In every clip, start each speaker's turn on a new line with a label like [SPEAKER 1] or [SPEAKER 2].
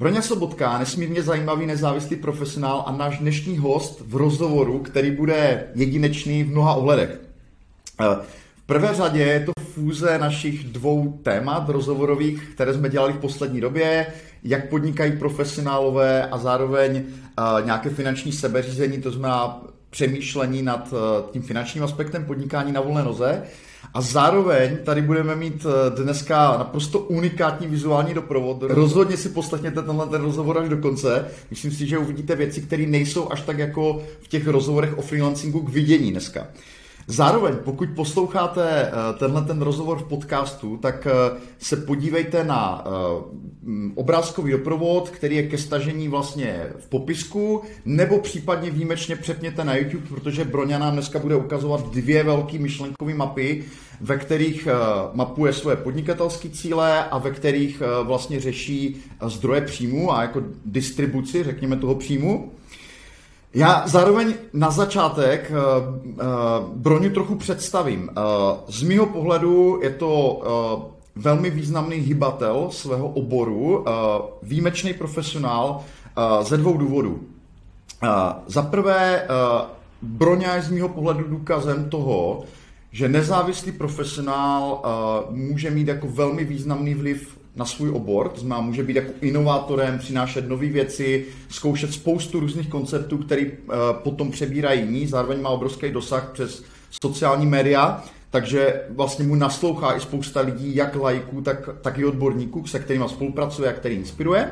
[SPEAKER 1] Broňa Sobotka, nesmírně zajímavý nezávislý profesionál a náš dnešní host v rozhovoru, který bude jedinečný v mnoha ohledech. V prvé řadě je to fúze našich dvou témat rozhovorových, které jsme dělali v poslední době, jak podnikají profesionálové a zároveň nějaké finanční sebeřízení, to znamená přemýšlení nad tím finančním aspektem podnikání na volné noze. A zároveň tady budeme mít dneska naprosto unikátní vizuální doprovod. Rozhodně si poslechněte ten rozhovor až do konce. Myslím si, že uvidíte věci, které nejsou až tak jako v těch rozhovorech o freelancingu k vidění dneska. Zároveň, pokud posloucháte ten rozhovor v podcastu, tak se podívejte na obrázkový doprovod, který je ke stažení vlastně v popisku, nebo případně výjimečně přepněte na YouTube, protože Broňa nám dneska bude ukazovat 2 velké myšlenkové mapy, ve kterých mapuje svoje podnikatelské cíle a ve kterých vlastně řeší zdroje příjmu a jako distribuci, řekněme, toho příjmu. Já zároveň na začátek Broňu trochu představím. Z mýho pohledu je to velmi významný hybatel svého oboru, výjimečný profesionál ze 2 důvodů. Za prvé, Broňa je z mýho pohledu důkazem toho, že nezávislý profesionál může mít jako velmi významný vliv na svůj obor, to znamená, může být jako inovátorem, přinášet nové věci, zkoušet spoustu různých konceptů, které potom přebírají jiní, zároveň má obrovský dosah přes sociální média, takže vlastně mu naslouchá i spousta lidí, jak laiků, tak i odborníků, se kterými spolupracuje a který inspiruje.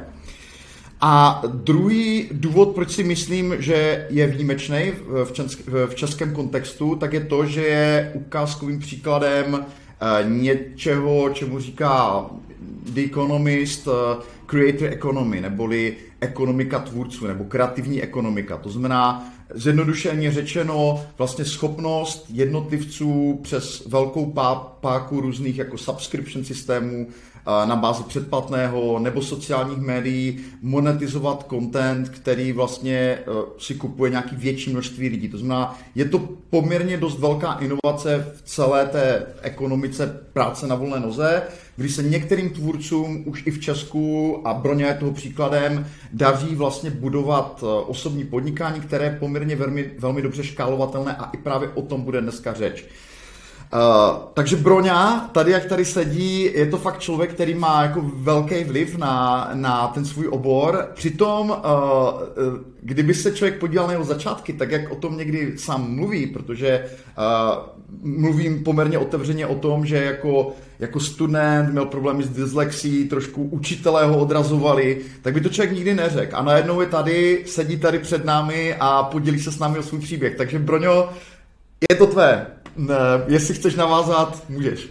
[SPEAKER 1] A druhý důvod, proč si myslím, že je výjimečný v českém kontextu, tak je to, že je ukázkovým příkladem něčeho, čemu říká The Economist Creator Economy, neboli ekonomika tvůrců, nebo kreativní ekonomika. To znamená, zjednodušeně řečeno, vlastně schopnost jednotlivců přes velkou páku různých jako subscription systémů na bázi předplatného nebo sociálních médií monetizovat content, který vlastně si kupuje nějaký větší množství lidí. To znamená, je to poměrně dost velká inovace v celé té ekonomice práce na volné noze, kdy se některým tvůrcům už i v Česku, a Broňa je toho příkladem, daří vlastně budovat osobní podnikání, které je poměrně velmi, velmi dobře škálovatelné a i právě o tom bude dneska řeč. Takže Broňa, tady jak tady sedí, je to fakt člověk, který má jako velký vliv na ten svůj obor. Přitom, kdyby se člověk podíval na jeho začátky, tak jak o tom někdy sám mluví, protože mluvím poměrně otevřeně o tom, že jako student měl problémy s dyslexií, trošku učitelé ho odrazovali, tak by to člověk nikdy neřekl. A najednou je tady, sedí tady před námi a podělí se s námi o svůj příběh. Takže Broňo, je to tvé. Jestli chceš navázat, můžeš.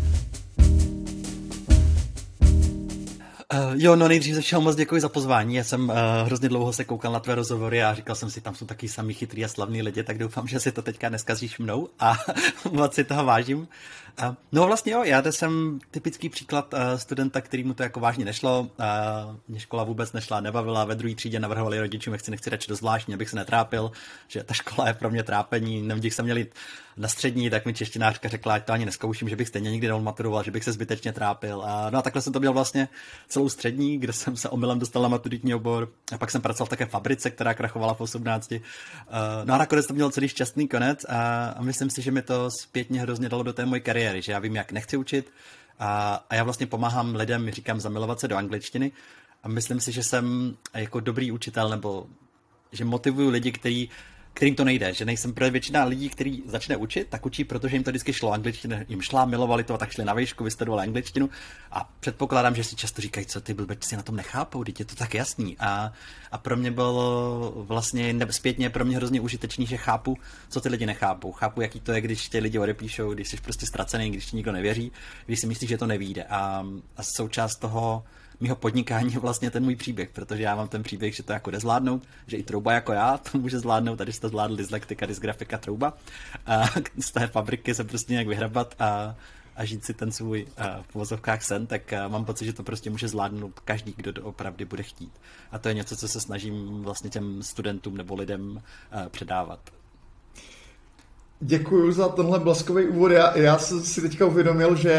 [SPEAKER 2] Jo, no nejdřív ze všeho moc děkuji za pozvání. Já jsem hrozně dlouho se koukal na tvé rozhovory a říkal jsem si, tam jsou taky samý chytrý a slavný lidi, tak doufám, že si to teďka neskazíš mnou a moc si toho vážím. No vlastně jo, já jsem typický příklad studenta, kterýmu to jako vážně nešlo. Mě škola vůbec nešla, nebavila, ve druhé třídě navrhovali rodičům, jak nechci radši do zvláštní, abych se netrápil, že ta škola je pro mě trápení. Nevím, když jsem měl jít na střední, tak mi češtinářka řekla, ať to ani nezkouším, že bych stejně nikdy neodmaturoval, že bych se zbytečně trápil. No a takhle jsem to měl vlastně celou střední, kde jsem se omylem dostal na maturitní obor. A pak jsem pracoval v také fabrice, která krachovala v 18. No a nakonec to měl celý šťastný konec a myslím si, že mi to zpětně hrozně dalo do té moje kariéry, že já vím, jak nechci učit a já vlastně pomáhám lidem, říkám, zamilovat se do angličtiny a myslím si, že jsem jako dobrý učitel nebo že motivuju lidi, kterým to nejde, že nejsem pro většina lidí, kteří začne učit, tak učí, protože jim to vždycky šlo, angličtina jim šla, milovali to a tak šli na výšku, vystudovali angličtinu a předpokládám, že si často říkají, co ty blbečci na tom nechápou, teď je to tak jasný a pro mě bylo vlastně zpětně pro mě hrozně užitečný, že chápu, co ty lidi nechápou, chápu, jaký to je, když ty lidi odepíšou, když jsi prostě ztracený, když ti nikdo nevěří, když si myslíš, že to nevyjde a součást toho mýho podnikání je vlastně ten můj příběh, protože já mám ten příběh, že to jako jde zvládnout, že i Trouba jako já to může zvládnout, tady jste zvládl dyslektika, dysgrafika, Trouba a z té fabriky se prostě nějak vyhrabat a žít si ten svůj v uvozovkách sen, tak mám pocit, že to prostě může zvládnout každý, kdo to opravdu bude chtít. A to je něco, co se snažím vlastně těm studentům nebo lidem předávat.
[SPEAKER 1] Děkuju za tenhle bleskový úvod. Já jsem si teďka uvědomil, že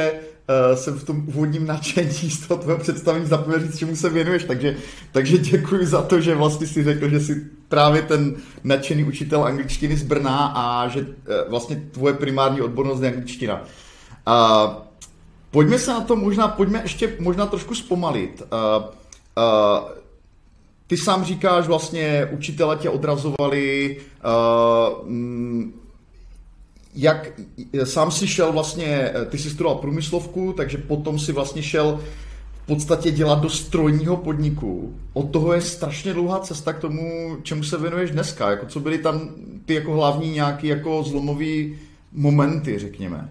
[SPEAKER 1] jsem v tom úvodním nadšení z toho tvého představení zapomněl říct, čemu se věnuješ, takže děkuji za to, že vlastně si řekl, že jsi právě ten nadšený učitel angličtiny z Brna a že vlastně tvoje primární odbornost je angličtina. Pojďme se na to pojďme ještě možná trošku zpomalit. Ty sám říkáš, vlastně učitele tě odrazovali, jak sám si šel vlastně, ty jsi studoval průmyslovku, takže potom si vlastně šel v podstatě dělat do strojního podniku. Od toho je strašně dlouhá cesta k tomu, čemu se věnuješ dneska. Jako co byly tam ty jako hlavní nějaký jako zlomový momenty, řekněme?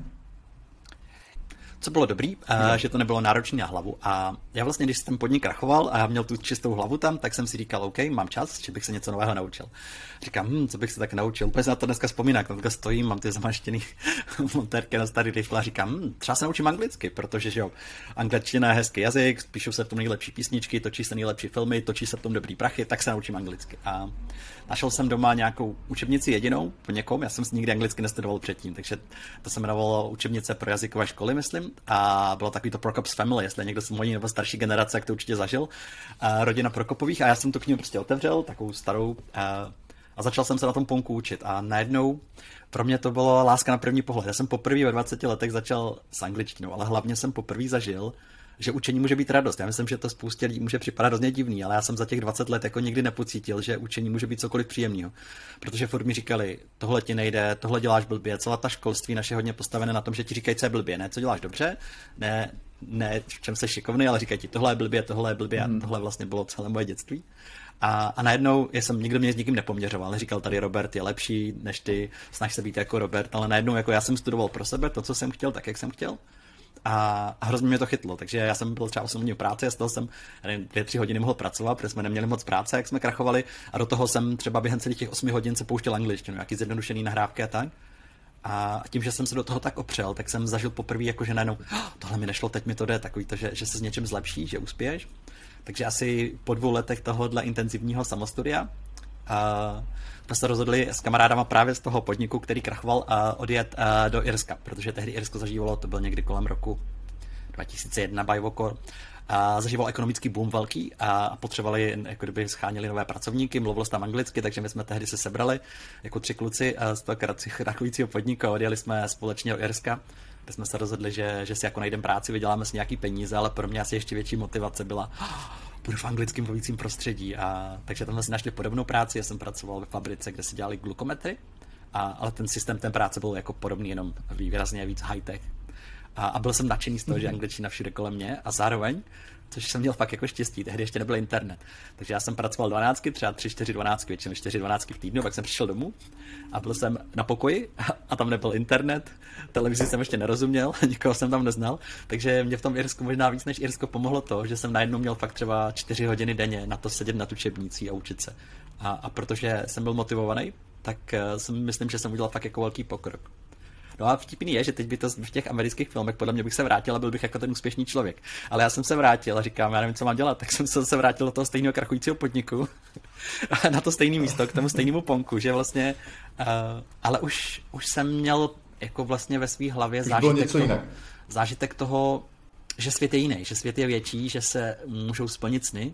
[SPEAKER 2] Co bylo dobrý, že to nebylo náročné na hlavu. A já vlastně, když ten podnik krachoval a já měl tu čistou hlavu tam, tak jsem si říkal, OK, mám čas, že bych se něco nového naučil. Říkám, co bych se tak naučil. Úplně se na to dneska vzpomínám, dneska stojím, mám ty zamaštěný montérky na starý rifle a říkám, třeba se naučím anglicky, protože že jo, angličtina je hezký jazyk, píšou se v tom nejlepší písničky, točí se nejlepší filmy, točí se v tom dobrý prachy, tak se naučím anglicky. A našel jsem doma nějakou učebnici jedinou po někom, já jsem nikdy anglicky nestudoval předtím, takže to se jmenovalo učebnice pro jazykové školy, myslím, a bylo takový to Prokop's Family, jestli někdo z mojí nebo starší generace, jak to určitě zažil, rodina Prokopových, a já jsem tu knihu prostě otevřel, takovou starou, a začal jsem se na tom ponku učit a najednou pro mě to bylo láska na první pohled. Já jsem poprvé ve 20 letech začal s angličtinou, ale hlavně jsem poprvé zažil, že učení může být radost. Já myslím, že to spoustě lidí může připadat hrozně divný, ale já jsem za těch 20 let jako nikdy nepocítil, že učení může být cokoliv příjemného. Protože furt mi říkali, tohle ti nejde, tohle děláš blbě, celá ta školství naše hodně postavené na tom, že ti říkají, co je blbě, ne co děláš dobře, ne v čem jsi šikovný, ale říkají ti, tohle je blbě a tohle vlastně bylo celé moje dětství. A najednou nikdo mě s nikým nepoměřoval, říkal, tady Robert je lepší než ty, snaž se být jako Robert, ale najednou jako já jsem studoval pro sebe to, co jsem chtěl, tak jak jsem chtěl. A hrozně mě to chytlo, takže já jsem byl třeba 8 hodin práce a z toho jsem 2-3 hodiny mohl pracovat, protože jsme neměli moc práce, jak jsme krachovali, a do toho jsem třeba během celých těch 8 hodin se pouštěl angličtinu, nějaký zjednodušený nahrávky a tak. A tím, že jsem se do toho tak opřel, tak jsem zažil poprvé, jako že najednou, tohle mi nešlo, teď mi to jde, takový to, že se s něčím zlepší, že uspěješ. Takže asi po 2 letech tohohle intenzivního samostudia jsme se rozhodli s kamarádama právě z toho podniku, který krachoval, odjet do Irska, protože tehdy Irsko zažívalo, to byl někdy kolem roku 2001 Bajvokor, zažíval ekonomický boom velký a potřebovali, jako kdyby scháněli nové pracovníky, mluvilo se tam anglicky, takže my jsme tehdy se sebrali jako 3 kluci z toho krachujícího podniku a odjeli jsme společně do Irska, kde jsme se rozhodli, že si jako najdeme práci, vyděláme si nějaký peníze, ale pro mě asi ještě větší motivace byla budu v anglickém mluvícím prostředí. Takže tam jsme si našli podobnou práci, já jsem pracoval ve fabrice, kde se dělali glukometry, ale ten systém té práce byl jako podobný, jenom výrazně víc high-tech. A byl jsem nadšený z toho, že angličtina všude kolem mě a zároveň, což jsem měl fakt jako štěstí, tehdy ještě nebyl internet. Takže já jsem pracoval 12, třeba 3-4 12, většinou 4 12 v týdnu, pak jsem přišel domů a byl jsem na pokoji a tam nebyl internet, televizi jsem ještě nerozuměl, nikoho jsem tam neznal, takže mě v tom Irsku možná víc než Irsko pomohlo to, že jsem najednou měl fakt třeba 4 hodiny denně na to sedět nad učebnicí a učit se. A protože jsem byl motivovaný, tak myslím, že jsem udělal fakt jako velký pokrok. No a vtipný je, že teď by to v těch amerických filmech, podle mě bych se vrátil a byl bych jako ten úspěšný člověk. Ale já jsem se vrátil a říkám, já nevím, co mám dělat, tak jsem se zase vrátil do toho stejného krachujícího podniku, na to stejné místo, k tomu stejnému ponku, že vlastně, ale už jsem měl jako vlastně ve své hlavě zážitek toho, že svět je jiný, že svět je větší, že se můžou splnit sny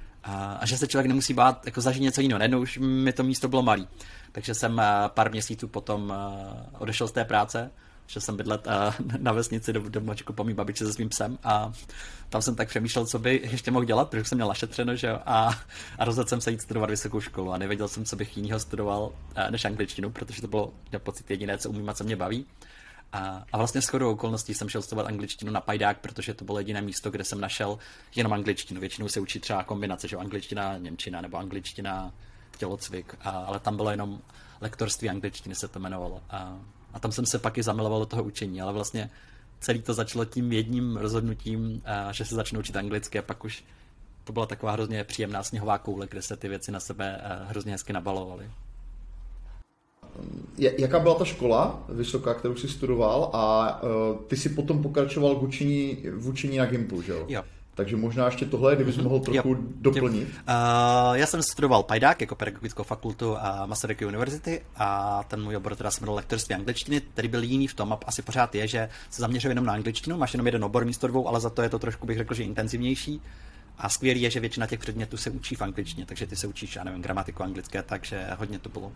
[SPEAKER 2] a že se člověk nemusí bát jako zažít něco jiného. Najednou už mi to místo bylo malý. Takže jsem pár měsíců potom odešel z té práce, šel jsem bydlet na vesnici do domočku po mý babičce se svým psem a tam jsem tak přemýšlel, co by ještě mohl dělat, protože jsem měl našetřeno, že jo, a rozhodl jsem se jít studovat vysokou školu a nevěděl jsem, co bych jinýho studoval než angličtinu, protože to bylo, měl pocit, jediné, co umím a co mě baví. A vlastně shodou okolností jsem šel studovat angličtinu na Pajdák, protože to bylo jediné místo, kde jsem našel jenom angličtinu. Většinou se učí třeba kombinace, že angličtina, němčina nebo angličtina, tělocvik, ale tam bylo jenom lektorství angličtiny se to jmenovalo. A tam jsem se pak i zamiloval do toho učení, ale vlastně celý to začalo tím jedním rozhodnutím, že se začnu učit anglicky a pak už to byla taková hrozně příjemná sněhová koule, kde se ty věci na sebe hrozně hezky nabalovaly.
[SPEAKER 1] Jaká byla ta škola vysoká, kterou jsi studoval a ty si potom pokračoval v učení na Gimplu, že jo?
[SPEAKER 2] Jo.
[SPEAKER 1] Takže možná ještě tohle, kdybys mohl trochu doplnit.
[SPEAKER 2] Já jsem studoval PAIDák jako pedagogickou fakultu Masarykovy univerzity a ten můj obor teda se jmenoval lektorství angličtiny, který byl jiný v tom a asi pořád je, že se zaměřuje jenom na angličtinu, máš jenom jeden obor místo dvou, ale za to je to trošku, bych řekl, že intenzivnější. A skvělý je, že většina těch předmětů se učí v angličtině, takže ty se učíš, já nevím, gramatiku anglické, takže hodně to bylo.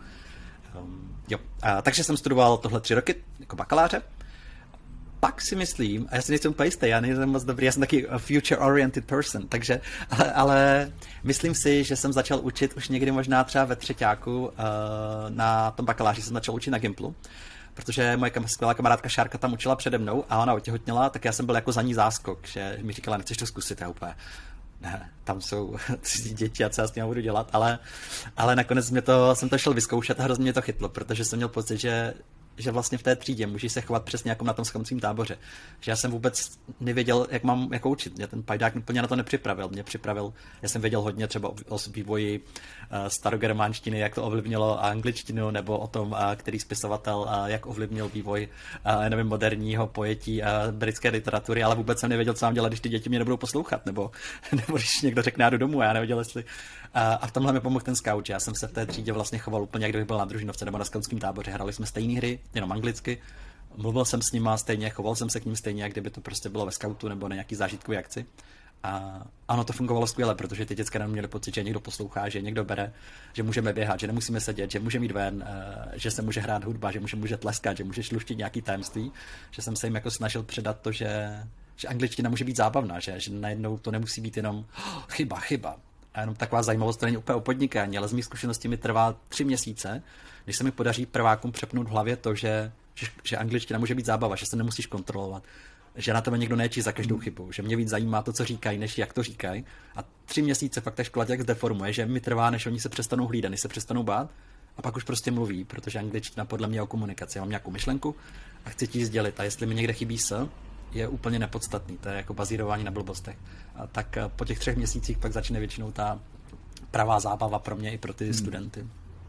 [SPEAKER 2] Takže jsem studoval tohle 3 roky jako bakaláře. Pak si myslím, a já si nejsem úplně jistý, já nejsem moc dobrý, já jsem taky future-oriented person, takže, ale myslím si, že jsem začal učit už někdy možná třeba ve třeťáku, na tom bakaláři jsem začal učit na Gimplu, protože moje skvělá kamarádka Šárka tam učila přede mnou a ona otěhotněla, tak já jsem byl jako za ní záskok, že mi říkala, nechceš to zkusit, já úplně, ne, tam jsou cizí děti a co já s tím budu dělat, ale nakonec jsem to šel vyzkoušet a hrozně mě to chytlo, protože jsem měl pocit, že vlastně v té třídě můžeš se chovat přesně jako na tom skamcím táboře. Že já jsem vůbec nevěděl, jak mám jako učit. Mě ten pajdák úplně na to nepřipravil. Já jsem věděl hodně třeba o vývoji starogermánštiny, jak to ovlivnilo angličtinu, nebo o tom, který spisovatel, jak ovlivnil vývoj, nevím, moderního pojetí britské literatury, ale vůbec jsem nevěděl, co mám dělat, když ty děti mě nebudou poslouchat, nebo když někdo řekne, já jdu domů, já nevěděl, jestli. A v tomhle mi pomohl ten scout, že já jsem se v té třídě vlastně choval úplně, jak kdybych byl na družinovce nebo na skautském táboře. Hrali jsme stejné hry, jenom anglicky. Mluvil jsem s nima stejně, choval jsem se k ním stejně, jak kdyby to prostě bylo ve skautu nebo na nějaký zážitkové akci. A ano, to fungovalo skvěle, protože ty děcka nám měli pocit, že někdo poslouchá, že někdo bere, že můžeme běhat, že nemusíme sedět, že můžeme jít ven, že se může hrát hudba, že může tleskat, že může šluštit nějaký tajemství, že jsem se jim jako snažil předat to, že angličtina může být zábavná, že najednou to nemusí být jenom chyba. A jenom taková zajímavost, to není úplně o podnikání, ale z mých zkušeností mi trvá 3 měsíce, než se mi podaří prvákům přepnout v hlavě to, že angličtina může být zábava, že se nemusíš kontrolovat, že na tebe někdo nečí za každou chybu, že mě víc zajímá to, co říkají, než jak to říkají. A 3 měsíce fakt ta škola jak zdeformuje, že mi trvá, než oni se přestanou hlídat, než se přestanou bát a pak už prostě mluví, protože angličtina podle mě je o komunikaci. Já mám nějakou myšlenku a chci ti ji sdělit a jestli mi někde chybí je úplně nepodstatný, to je jako bazírování na blbostech. A tak po těch 3 měsících pak začne většinou ta pravá zábava pro mě i pro ty studenty.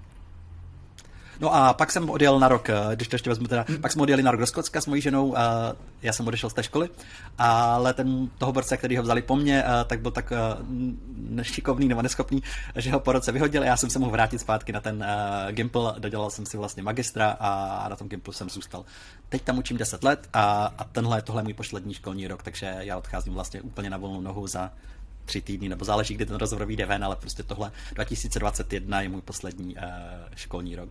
[SPEAKER 2] No a pak jsem odjel na rok, když to ještě vezmu teda, pak jsme odjeli na rok do Skotska s mojí ženou, já jsem odešel z té školy, ale toho borce, který ho vzali po mně, tak byl tak nešikovný nebo neschopný, že ho po roce vyhodil a já jsem se mohl vrátit zpátky na ten Gimple, dodělal jsem si vlastně magistra a na tom Gimplu jsem zůstal. Teď tam učím 10 let a tohle je můj poslední školní rok, takže já odcházím vlastně úplně na volnou nohu za 3 týdny, nebo záleží, kdy ten rozhovor vyjde ven, ale prostě tohle 2021 je můj poslední školní rok.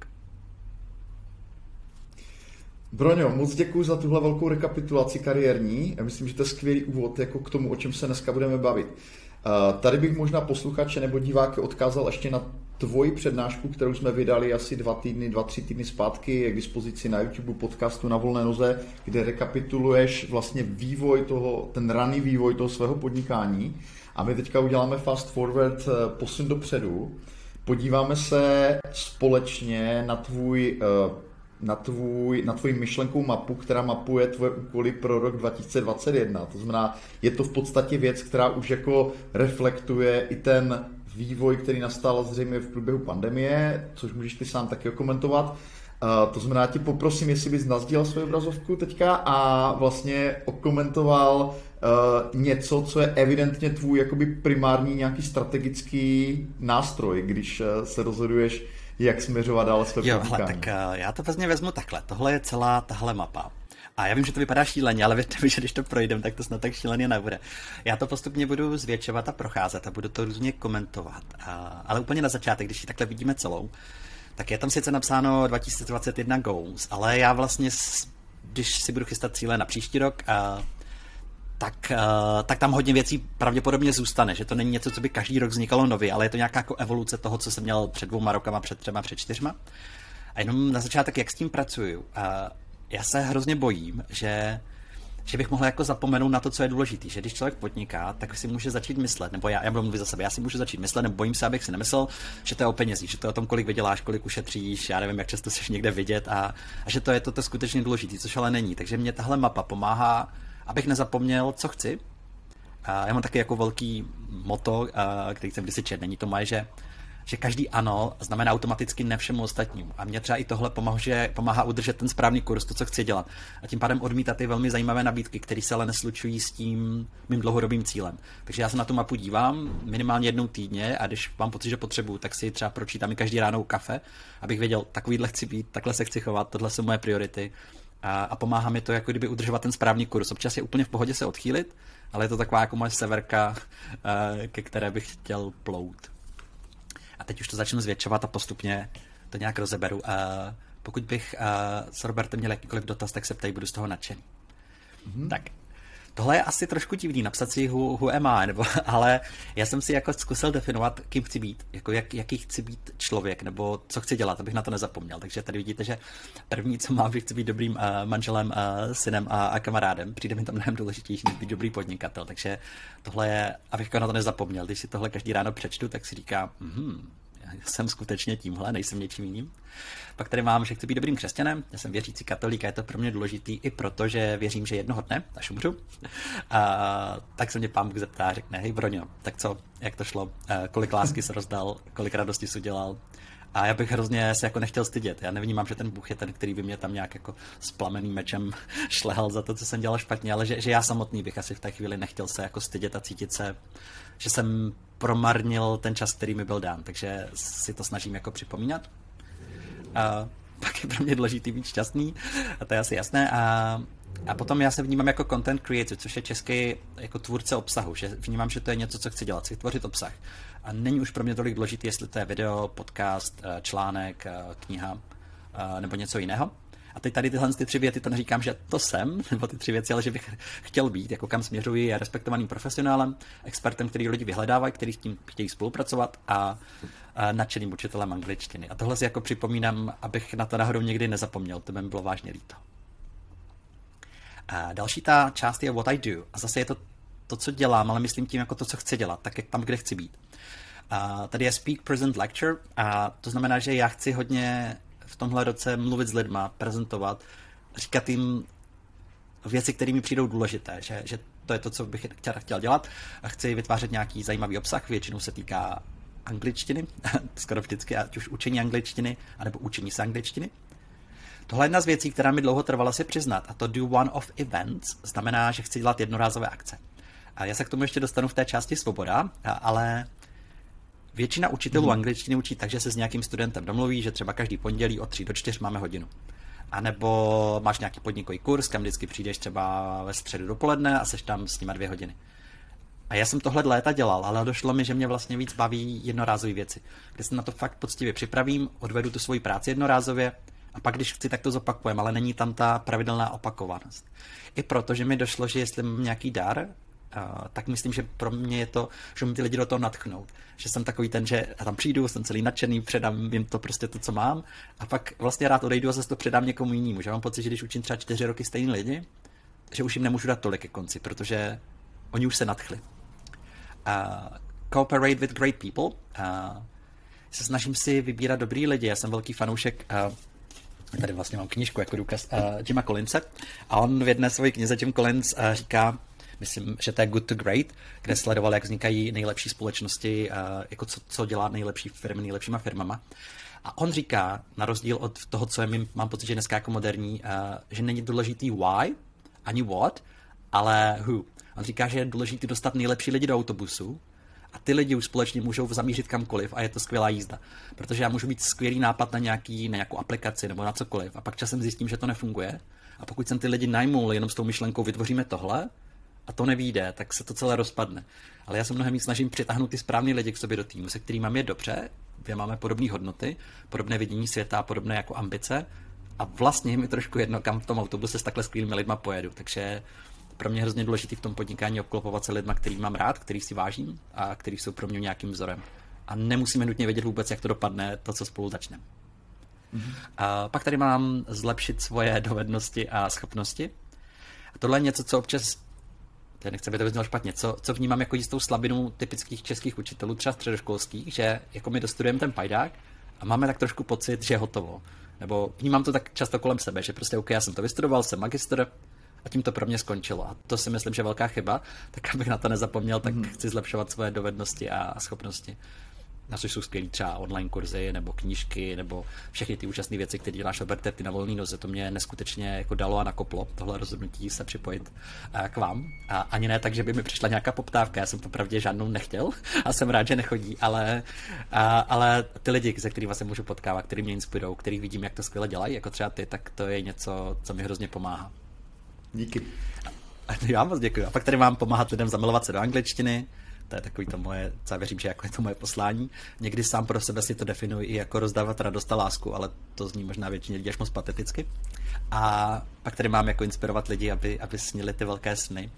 [SPEAKER 1] Broňo, moc děkuji za tuhle velkou rekapitulaci kariérní. Já myslím, že to je skvělý úvod jako k tomu, o čem se dneska budeme bavit. Tady bych možná posluchače nebo diváky odkázal ještě na tvoji přednášku, kterou jsme vydali asi 2-3 týdny zpátky, je k dispozici na YouTube podcastu Na volné noze, kde rekapituluješ vlastně ten raný vývoj toho svého podnikání. A my teďka uděláme fast forward, posun dopředu. Podíváme se společně na tvoji myšlenkou mapu, která mapuje tvoje úkoly pro rok 2021. To znamená, je to v podstatě věc, která už jako reflektuje i ten vývoj, který nastal zřejmě v průběhu pandemie, což můžeš ty sám taky komentovat. To znamená, tě poprosím, jestli bys nasdílel svou obrazovku teďka a vlastně okomentoval něco, co je evidentně tvůj jakoby primární nějaký strategický nástroj, když se rozhoduješ, jak směřovat dál své podnikání.
[SPEAKER 2] Tak já to vezmu takhle. Tohle je celá tahle mapa. A já vím, že to vypadá šíleně, ale věřte mi, že když to projdem, tak to snad tak šíleně nebude. Já to postupně budu zvětšovat a procházet a budu to různě komentovat. Ale úplně na začátek, když ji takhle vidíme celou, tak je tam sice napsáno 2021 goals, ale já vlastně, když si budu chystat cíle na příští rok, tak tam hodně věcí pravděpodobně zůstane, že to není něco, co by každý rok vznikalo nově, ale je to nějaká jako evoluce toho, co jsem měl před 2 rokama, před 3, před 4. A jenom na začátek, jak s tím pracuju. Já se hrozně bojím, že bych mohl jako zapomenout na to, co je důležité, že když člověk podniká, tak si může začít myslet, nebo já budu mluvit za sebe, já si můžu začít myslet, nebo bojím se, abych si nemyslel, že to je o penězích, že to je o tom, kolik vyděláš, kolik ušetříš, já nevím, jak často jsi někde vidět a že to je to skutečně důležité, což ale není. Takže mě tahle mapa pomáhá, abych nezapomněl, co chci. Já mám taky jako velký motto, který jsem kdysi četl, není to moje, že že každý ano znamená automaticky ne všemu ostatnímu. A mě třeba i tohle pomáhá udržet ten správný kurz, to, co chci dělat. A tím pádem odmítat ty velmi zajímavé nabídky, které se ale neslučují s tím mým dlouhodobým cílem. Takže já se na tu mapu dívám minimálně jednou týdně a když mám pocit, že potřebuju, tak si třeba pročítám i každý ráno kafe, abych věděl, takovýhle chci být, takhle se chci chovat, tohle jsou moje priority. A pomáhá mi to jako kdyby udržovat ten správný kurz. Občas je úplně v pohodě se odchýlit, ale je to taková jako moje severka, ke které bych chtěl plout. A teď už to začnu zvětšovat a postupně to nějak rozeberu. Pokud bych s Robertem měl jakýkoliv dotaz, tak se ptej, budu z toho nadšený. Tak, tohle je asi trošku divný, napsat si who am I, ale já jsem si jako zkusil definovat, kým chci být, jako jaký chci být člověk, nebo co chci dělat, abych na to nezapomněl. Takže tady vidíte, že první, co mám, že chci být dobrým manželem, synem a kamarádem. Přijde mi tam mnohem důležitější, než být dobrý podnikatel. Takže tohle je, abych na to nezapomněl. Když si tohle každý ráno přečtu, tak si říkám, jsem skutečně tímhle, nejsem něčím jiným. Pak tady mám, že chci být dobrým křesťanem, já jsem věřící katolík a je to pro mě důležitý i proto, že věřím, že jednoho dne, až umřu, tak se mě Pán Bůh zeptá a řekne, hej Broňo, tak co, jak to šlo, kolik lásky jsi rozdal, kolik radosti jsi udělal. A já bych hrozně se jako nechtěl stydět. Já nevnímám, že ten Bůh je ten, který by mě tam nějak jako s plameným mečem šlehal za to, co jsem dělal špatně, ale že já samotný bych asi v té chvíli nechtěl se jako stydět a cítit se, že jsem promarnil ten čas, který mi byl dán. Takže si to snažím jako připomínat. A pak je pro mě důležitý být šťastný, a to je asi jasné. A potom já se vnímám jako content creator, což je český jako tvůrce obsahu, že vnímám, že to je něco, co chci dělat, chci tvořit obsah. A není už pro mě tolik důležitý, jestli to je video, podcast, článek, kniha nebo něco jiného. A teď tady tyhle 3 věty, to neříkám, že to jsem, nebo ty 3 věci, ale že bych chtěl být, jako kam směřuji, je respektovaným profesionálem, expertem, který lidi vyhledávají, který s tím chtějí spolupracovat a nadšeným učitelem angličtiny. A tohle si jako připomínám, abych na to náhodou někdy nezapomněl, to by mi bylo vážně líto. A další ta část je what I do. A zase je to, co dělám, ale myslím tím jako to, co chci dělat, tak jak tam, kde chci být. A tady je speak, present, lecture a to znamená, že já chci hodně v tomhle roce mluvit s lidma, prezentovat, říkat jim věci, které mi přijdou důležité, že to je to, co bych chtěl dělat a chci vytvářet nějaký zajímavý obsah, většinou se týká angličtiny, skoro vždycky, ať už učení angličtiny, anebo učení se angličtiny. Tohle je jedna z věcí, která mi dlouho trvala si přiznat, a to do one-off events znamená, že chci dělat jednorázové akce. A já se k tomu ještě dostanu v té části svoboda, ale většina učitelů angličtiny učí tak, že se s nějakým studentem domluví, že třeba každý pondělí od 3 do 4 máme hodinu. A nebo máš nějaký podnikový kurz, kam vždycky přijdeš třeba ve středu dopoledne a seš tam s nima 2 hodiny. A já jsem tohle léta dělal, ale došlo mi, že mě vlastně víc baví jednorázové věci, kde se na to fakt poctivě připravím, odvedu tu svoji práci jednorázově a pak, když chci, tak to zopakujem, ale není tam ta pravidelná opakovanost. I proto, že mi došlo, že jestli mám nějaký dar, tak myslím, že pro mě je to, že mi ty lidi do toho natchnout. Že jsem takový ten, že tam přijdu, jsem celý nadšený, předám jim to prostě to, co mám a pak vlastně rád odejdu a zase to předám někomu jinému. Že mám pocit, že když učím třeba 4 roky stejný lidi, že už jim nemůžu dát tolik ke konci, protože oni už se nadchli. Cooperate with great people. Se snažím si vybírat dobrý lidi. Já jsem velký fanoušek tady vlastně mám knížku jako důkaz Jima Collinse a on v jedné své knize Jim Collins říká, myslím, že to je Good to Great, kde sledoval, jak vznikají nejlepší společnosti, jako co dělá nejlepší firmy, nejlepšíma firmama. A on říká, na rozdíl od toho, co je, mám pocit, že dneska jako moderní, že není důležitý why, ani what, ale who. On říká, že je důležité dostat nejlepší lidi do autobusu a ty lidi už společně můžou zamířit kamkoliv a je to skvělá jízda. Protože já můžu mít skvělý nápad na nějakou aplikaci nebo na cokoliv a pak časem zjistím, že to nefunguje. A pokud jsem ty lidi najmul jenom s tou myšlenkou vytvoříme tohle a to nevyjde, tak se to celé rozpadne. Ale já se mnohem víc snažím přitáhnout ty správný lidi k sobě do týmu, se kterými mám je dobře, kde máme podobné hodnoty, podobné vidění světa, podobné jako ambice a vlastně je mi trošku jedno, kam v tom autobuse s takhle skvělými lidma pojedu. Takže pro mě je hrozně důležitý v tom podnikání obklopovat se lidma, který mám rád, který si vážím a který jsou pro mě nějakým vzorem. A nemusíme nutně vědět vůbec, jak to dopadne, to, co spolu začneme. A pak tady mám zlepšit svoje dovednosti a schopnosti. A tohle je něco, co občas, teď nechci, aby to vyznělo špatně, co vnímám jako jistou slabinu typických českých učitelů, třeba středoškolských, že jako my dostudujeme ten pajdák a máme tak trošku pocit, že je hotovo. Nebo vnímám to tak často kolem sebe, že prostě OK, já jsem to vystudoval, jsem magistr, a tím to pro mě skončilo. A to si myslím, že je velká chyba, tak abych na to nezapomněl, tak chci zlepšovat svoje dovednosti a schopnosti. na což jsou skvělý třeba online kurzy nebo knížky nebo všechny ty úžasné věci, které děláš Roberte, ty na volný noze. To mě neskutečně jako dalo a nakoplo tohle rozhodnutí se připojit k vám. A ani ne tak, že by mi přišla nějaká poptávka, já jsem popravdě žádnou nechtěl a jsem rád, že nechodí, ale ty lidi, se kterými se můžu potkávat, který mě inspirují, který vidím, jak to skvěle dělají, jako třeba ty, tak to je něco, co mi hrozně pomáhá.
[SPEAKER 1] Díky.
[SPEAKER 2] Já moc děkuji. A pak tady mám pomáhat lidem zamilovat se do angličtiny. To je takový to moje, co já věřím, že jako je to moje poslání. Někdy sám pro sebe si to definuji i jako rozdávat radost a lásku, ale to zní možná většině lidí až moc pateticky. A pak tady mám jako inspirovat lidi, aby snili ty velké sny.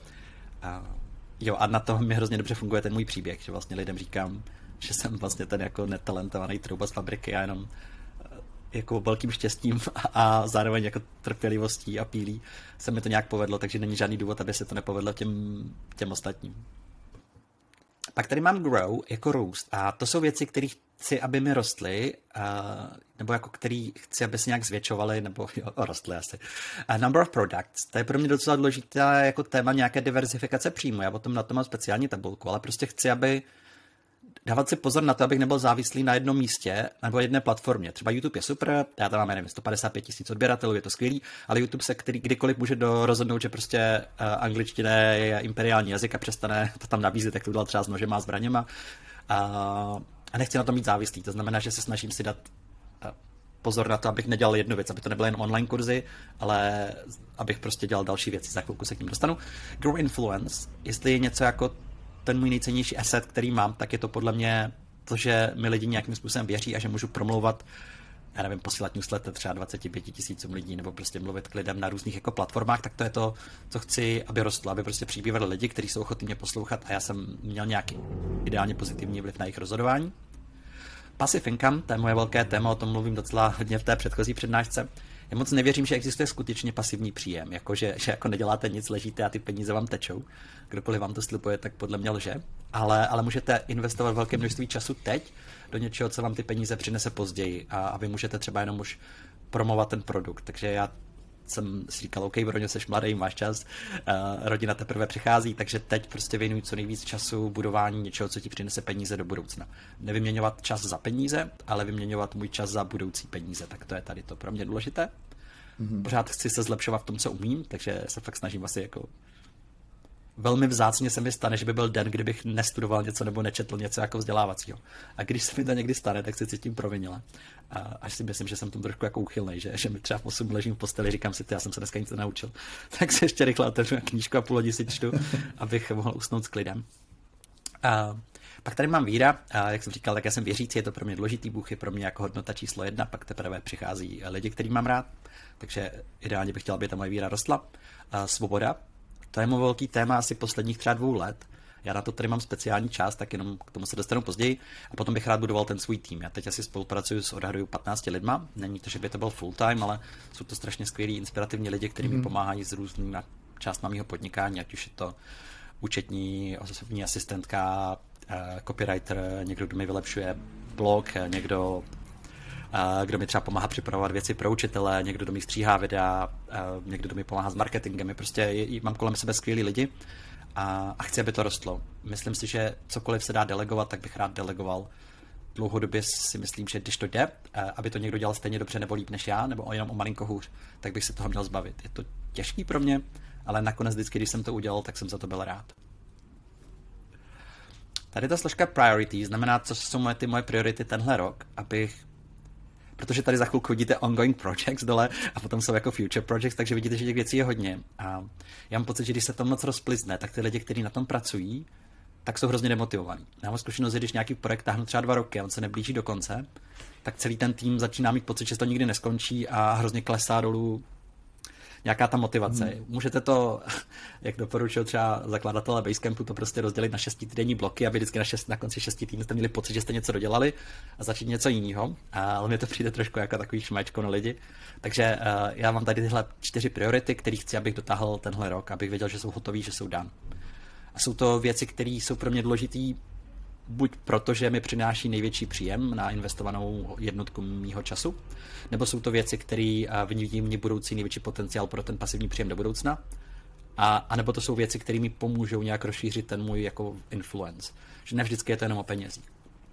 [SPEAKER 2] A na to mi hrozně dobře funguje ten můj příběh, že vlastně lidem říkám, že jsem vlastně ten jako netalentovaný trouba z fabriky a jenom jako velkým štěstím a zároveň jako trpělivostí a pílí se mi to nějak povedlo, takže není žádný důvod, aby se to nepovedlo těm ostatním. Pak tady mám grow jako růst a to jsou věci, které chci, aby mi rostly, nebo jako který chci, aby se nějak zvětšovaly, nebo rostly asi. Number of products, to je pro mě docela důležité jako téma nějaké diverzifikace příjmu. Já potom na to mám speciální tabulku, ale prostě chci, aby dávat si pozor na to, abych nebyl závislý na jednom místě nebo jedné platformě. Třeba YouTube je super, já tam mám, nevím, 155 000 odběratelů, je to skvělý, ale YouTube se kdykoliv může rozhodnout, že prostě angličtina je imperiální jazyk a přestane to tam nabízet, jak to udělal třeba s nožema a zbraněma. A nechci na tom být závislý, to znamená, že se snažím si dát pozor na to, abych nedělal jednu věc, aby to nebyly jen online kurzy, ale abych prostě dělal další věci, za chvilku se k ním dostanu. Grow influence, jestli je něco jako ten můj nejcennější asset, který mám, tak je to podle mě to, že mi lidi nějakým způsobem věří a že můžu promlouvat, já nevím, posílat newsletter třeba 25 000 lidí nebo prostě mluvit k lidem na různých jako platformách, tak to je to, co chci, aby rostlo, aby prostě přibývali lidi, kteří jsou ochotní mě poslouchat a já jsem měl nějaký ideálně pozitivní vliv na jejich rozhodování. Passive income, to je moje velké téma, o tom mluvím docela hodně v té předchozí přednášce. Já moc nevěřím, že existuje skutečně pasivní příjem, že jako neděláte nic, ležíte a ty peníze vám tečou. Kdokoliv vám to slibuje, tak podle mě lže. Ale můžete investovat velké množství času teď do něčeho, co vám ty peníze přinese později a vy můžete třeba jenom už promovat ten produkt. Takže já jsem si říkal, OK, Broňo, seš mladý, máš čas, rodina teprve přichází, takže teď prostě věnuj co nejvíc času budování něčeho, co ti přinese peníze do budoucna. Nevyměňovat čas za peníze, ale vyměňovat můj čas za budoucí peníze, tak to je tady to pro mě důležité. Pořád chci se zlepšovat v tom, co umím, takže se fakt snažím asi jako velmi vzácně se mi stane, že by byl den, kdybych nestudoval něco nebo nečetl něco jako vzdělávacího. A když se mi to někdy stane, tak se cítím provinile. Až si myslím, že jsem tom trošku jako úchylnej, že mi třeba v 8 ležím v posteli, říkám si, já jsem se dneska nic naučil. Tak se ještě rychle otevřu knížku a půl hodiny si čtu, abych mohl usnout s klidem. Pak tady mám víra, jak jsem říkal, tak já jsem věřící, je to pro mě důležitý, Bůh je pro mě jako hodnota číslo 1, pak teprve přichází lidi, který mám rád, takže ideálně bych chtěl, aby ta moje víra rostla. Svoboda, to je můj velký téma asi posledních třeba 2 let. Já na to tady mám speciální část, tak jenom k tomu se dostanu později. A potom bych rád budoval ten svůj tým. Já teď asi spolupracuju s odhaduju 15 lidma. Není to, že by to byl full time, ale jsou to strašně skvělí, inspirativní lidi, kteří mi pomáhají s různými částmi mého podnikání, ať už je to účetní, osobní asistentka, copywriter, někdo, kdo mi vylepšuje blog, někdo, kdo mi třeba pomáhá připravovat věci pro učitele, někdo, kdo mi stříhá videa, někdo, kdo mi pomáhá s marketingem. Prostě mám kolem sebe skvělí lidi a chci, aby to rostlo. Myslím si, že cokoliv se dá delegovat, tak bych rád delegoval. Dlouhodobě si myslím, že když to jde, aby to někdo dělal stejně dobře nebo líp než já, nebo jenom o malinko hůř, tak bych se toho měl zbavit. Je to těžký pro mě, ale nakonec vždycky, když jsem to udělal, tak jsem za to byl rád. Tady ta složka priority znamená, co jsou moje priority tenhle rok, protože tady za chvilku vidíte ongoing projects dole a potom jsou jako future projects, takže vidíte, že těch věcí je hodně. A já mám pocit, že když se to moc rozplizne, tak ty lidi, kteří na tom pracují, tak jsou hrozně demotivovaní. Já mám zkušenost, že když nějaký projekt táhnu třeba 2 roky a on se neblíží do konce, tak celý ten tým začíná mít pocit, že to nikdy neskončí a hrozně klesá dolů nějaká ta motivace. Můžete to, jak doporučil třeba zakladatelé Basecampu, to prostě rozdělit na 6týdenní bloky, aby vždycky na konci 6 týdnů jste měli pocit, že jste něco dodělali a začít něco jiného. Ale mně to přijde trošku jako takový šmečko na lidi. Takže já mám tady tyhle 4 priority, které chci, abych dotáhl tenhle rok, abych věděl, že jsou hotový, že jsou dan. A jsou to věci, které jsou pro mě důležitý buď proto, že mi přináší největší příjem na investovanou jednotku mýho času, nebo jsou to věci, které vidí mě budoucí největší potenciál pro ten pasivní příjem do budoucna, a nebo to jsou věci, které mi pomůžou nějak rozšířit ten můj jako influence. Že ne vždycky je to jenom o penězích.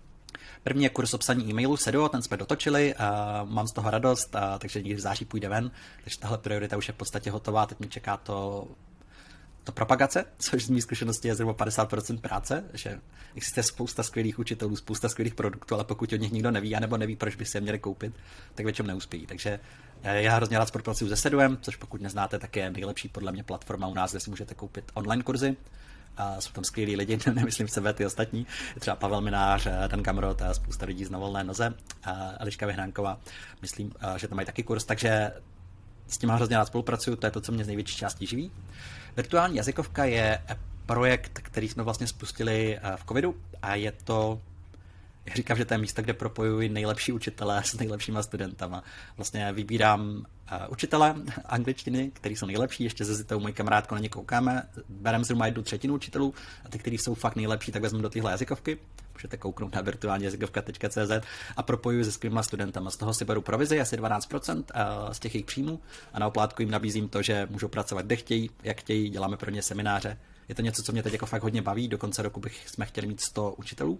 [SPEAKER 2] První je kurz o psaní e-mailu Seduo, ten jsme dotočili, mám z toho radost, takže někdy v září půjde ven, takže tahle priorita už je v podstatě hotová, teď mě čeká to propagace, což z mých zkušenosti je zhruba 50% práce, že existuje spousta skvělých učitelů, spousta skvělých produktů, ale pokud o nich nikdo neví, anebo neví, proč by si je měli koupit, tak většinou neuspějí. Takže já hrozně rád spolupracuju se Seduem, což pokud neznáte, tak je nejlepší podle mě platforma u nás, kde si můžete koupit online kurzy. Jsou tam skvělí lidi, nemyslím sebe, ty ostatní. Je třeba Pavel Minář, Dan Gamrot a spousta lidí z Na volné noze, Eliška Vyhnánková, myslím, že tam mají taky kurz, takže s tím hrozně rád spolupracuju, to je to, co mě z největší části živí. Virtuální jazykovka je projekt, který jsme vlastně spustili v covidu a je to, já říkám, že to je místo, kde propojuji nejlepší učitele s nejlepšíma studentama. Vlastně vybírám učitele angličtiny, který jsou nejlepší, ještě se Zitou, mojí kamarádkou, na ně koukáme, bereme zhruba 1/3 učitelů a ty, kteří jsou fakt nejlepší, tak vezmu do téhle jazykovky. Můžete kouknout na virtuálnějazykovka.cz a propojuji se skvělýma studentama. Z toho si beru provizi, asi 12% z těch jejich příjmů a na oplátku jim nabízím to, že můžou pracovat kde chtějí, jak chtějí, děláme pro ně semináře. Je to něco, co mě teď jako fakt hodně baví, do konce roku jsme chtěli mít 100 učitelů.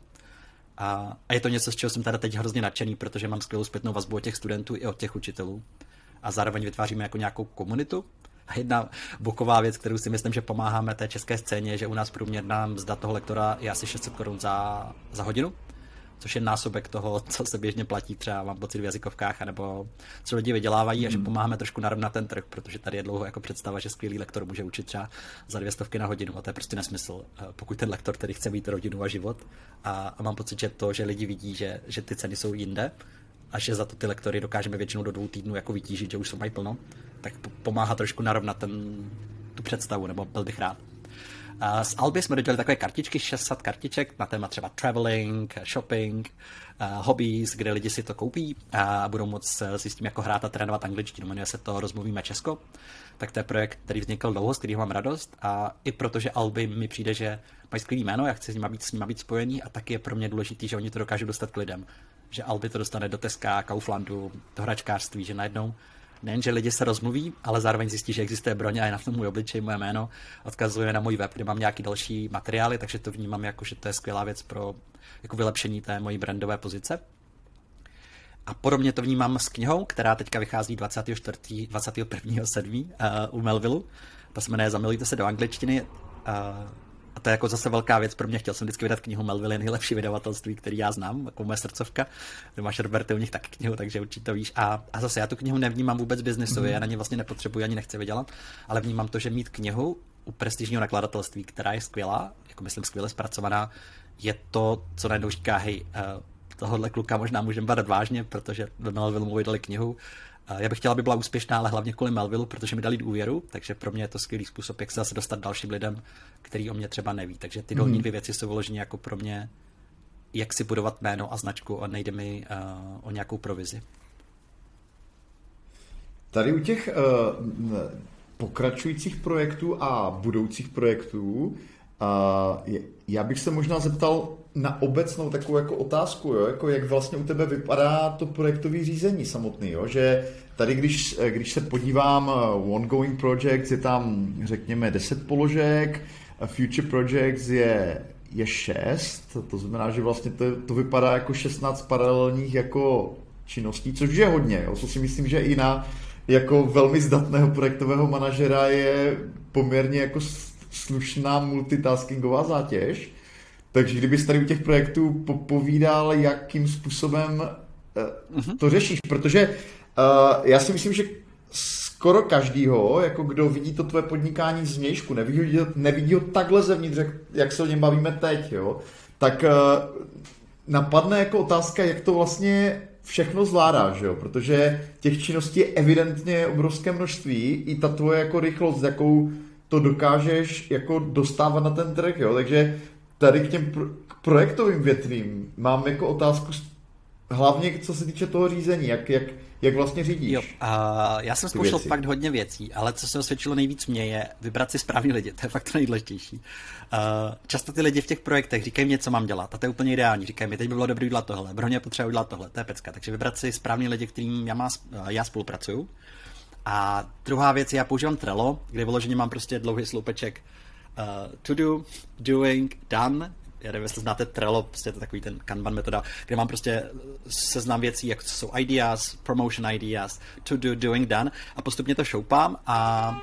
[SPEAKER 2] A je to něco, z čeho jsem teda teď hrozně nadšený, protože mám skvělou zpětnou vazbu od těch studentů i od těch učitelů. A zároveň vytváříme jako nějakou komunitu. A jedna boková věc, kterou si myslím, že pomáháme té české scéně, je, že u nás průměrná mzda toho lektora je asi 600 korun za hodinu, což je násobek toho, co se běžně platí třeba, mám pocit, v jazykovkách, anebo co lidi vydělávají a že pomáháme trošku narovnat ten trh, protože tady je dlouho jako představa, že skvělý lektor může učit třeba za 200 na hodinu a to je prostě nesmysl, pokud ten lektor tedy chce mít rodinu a život a mám pocit, že to, že lidi vidí, že ty ceny jsou jinde a že za to ty lektory dokážeme většinou do 2 týdnů jako vytížit, že už jsou mají plno, tak pomáhá trošku narovnat tu představu, nebo byl bych rád. Z Alby jsme dodělali takové kartičky, 600 kartiček na téma třeba traveling, shopping, hobbies, kde lidi si to koupí a budou moct si s tím jako hrát a trénovat angličtinu. Jmenuje se to Rozmluvíme Česko. Tak to je projekt, který vznikl dlouho, z kterého mám radost a i protože Alby mi přijde, že mají skvělý jméno, já chci s nima být spojený a taky je pro mě důležitý, že oni to dokážou dostat k lidem. Že Alby to dostane do Teska, Kauflandu, do hračkářství, že najednou nejen, že lidi se rozmluví, ale zároveň zjistí, že existuje broň a je na tom můj obličej, moje jméno, odkazuje na můj web, kde mám nějaký další materiály, takže to vnímám jako, že to je skvělá věc pro jako vylepšení té mojí brandové pozice. A podobně to vnímám s knihou, která teďka vychází 21.7. U Melvillu. Ta se jmenuje Zamilujte se do angličtiny. A to je jako zase velká věc pro mě. Chtěl jsem vždycky vydat knihu Melville, je nejlepší vydavatelství, který já znám, jako moje srdcovka. Ty máš, Roberte, u nich taky knihu, takže určitě to víš. A zase já tu knihu nevnímám vůbec biznisově, já na ně vlastně nepotřebuji, ani nechci vydělat, ale vnímám to, že mít knihu u prestižního nakladatelství, která je skvělá, jako myslím skvěle zpracovaná, je to, co najednou říká, hej, tohohle kluka možná můžeme brát vážně, protože ve Melvillu mu vydali knihu. Já bych chtěla, aby byla úspěšná, ale hlavně kvůli Melvillu, protože mi dali důvěru, takže pro mě je to skvělý způsob, jak se zase dostat dalším lidem, který o mě třeba neví. Takže ty dolní 2 věci jsou vyloženě jako pro mě, jak si budovat jméno a značku a nejde mi o nějakou provizi.
[SPEAKER 1] Tady u těch pokračujících projektů a budoucích projektů já bych se možná zeptal na obecnou takovou jako otázku, jo? Jako jak vlastně u tebe vypadá to projektové řízení samotný, jo? Že tady, když se podívám, ongoing projects je tam, řekněme, 10 položek, future projects je 6, to znamená, že vlastně to vypadá jako 16 paralelních jako činností, což je hodně, jo? To si myslím, že i na jako velmi zdatného projektového manažera je poměrně jako slušná multitaskingová zátěž. Takže kdybys tady u těch projektů povídal, jakým způsobem to řešíš, protože já si myslím, že skoro každýho, jako kdo vidí to tvoje podnikání zvnějšku, nevidí ho takhle zevnitř, jak se o něm bavíme teď, jo, tak napadne jako otázka, jak to vlastně všechno zvládáš, jo, protože těch činností je evidentně obrovské množství, i ta tvoje jako rychlost, jakou to dokážeš jako dostávat na ten trh, jo, takže tady k těm projektovým větvím mám jako otázku hlavně co se týče toho řízení, jak vlastně řídíš. Jo,
[SPEAKER 2] já jsem zkoušel fakt hodně věcí, ale co se osvědčilo nejvíc mě je vybrat si správný lidi, to je fakt to nejdůležitější. Často ty lidi v těch projektech říkají mě, co mám dělat a to je úplně ideální, říkají mi, teď by bylo dobré udělat tohle, Broně potřebuje udělat tohle, to je pecka, takže vybrat si správný lidi, kterým já spolupracuju. A druhá věc, já používám Trello, kde vyloženě mám prostě dlouhý sloupeček to do, doing, done, já nevím, jestli znáte Trello, prostě je to takový ten Kanban metoda, kde mám prostě seznam věcí, jak jsou ideas, promotion ideas, to do, doing, done a postupně to šoupám a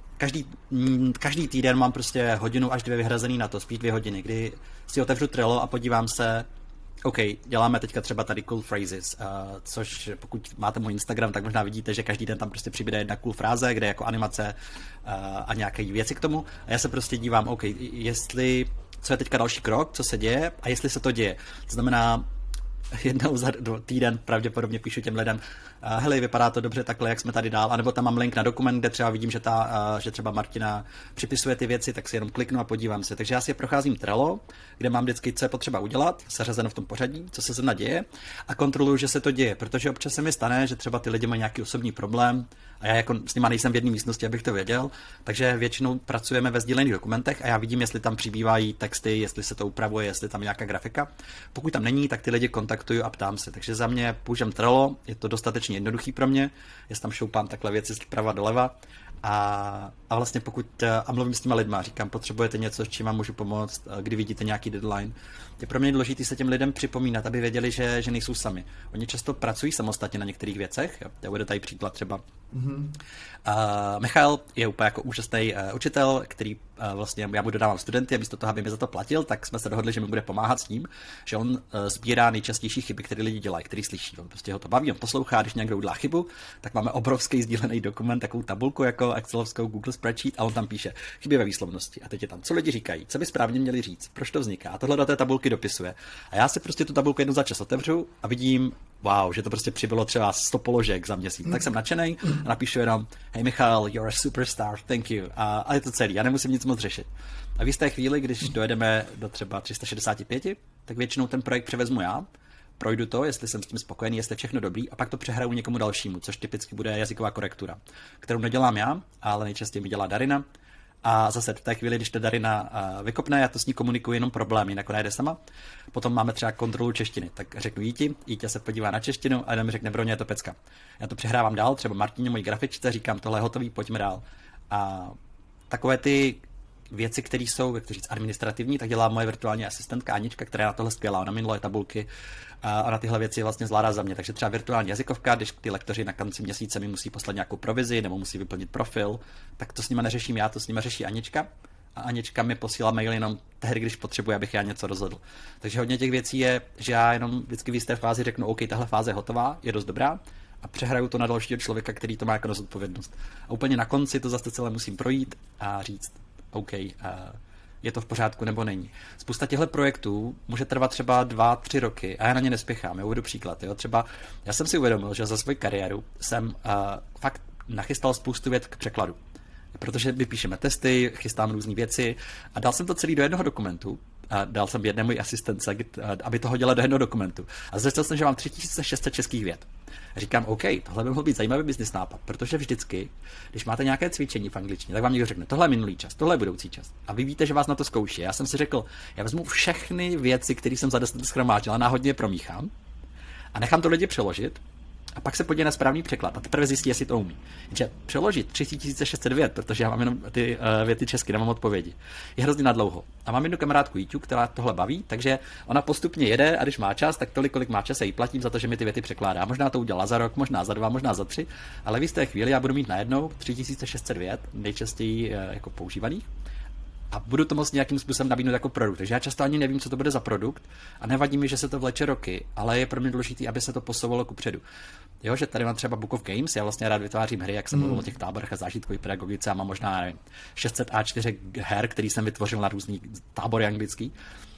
[SPEAKER 2] každý týden mám prostě hodinu až 2 vyhrazený na to, spíš 2 hodiny, kdy si otevřu Trello a podívám se, OK, děláme teďka třeba tady cool phrases, což pokud máte můj Instagram, tak možná vidíte, že každý den tam prostě přibude jedna cool fráze, kde je jako animace a nějaké věci k tomu a já se prostě dívám, OK, co je teďka další krok, co se děje a jestli se to děje. To znamená, jednou za týden pravděpodobně píšu těm lidem, hele, vypadá to dobře takhle, jak jsme tady dál, anebo tam mám link na dokument, kde třeba vidím, že třeba Martina připisuje ty věci, tak si jenom kliknu a podívám se. Takže já si procházím Trello, kde mám vždycky, co je potřeba udělat, seřazeno v tom pořadí, co se zrovna děje a kontroluju, že se to děje, protože občas se mi stane, že třeba ty lidi mají nějaký osobní problém a já jako s nima nejsem v jedné místnosti, abych to věděl, takže většinou pracujeme ve sdílených dokumentech a já vidím, jestli tam přibývají texty, jestli se to upravuje, jestli tam je nějaká grafika. Pokud tam není, tak ty lidi kontaktuju a ptám se. Takže za mě používám Trello, je to dostatečně jednoduchý pro mě, jestli tam šoupám takhle věci zprava doleva a vlastně a mluvím s těma lidma, říkám, potřebujete něco, s čím vám můžu pomoct, kdy vidíte nějaký deadline. Je pro mě důležité se těm lidem připomínat, aby věděli, že nejsou sami. Oni často pracují samostatně na některých věcech. Já uvedu tady příklad třeba. Michal je úplně jako úžasný učitel, který vlastně já mu dodávám studenty a místo toho, aby mi za to platil, tak jsme se dohodli, že mi bude pomáhat s tím, že on sbírá nejčastější chyby, které lidi dělají, který slyší. On prostě ho to baví, on poslouchá, když někdo udělá chybu, tak máme obrovský sdílený dokument, takovou tabulku jako excelovskou Google Spreadsheet a on tam píše chyby ve výslovnosti. A teď je tam, co lidi říkají, co by správně měli říct, proč to vzniká. A tohle do té tabulky dopisuje. A já si prostě tu tabulku jednou za čas otevřu a vidím, wow, že to prostě přibylo třeba 100 položek za měsíc. Tak jsem nadšenej a napíšu jenom, hey Michal, you're a superstar, thank you. A je to celý, já nemusím nic moc řešit. A v jisté chvíli, když dojedeme do třeba 365, tak většinou ten projekt převezmu já, projdu to, jestli jsem s tím spokojený, jestli je všechno dobrý, a pak to přehraju někomu dalšímu, což typicky bude jazyková korektura, kterou nedělám já, ale nejčastěji mi dělá Darina. A zase v té chvíli, když to Darina vykopne, já to s ní komunikuji jenom problém, jinak ona jde sama. Potom máme třeba kontrolu češtiny, tak řeknu Jítě se podívá na češtinu a jeden mi řekne, pro mě je to pecka. Já to přehrávám dál, třeba Martině, mojí grafičce, říkám, tohle je hotový, pojďme dál. A takové ty věci, které jsou, jak to říct, administrativní, tak dělá moje virtuální asistentka Anička, která je na tohle skvělá. Ona minulé tabulky a na tyhle věci vlastně zvládá za mě. Takže třeba virtuální jazykovka, když ty lektoři na konci měsíce mi musí poslat nějakou provizi nebo musí vyplnit profil, tak to s nima neřeším já, to s nima řeší Anička. A Anička mi posílá mail jenom tehdy, když potřebuje, abych já něco rozhodl. Takže hodně těch věcí je, že já jenom vždycky v jisté fázi řeknu, OK, tahle fáze je hotová, je dost dobrá, a přehraju to na dalšího člověka, který to má jako zodpovědnost. A úplně na konci to zase celé musím projít a říct, OK, je to v pořádku nebo není. Spousta těchto projektů může trvat třeba 2-3 roky a já na ně nespěchám. Já uvedu příklad. Jo? Třeba já jsem si uvědomil, že za svou kariéru jsem fakt nachystal spoustu věc k překladu. Protože my píšeme testy, chystám různé věci a dal jsem to celý do jednoho dokumentu. A dal jsem jedné mojí asistence, aby to hodila do jednoho dokumentu. A zjistil jsem, že mám 3600 českých vět. A říkám, OK, tohle by mohl být zajímavý business nápad, protože vždycky, když máte nějaké cvičení v angličtině, tak vám někdo řekne, tohle je minulý čas, tohle je budoucí čas. A vy víte, že vás na to zkouší. Já jsem si řekl, já vezmu všechny věci, které jsem za 10 let shromáždil, náhodně je promíchám a nechám to lidi přeložit. A pak se podívá na správný překlad a teprve zjistí, jestli to umí. Jenže přeložit 3600 vět, protože já mám jenom ty věty česky, nemám odpovědi, je hrozně nadlouho. A mám jednu kamarádku Jiťu, která tohle baví, takže ona postupně jede a když má čas, tak tolik, kolik má čas, a jí platím za to, že mi ty věty překládá. Možná to udělá za rok, možná za 2, možná za 3, ale v jisté chvíli já budu mít najednou 3600 vět, nejčastěji jako používaných. A budu to moct nějakým způsobem nabídnout jako produkt. Takže já často ani nevím, co to bude za produkt a nevadí mi, že se to vleče roky, ale je pro mě důležité, aby se to posouvalo kupředu. Jo, že tady mám třeba Book of Games, já vlastně rád vytvářím hry, jak jsem mluvil o těch táborech a zážitkové pedagogice a mám možná, nevím, 600 A4 her, který jsem vytvořil na různý tábory anglický.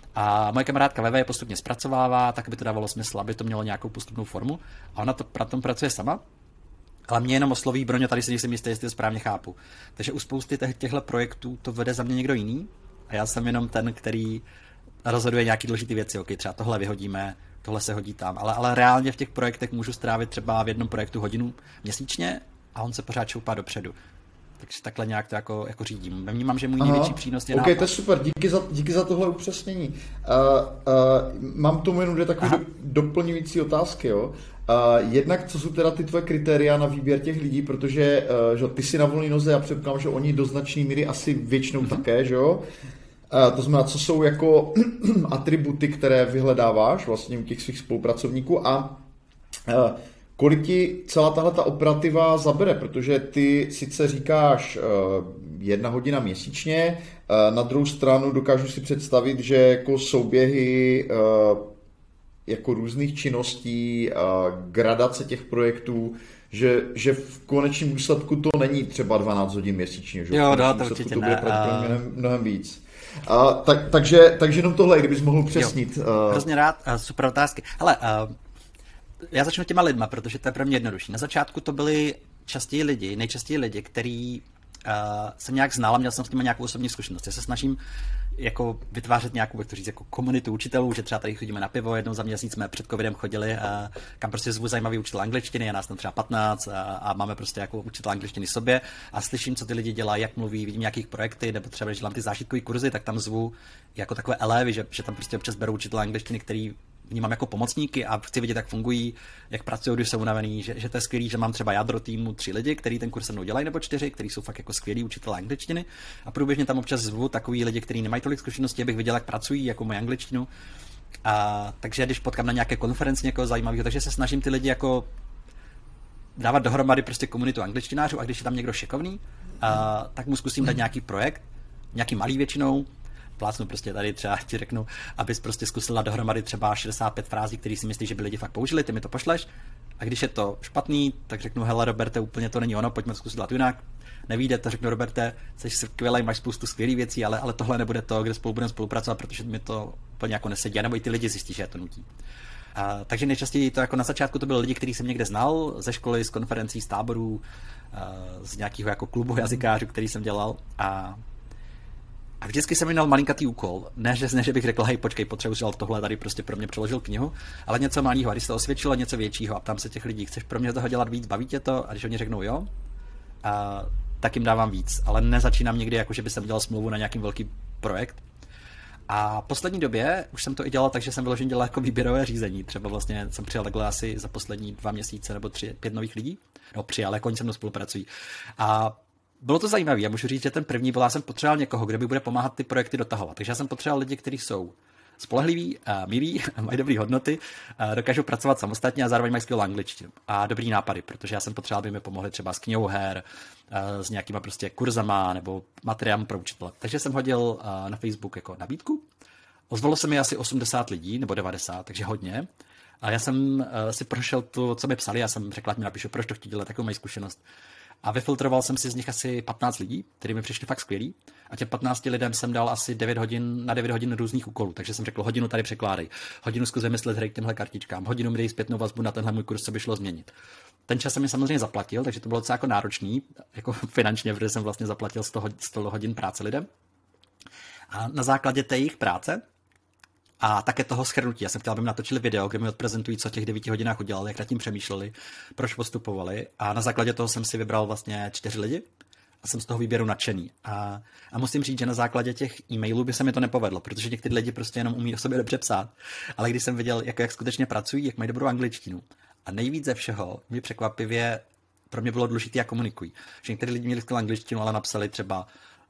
[SPEAKER 2] A moje kamarádka Veve je postupně zpracovává, tak aby to dávalo smysl, aby to mělo nějakou postupnou formu. A ona to na tom pracuje sama. Ale mě jenom osloví, Broňo, tady si nejsem jistý, jestli to správně chápu. Takže u spousty těchto projektů to vede za mě někdo jiný a já jsem jenom ten, který rozhoduje nějaký důležité věci. OK, třeba tohle vyhodíme, tohle se hodí tam, ale reálně v těch projektech můžu strávit třeba v jednom projektu hodinu měsíčně a on se pořád šoupá dopředu. Takže takhle nějak to jako řídím. Vnímám, že můj největší přínos je
[SPEAKER 1] OK, to je super, díky za tohle upřesnění. Mám tomu jenom dvě takové doplňující otázky, jo. Jednak, co jsou teda ty tvoje kritéria na výběr těch lidí, protože že ty jsi na volné noze, já předpokládám, že oni do značné míry asi většinou také, že jo. To znamená, co jsou jako atributy, které vyhledáváš vlastně u těch svých spolupracovníků a kolik ti celá tahleta operativa zabere, protože ty sice říkáš 1 hodina měsíčně, na druhou stranu dokážu si představit, že jako souběhy jako různých činností, gradace těch projektů, že v konečném důsledku to není třeba 12 hodin měsíčně, že?
[SPEAKER 2] Jo, to určitě
[SPEAKER 1] to bude
[SPEAKER 2] ne.
[SPEAKER 1] mnohem víc. Takže jenom tohle, kdybys mohl upřesnit.
[SPEAKER 2] Hrozně rád, super otázky. Hele, já začnu těma lidma, protože to je pro mě jednodušší. Na začátku to byli nejčastěji lidi, který jsem nějak znal a měl jsem s nimi nějakou osobní zkušenost. Já se snažím jako vytvářet nějakou, jak to říct, jako komunitu učitelů, že třeba tady chodíme na pivo, jednou za měsíc jsme před covidem chodili, kam prostě zvu zajímavý učitel angličtiny, je nás tam třeba 15 a máme prostě jako učitel angličtiny sobě a slyším, co ty lidi dělají, jak mluví, vidím nějakých projekty, nebo třeba když dělám ty zážitkové kurzy, tak tam zvu jako takové elevy, že tam prostě občas berou učitel angličtiny, který vnímám jako pomocníky a chci vidět, jak fungují, jak pracují, když jsou unavený, že to je skvělý, že mám třeba jádro týmu 3 lidi, kteří ten kurz se mnou dělají, nebo 4, kteří jsou fakt jako skvělí učitelé angličtiny a průběžně tam občas zvu takový lidi, kteří nemají tolik zkušeností, abych viděl, jak pracují, jako mají angličtinu. Takže když potkám na nějaké konferenci někoho zajímavého, takže se snažím ty lidi jako dávat dohromady prostě komunitu angličtinářů a když je tam někdo šikovný, tak mu zkusím dát nějaký projekt, nějaký malý většinou, plácnu prostě tady třeba ti řeknu, abys prostě zkusila dohromady třeba 65 frází, které si myslíš, že by lidi fakt použili, ty mi to pošleš. A když je to špatný, tak řeknu, hele Roberte, úplně to není ono, pojďme to zkusit dělat jinak. Nevíde to, řeknu, Roberte, jsi skvělý, máš spoustu skvělých věcí, ale tohle nebude to, kde spolu budeme spolupracovat, protože mi to úplně jako nesedí, nebo i ty lidi zjistí, že je to nutí. Takže nejčastěji to jako na začátku to byli lidi, který jsem někde znal, ze školy, z konferencí, z táborů, z nějakého jako klubu jazykářů, který jsem dělal a vždycky jsem měl malinkatý úkol. Ne, že bych řekl, hej, počkej, potřebuji tohle, tady prostě pro mě přeložil knihu, ale něco malého. A když se to osvědčilo, něco většího a ptám se těch lidí, chceš pro mě toho dělat víc, baví tě to? A když oni řeknou jo, tak jim dávám víc. Ale nezačínám někdy, jako že by jsem dělal smlouvu na nějaký velký projekt. A v poslední době už jsem to i dělal, takže jsem vyloženě dělal jako výběrové řízení. Třeba vlastně jsem přijal takhle asi za poslední 2 měsíce nebo 5 nových lidí. No přijal, jako oni se mnou spolupracují. A bylo to zajímavé. Já můžu říct, že ten první byl, já jsem potřeboval někoho, kdo mi bude pomáhat ty projekty dotahovat. Takže já jsem potřeboval lidi, kteří jsou spolehliví, milí, mají dobré hodnoty, dokážou pracovat samostatně a zároveň mají skvělou angličtinu a dobrý nápady, protože já jsem potřeboval, aby mi pomohli třeba s knihou her, s nějakýma prostě kurzama nebo materiálem pro učitele. Takže jsem hodil na Facebook jako nabídku. Ozvalo se mi asi 80 lidí nebo 90, takže hodně. A já jsem si prošel to, co mi psali, já jsem řekl, ať mi napíšu, proč to chtějí dělat, takovou mají zkušenost. A vyfiltroval jsem si z nich asi 15 lidí, kteří mi přišli fakt skvělí. A těm 15 lidem jsem dal asi 9 hodin různých úkolů. Takže jsem řekl, hodinu tady překládej, hodinu zkus vymyslet hry k těmhle kartičkám, hodinu mi dej zpětnou vazbu na tenhle můj kurz, co by šlo změnit. Ten čas jsem mi samozřejmě zaplatil, takže to bylo docela jako náročný, jako finančně, protože jsem vlastně zaplatil 100 hodin práce lidem. A na základě té jejich práce a také toho shrnutí. Já jsem chtěl, aby mi natočili video, kde mi odprezentují, co v těch 9 hodinách udělali, jak nad tím přemýšleli, proč postupovali. A na základě toho jsem si vybral vlastně 4 lidi a jsem z toho výběru nadšený. A musím říct, že na základě těch e-mailů by se mi to nepovedlo, protože někteří lidi prostě jenom umí o sobě dobře psát. Ale když jsem viděl, jak skutečně pracují, jak mají dobrou angličtinu. A nejvíc ze všeho mi překvapivě pro mě bylo důležité, jak komunikují. Že někteří lidi měli skvělou angličtinu, ale napsali třeba,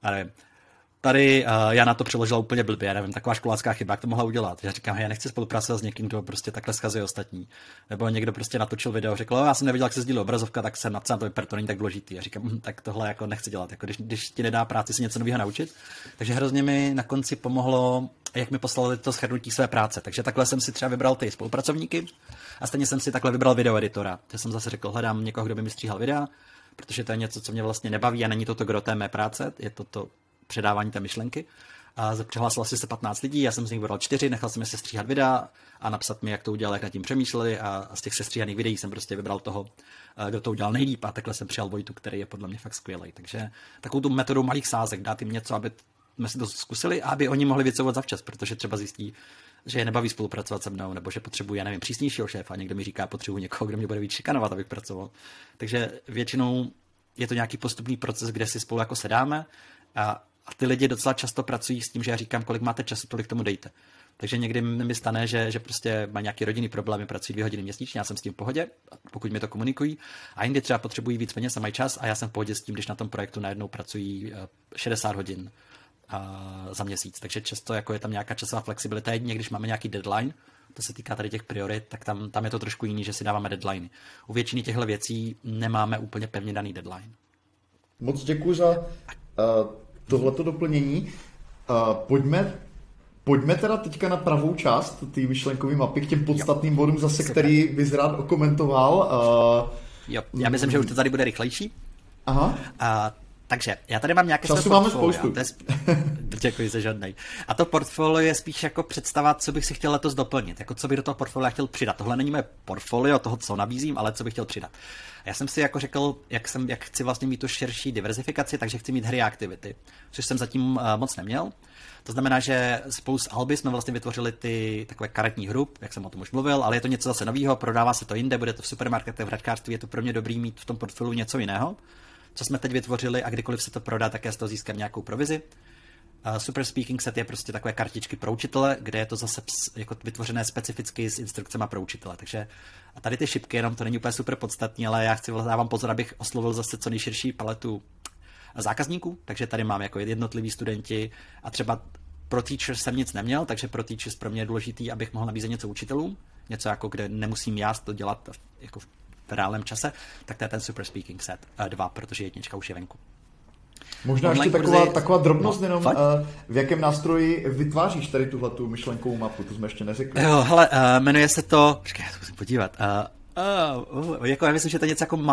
[SPEAKER 2] tady já na to přeložila úplně blbě, já nevím, taková školácká chyba, jak to mohla udělat. Já říkám, já nechci spolupracovat s někým, kdo prostě takhle zkazuje ostatní. Nebo někdo prostě natočil video, řekl, já jsem neviděl, jak se sdílí obrazovka, tak jsem napsal to vyper, to není tak důležitý. Já říkám, tak tohle jako nechci dělat, jako když ti nedá práci si něco nového naučit. Takže hrozně mi na konci pomohlo, jak mi poslali to shrnutí své práce. Takže takhle jsem si třeba vybral ty spolupracovníky a stejně jsem si takhle vybral videoeditora. Já jsem zase řekl, hledám někoho, kdo by mi stříhal videa, protože to je něco, co mě vlastně nebaví a není to gro té mé práce, je to předávání té myšlenky. A přihlásilo se 15 lidí, já jsem z nich vybral 4, nechal jsem je sestříhat videa a napsat mi, jak to udělal, jak nad tím přemýšleli a z těch sestříhaných videí jsem prostě vybral toho, kdo to udělal nejlíp a takhle jsem přijal Vojtu, který je podle mě fakt skvělý. Takže takovou tu metodou malých sázek, dát jim něco, aby jsme si to zkusili a aby oni mohli vycouvat zavčas, protože třeba zjistí, že je nebaví spolupracovat se mnou, nebo že potřebuji, já nevím, přísnějšího šéfa, někdo mi říká, potřebuji někoho, kdo mě bude víc šikanovat, abych pracoval. Takže většinou je to nějaký postupný proces, kde si spolu jako sedáme a ty lidi docela často pracují s tím, že já říkám, kolik máte času, tolik tomu dejte. Takže někdy mi stane, že prostě má nějaký rodinný problémy, pracují 2 hodiny měsíčně, já jsem s tím v pohodě, pokud mi to komunikují, a jindy třeba potřebují víc peněz a mají čas a já jsem v pohodě s tím, když na tom projektu najednou pracují 60 hodin za měsíc. Takže často jako je tam nějaká časová flexibilita, jedině když máme nějaký deadline, to se týká tady těch priorit, tak tam je to trošku jiný, že si dáváme deadline. U většiny těchto věcí nemáme úplně pevně daný deadline.
[SPEAKER 1] Moc děkuji za tohleto doplnění. Pojďme teda teďka na pravou část té myšlenkové mapy k těm podstatným bodům zase, super, který bys rád okomentoval.
[SPEAKER 2] Jo, já myslím, že už to tady bude rychlejší.
[SPEAKER 1] Aha.
[SPEAKER 2] Takže já tady mám nějaké
[SPEAKER 1] času máme spoustu.
[SPEAKER 2] Děkuji za žádnej. A to portfolio je spíš jako představa, co bych si chtěl letos doplnit, jako co bych do toho portfolia chtěl přidat. Tohle není moje portfolio toho, co nabízím, ale co bych chtěl přidat. Já jsem si jako řekl, jak chci vlastně mít tu širší diverzifikaci, takže chci mít hry a aktivity, což jsem zatím moc neměl. To znamená, že spolu s Alby jsme vlastně vytvořili ty takové karetní hry, jak jsem o tom už mluvil, ale je to něco zase nového, prodává se to jinde, bude to v supermarketech, v hračkářství, je to pro mě dobrý mít v tom portfoliu něco jiného, co jsme teď vytvořili, a kdykoliv se to prodá, tak já z toho získám nějakou provizi. Super Speaking Set je prostě takové kartičky pro učitele, kde je to zase jako vytvořené specificky s instrukcemi pro učitele. Takže a tady ty šipky, jenom to není úplně super podstatný, ale já dávám pozor, abych oslovil zase co nejširší paletu zákazníků, takže tady mám jako jednotliví studenti a třeba pro Teachers jsem nic neměl, takže pro Teachers pro mě je důležitý, abych mohl nabízet něco učitelům, něco jako kde nemusím já to dělat jako v reálném čase, tak to je ten Super Speaking Set 2, protože jednička už je venku.
[SPEAKER 1] Možná online ještě taková drobnost, jenom v jakém nástroji vytváříš tady tuhletu myšlenkovou mapu, to jsme ještě neřekli.
[SPEAKER 2] Jo, hele, jmenuje se to, počkej, já to musím podívat, jako já myslím, že to je něco jako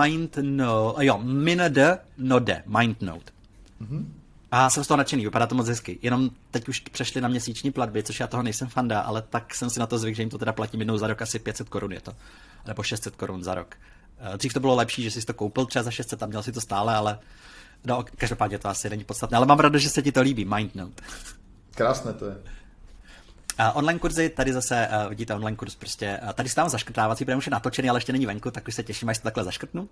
[SPEAKER 2] MindNode.
[SPEAKER 1] Mm-hmm.
[SPEAKER 2] A jsem z toho nadšený, vypadá to moc hezky. Jenom teď už přešli na měsíční platby, což já toho nejsem fanda, ale tak jsem si na to zvykl, že jim to teda platím jednou za rok, asi 500 korun je to. Nebo 600 korun za rok. Dřív to bylo lepší, že jsi to koupil třeba za 600 a měl si to stále, ale no, každopádně to asi není podstatné. Ale mám radost, že se ti to líbí, MindNode.
[SPEAKER 1] Krásné to je.
[SPEAKER 2] Online kurzy, tady zase vidíte online kurz prostě, tady se tam zaškrtávací, protože už je natočený, ale ještě není venku, tak už se těším, až to takhle zaškrtnu.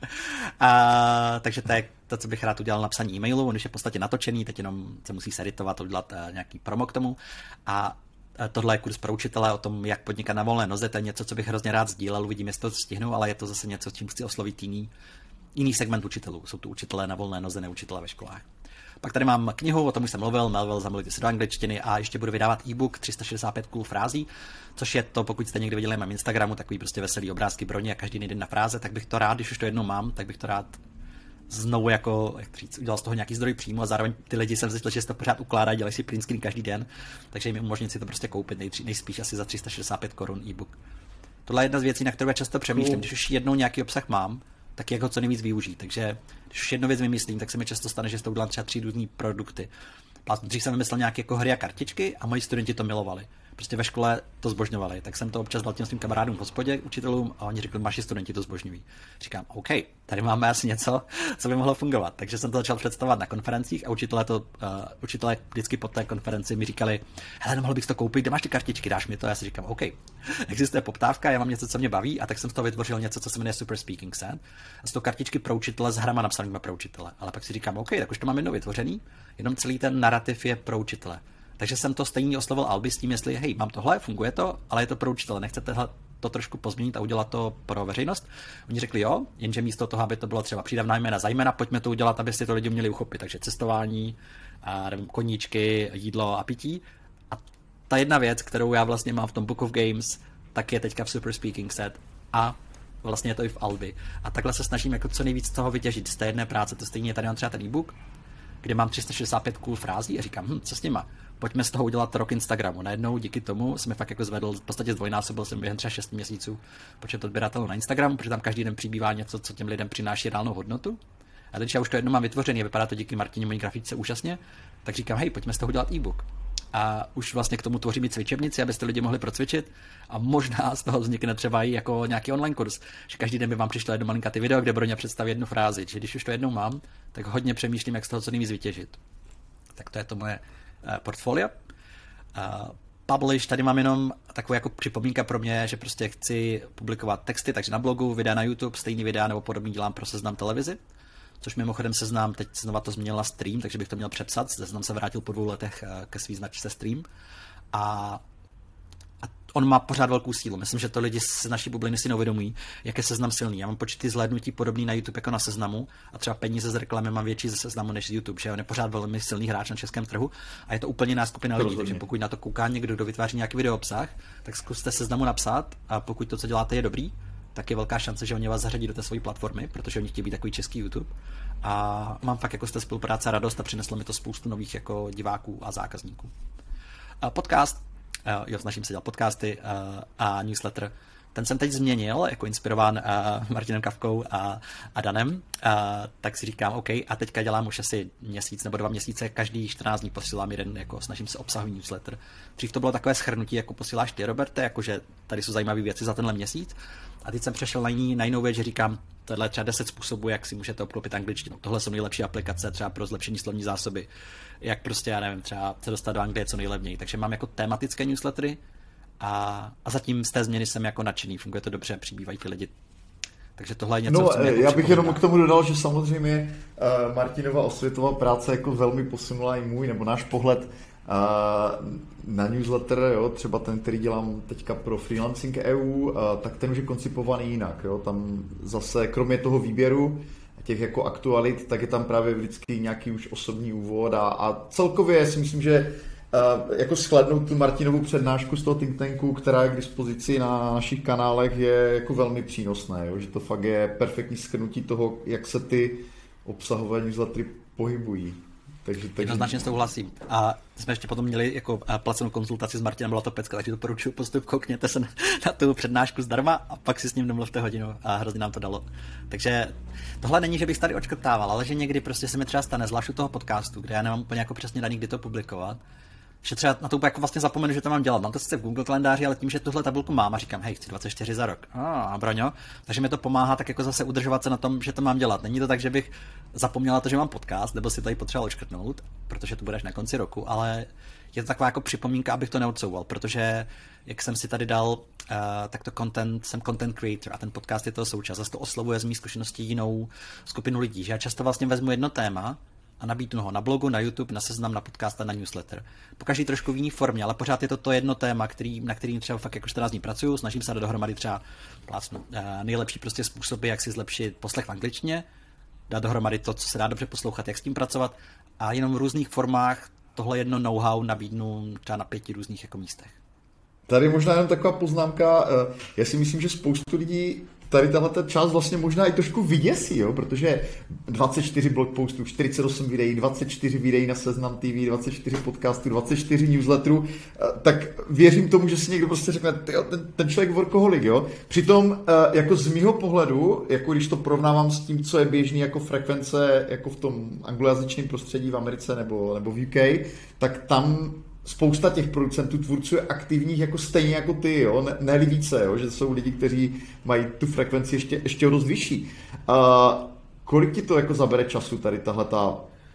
[SPEAKER 2] Takže to je to, co bych rád udělal na psaní e-mailu, on už je v podstatě natočený, teď jenom se musí editovat, udělat nějaký promo k tomu. A tohle je kurz pro učitele o tom, jak podnikat na volné noze, to je něco, co bych hrozně rád sdílel, uvidím, jestli to stihnu, ale je to zase něco, čím chci oslovit jiný segment učitelů. Jsou to učitelé na volné noze, ne učitelé ve školách. Pak tady mám knihu, o tom už jsem mluvil, Melville, zamluvit se do angličtiny, a ještě budu vydávat e-book 365 cool frází, což je to, pokud jste někdy viděli na mém Instagramu, takový prostě veselý obrázky broně a každý den na fráze, tak bych to rád, když už to jednou mám, tak bych to rád znovu jako, jak říct, udělal z toho nějaký zdroj příjmu a zároveň ty lidi jsem zjistil, že si to pořád ukládají, dělají si print screen každý den, takže jim umožnit si to prostě koupit nejspíš asi za 365 korun e-book. Tohle je jedna z věcí, na kterou já často přemýšlím, když už jednou nějaký obsah mám, tak jak ho co nejvíc využít. Takže když už jednu věc vymyslím, tak se mi často stane, že s tou udělám třeba 3 různý produkty. Dřív jsem vymyslel nějaké jako hry a kartičky a moji studenti to milovali. Prostě ve škole to zbožňovali. Tak jsem to občas dal těm svým kamarádům v hospodě, učitelům, a oni řekli, naši studenti to zbožňují. Říkám, OK, tady máme asi něco, co by mohlo fungovat. Takže jsem to začal představovat na konferencích a učitelé vždycky po té konferenci mi říkali, hele, no, mohl bych to koupit, kde máš ty kartičky, dáš mi to? Já si říkám, OK, existuje poptávka, já mám něco, co mě baví, a tak jsem z toho vytvořil něco, co se jmenuje Super Speaking Set. A z toho kartičky pro učitele s hrama napsanými pro učitele. Ale pak si říkám, OK, tak už to mám jednou vytvořený, jenom celý ten narrativ je pro učitele. Takže jsem to stejně oslovil Alby s tím, jestli, hej, mám tohle, funguje to, ale je to pro učitele, nechcete to trošku pozměnit a udělat to pro veřejnost? Oni řekli jo, jenže místo toho, aby to bylo třeba přídavná jména za jména, pojďme to udělat, aby si to lidi měli uchopit. Takže cestování, koníčky, jídlo a pití. A ta jedna věc, kterou já vlastně mám v tom Book of Games, tak je teďka v Super Speaking Set a vlastně je to i v Alby. A takhle se snažím jako co nejvíc z toho vytěžit z té jedné práce. To stejně tady mám třeba ten e-book, kde mám 365 cool frází a říkám, co s nima? Pojďme z toho udělat rok Instagramu. Najednou díky tomu jsem fakt jako zvedl, v podstatě zdvojnásobil jsem během třeba 6 měsíců počet odběratelů na Instagramu, protože tam každý den přibývá něco, co těm lidem přináší reálnou hodnotu. A teď já už to jednou mám vytvořený, vypadá to díky Martině, mojí grafice, úžasně, tak říkám, hej, pojďme z toho udělat e-book. A už vlastně k tomu tvořím i cvičebnici, abyste lidi mohli procvičit, a možná z toho vznikne třeba i jako nějaký online kurz, že každý den by vám přišlo jedno malinkatý video, kde Broňa představí jednu frázi, že když už to jednou mám, tak hodně přemýšlím, jak z toho co nejvíc vytěžit. Tak to je to moje portfolio. Publish, tady mám jenom takovou jako připomínka pro mě, že prostě chci publikovat texty, takže na blogu, videa na YouTube, stejný videa nebo podobný dělám pro Seznam televizi, což mimochodem Seznam teď znova to změnil na Stream, takže bych to měl přepsat. Seznam se vrátil po 2 letech ke svý značce Stream. A on má pořád velkou sílu. Myslím, že to lidi z naší bubliny si neuvědomují, jak je Seznam silný. Já mám počty zhlédnutí podobný na YouTube jako na Seznamu a třeba peníze z reklamy mám větší ze Seznamu než z YouTube, že on je pořád velmi silný hráč na českém trhu a je to úplně jiná skupina lidí, takže pokud na to kouká někdo, kdo vytváří nějaký video obsah, tak zkuste Seznamu napsat a pokud to, co děláte, je dobrý, tak je velká šance, že oni vás zařadí do té své platformy, protože oni chtějí být takový český YouTube. A mám fakt jako z té spolupráce radost a přineslo mi to spoustu nových jako diváků a zákazníků. Podcast, snažím se dělat podcasty a newsletter. Ten jsem teď změnil, jako inspirován Martinem Kavkou a Danem, tak si říkám, OK, a teďka dělám už asi měsíc nebo 2 měsíce, každý 14 dní posílám jeden, jako snažím se obsahový newsletter. Dřív to bylo takové shrnutí, jako posíláš ty, Roberte, jakože tady jsou zajímavé věci za tenhle měsíc. A teď jsem přešel na jinou věc, že říkám, tohle je třeba 10 způsobů, jak si můžete obklopit angličtinu. Tohle jsou nejlepší aplikace třeba pro zlepšení slovní zásoby. Jak prostě, já nevím, třeba se dostat do Anglie co nejlevněji. Takže mám jako tematické newslettery a zatím z té změny jsem jako nadšený. Funguje to dobře, přibývají ty lidi. Takže tohle je něco, co mě jako
[SPEAKER 1] já bych jenom k tomu dodal, že samozřejmě Martinova osvětová práce jako velmi posunula i můj, nebo náš pohled na newsletter, jo, třeba ten, který dělám teďka pro Freelancing EU, tak ten už je koncipovaný jinak. Jo. Tam zase kromě toho výběru těch jako aktualit, tak je tam právě vždycky nějaký už osobní úvod a celkově si myslím, že jako shlédnout tu Martinovu přednášku z toho think tanku, která je k dispozici na našich kanálech, je jako velmi přínosné, jo? Že to fakt je perfektní shrnutí toho, jak se ty obsahové newslettery pohybují. Takže...
[SPEAKER 2] Jednoznačně souhlasím. A jsme ještě potom měli jako placenou konzultaci s Martinem, byla to pecka, takže doporučuji postup, koukněte se na tu přednášku zdarma a pak si s ním domluvte hodinu a hrozně nám to dalo. Takže tohle není, že bych tady očkrtával, ale že někdy prostě se mi třeba stane, zvlášť u toho podcastu, kde já nemám úplně jako přesně daný, kdy to publikovat, že třeba na to úplně jako vlastně zapomenu, že to mám dělat. Mám to sice v Google kalendáři, ale tím, že tuhle tabulku mám a říkám, hej, chci 24 za rok. Braňo. Takže mi to pomáhá tak jako zase udržovat se na tom, že to mám dělat. Není to tak, že bych zapomněl na to, že mám podcast, nebo si tady potřeboval odškrtnout, protože to budeš na konci roku, ale je to taková jako připomínka, abych to neodsouval, protože jak jsem si tady dal, tak to jsem content creator a ten podcast je toho součást. Zase to oslovuje z mých zkušeností jinou skupinu lidí, že já často vlastně vezmu jedno téma a nabídnu ho na blogu, na YouTube, na Seznam, na podcast a na newsletter. Pokaždý trošku v jiný formě, ale pořád je to jedno téma, na kterým třeba fakt jako 14 dní pracuju, snažím se dát dohromady třeba nejlepší prostě způsoby, jak si zlepšit poslech v angličtině, dát dohromady to, co se dá dobře poslouchat, jak s tím pracovat a jenom v různých formách tohle jedno know-how nabídnu třeba na 5 různých jako místech.
[SPEAKER 1] Tady možná jenom taková poznámka, já si myslím, že spoustu lidí tady tahle část vlastně možná i trošku vyděsí, jo? Protože 24 blogpostů, 48 videí, 24 videí na Seznam TV, 24 podcastů, 24 newsletterů, tak věřím tomu, že si někdo prostě řekne, ten člověk workoholik, jo? Přitom jako z mýho pohledu, jako když to porovnávám s tím, co je běžný jako frekvence jako v tom anglojazyčném prostředí v Americe nebo v UK, tak tam spousta těch producentů, tvůrců je aktivních jako stejně jako ty, jo? Ne více, jo? Že jsou lidi, kteří mají tu frekvenci ještě o dost vyšší. Kolik ti to jako zabere času tady tahleta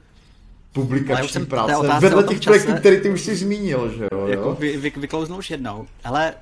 [SPEAKER 1] publikační práce? Vedle těch projektů, který ty už jsi zmínil, že jo?
[SPEAKER 2] Jako vyklouznu už jednou, ale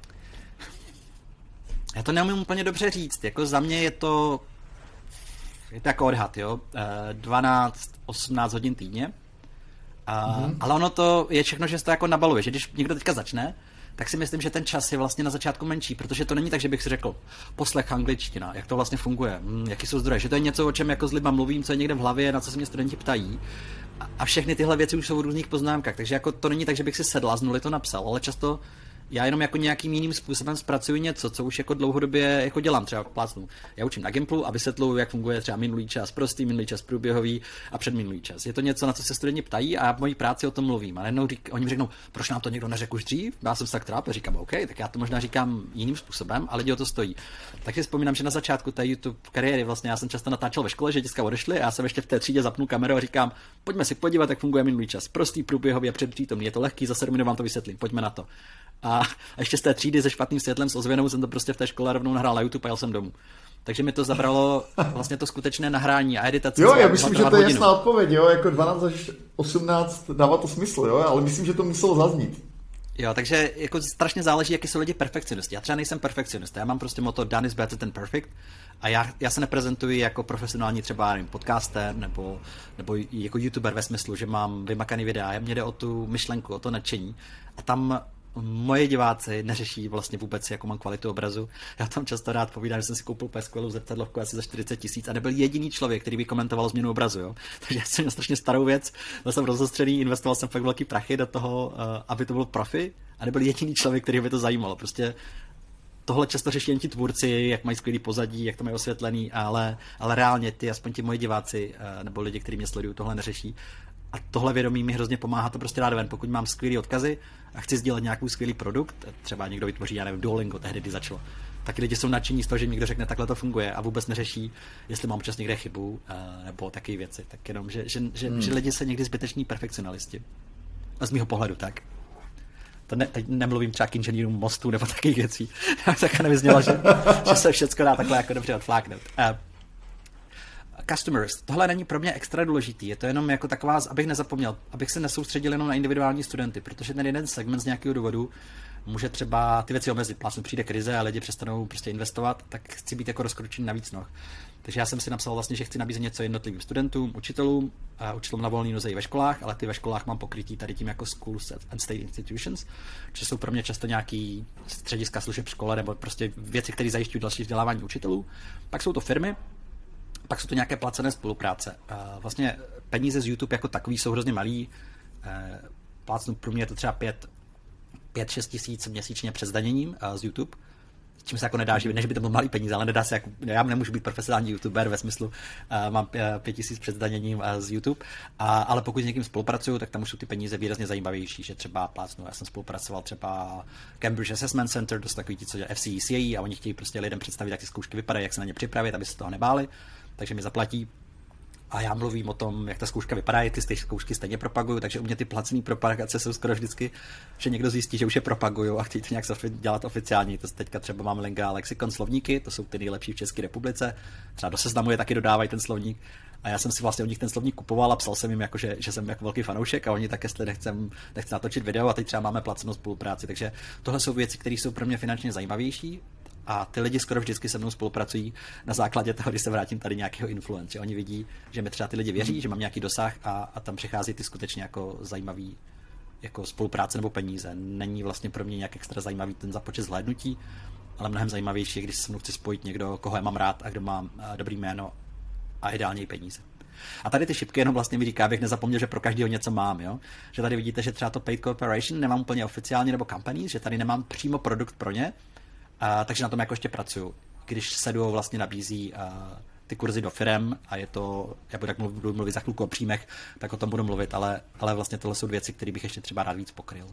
[SPEAKER 2] já to neumím úplně dobře říct. Jako za mě je to jako odhad, jo? 12-18 hodin týdně. Ale ono to je všechno, že se to jako nabaluje, že když někdo teďka začne, tak si myslím, že ten čas je vlastně na začátku menší, protože to není tak, že bych si řekl, poslech angličtina, jak to vlastně funguje, jaký jsou zdroje, že to je něco, o čem jako s lidma mluvím, co je někde v hlavě, na co se mě studenti ptají. A všechny tyhle věci už jsou v různých poznámkách, takže jako to není tak, že bych si sedl a z nuly to napsal, ale často já jenom jako nějakým jiným způsobem zpracuju něco, co už jako dlouhodobě jako dělám, třeba plácnu. Já učím na Gimplu a vysvětluju, jak funguje třeba minulý čas prostý, minulý čas průběhový a předminulý čas. Je to něco, na co se studenti ptají a já v mojí práci o tom mluvím. A najednou oni mi řeknou, proč nám to někdo neřekl už dřív? Já jsem se tak trápil, říkám, OK, tak já to možná říkám jiným způsobem, ale lidi o to stojí. Takže vzpomínám, že na začátku té YouTube kariéry vlastně já jsem často natáčel ve škole, že děcka odešli a já jsem ještě v té třídě zapnul kameru a říkám, pojďme si podívat, jak funguje minulý čas. Prostý, průběhový a předpřítomný. Je to lehký, za 7 minut vám to vysvětlím. Pojďme na to. A ještě z té třídy se špatným světlem s ozvěnou jsem to prostě v té škole rovnou nahrál na YouTube a jel jsem domů. Takže mi to zabralo vlastně to skutečné nahrání a editace.
[SPEAKER 1] Jo, já myslím, že to je jasná odpověď, jo, jako 12 až 18 dává to smysl, jo, ale myslím, že to muselo zaznít.
[SPEAKER 2] Jo, takže jako strašně záleží, jaký jsou lidi perfekcionisti. Já třeba nejsem perfekcionista, já mám prostě motto done is better than perfect a já se neprezentuji jako profesionální třeba nevím, podcaster nebo jako youtuber ve smyslu, že mám vymakaný videa, mě jde o tu myšlenku, o to nadšení a tam moje diváci neřeší vlastně vůbec, jakou mám kvalitu obrazu. Já tam často rád povídám, že jsem si koupil skvělou zrcadlovku asi za 40 000 a nebyl jediný člověk, který by komentoval změnu obrazu. Jo? Takže já jsem měl strašně starou věc, byl jsem rozostřený, investoval jsem fakt velký prachy do toho, aby to bylo profi, a nebyl jediný člověk, který by to zajímalo. Prostě tohle často řeší jen ti tvůrci, jak mají skvělý pozadí, jak to mají osvětlený, ale reálně aspoň ti moji diváci nebo lidi, kteří mě sledují, tohle neřeší. A tohle vědomí mi hrozně pomáhá to prostě dát ven. Pokud mám skvělý odkazy a chci sdílet nějaký skvělý produkt, třeba někdo vytvoří, já nevím, Duolingo, tehdy kdy začalo, tak lidi jsou nadšení z toho, že někdo řekne, takhle to funguje a vůbec neřeší, jestli mám občas někde chybu nebo takové věci. Tak jenom, že lidi se někdy zbyteční perfekcionalisti. A z mýho pohledu tak. Teď nemluvím třeba k inženýrům mostu nebo takových věcí. Já tak nevyznělo, že se všecko dá takhle jako dobře odfláknout. Customers. Tohle není pro mě extra důležitý. Je to jenom jako taková, abych nezapomněl, abych se nesoustředil jenom na individuální studenty, protože ten jeden segment z nějakého důvodu může třeba ty věci omezit. Plásnu přijde krize a lidi přestanou prostě investovat, tak chci být jako rozkročený na víc noh. Takže já jsem si napsal vlastně, že chci nabízet něco jednotlivým studentům, učitelům na volný noze i ve školách, ale ty ve školách mám pokrytý tady tím jako schools and state institutions, což jsou pro mě často nějaký střediska služeb škole nebo prostě věci, které zajišťují další vzdělávání učitelů. Pak jsou to firmy, pak jsou to nějaké placené spolupráce. Vlastně peníze z YouTube jako takový jsou hrozně malý. Plácnu pro mě je to třeba 5-6 tisíc měsíčně před zdaněním z YouTube, čím se jako nedá živit, než by to byl malý peníze, ale nedá se jako, já nemůžu být profesionální YouTuber ve smyslu, mám 5 tisíc před zdaněním z YouTube, ale pokud s někým spolupracuju, tak tam už jsou ty peníze výrazně zajímavější, že třeba plácnu, já jsem spolupracoval třeba Cambridge Assessment Center, to jsou takový ti, co dělají FCECA a oni chtějí prostě lidem představit, jak ty zkoušky vypadají, jak se na ně připravit, aby se toho nebáli, takže mi zaplatí. A já mluvím o tom, jak ta zkouška vypadá, ty zkoušky stejně propaguju, takže u mě ty placené propagace jsou skoro vždycky, že někdo zjistí, že už je propaguju a chtějí to nějak dělat oficiálně. To teďka třeba mám Lenga Lexikon slovníky, to jsou ty nejlepší v České republice. Třeba do Seznamu je taky dodávají ten slovník. A já jsem si vlastně od nich ten slovník kupoval a psal jsem jim, jako, že jsem jako velký fanoušek a oni tak, jestli nechci natočit video a teď třeba máme placenou spolupráci. Takže tohle jsou věci, které jsou pro mě finančně zajímavější. A ty lidi skoro vždycky se mnou spolupracují na základě toho, když se vrátím tady nějakého influence. Oni vidí, že mi třeba ty lidi věří, že mám nějaký dosah a tam přichází ty skutečně jako zajímavý jako spolupráce nebo peníze. Není vlastně pro mě nějak extra zajímavý ten započet zhlédnutí, ale mnohem zajímavější, když se mnou chci spojit někdo, koho já mám rád a kdo má dobrý jméno a ideálně i peníze. A tady ty šipky jenom vlastně mi říká, abych nezapomněl, že pro každého něco mám, jo? Že tady vidíte, že třeba to paid corporation nemám úplně oficiálně nebo companies, že tady nemám přímo produkt pro ně. Takže na tom jako ještě pracuju. Když Seduo vlastně nabízí ty kurzy do firem a je to, já budu mluvit za chvilku o příjmech, tak o tom budu mluvit, ale vlastně tohle jsou věci, které bych ještě třeba rád víc pokryl.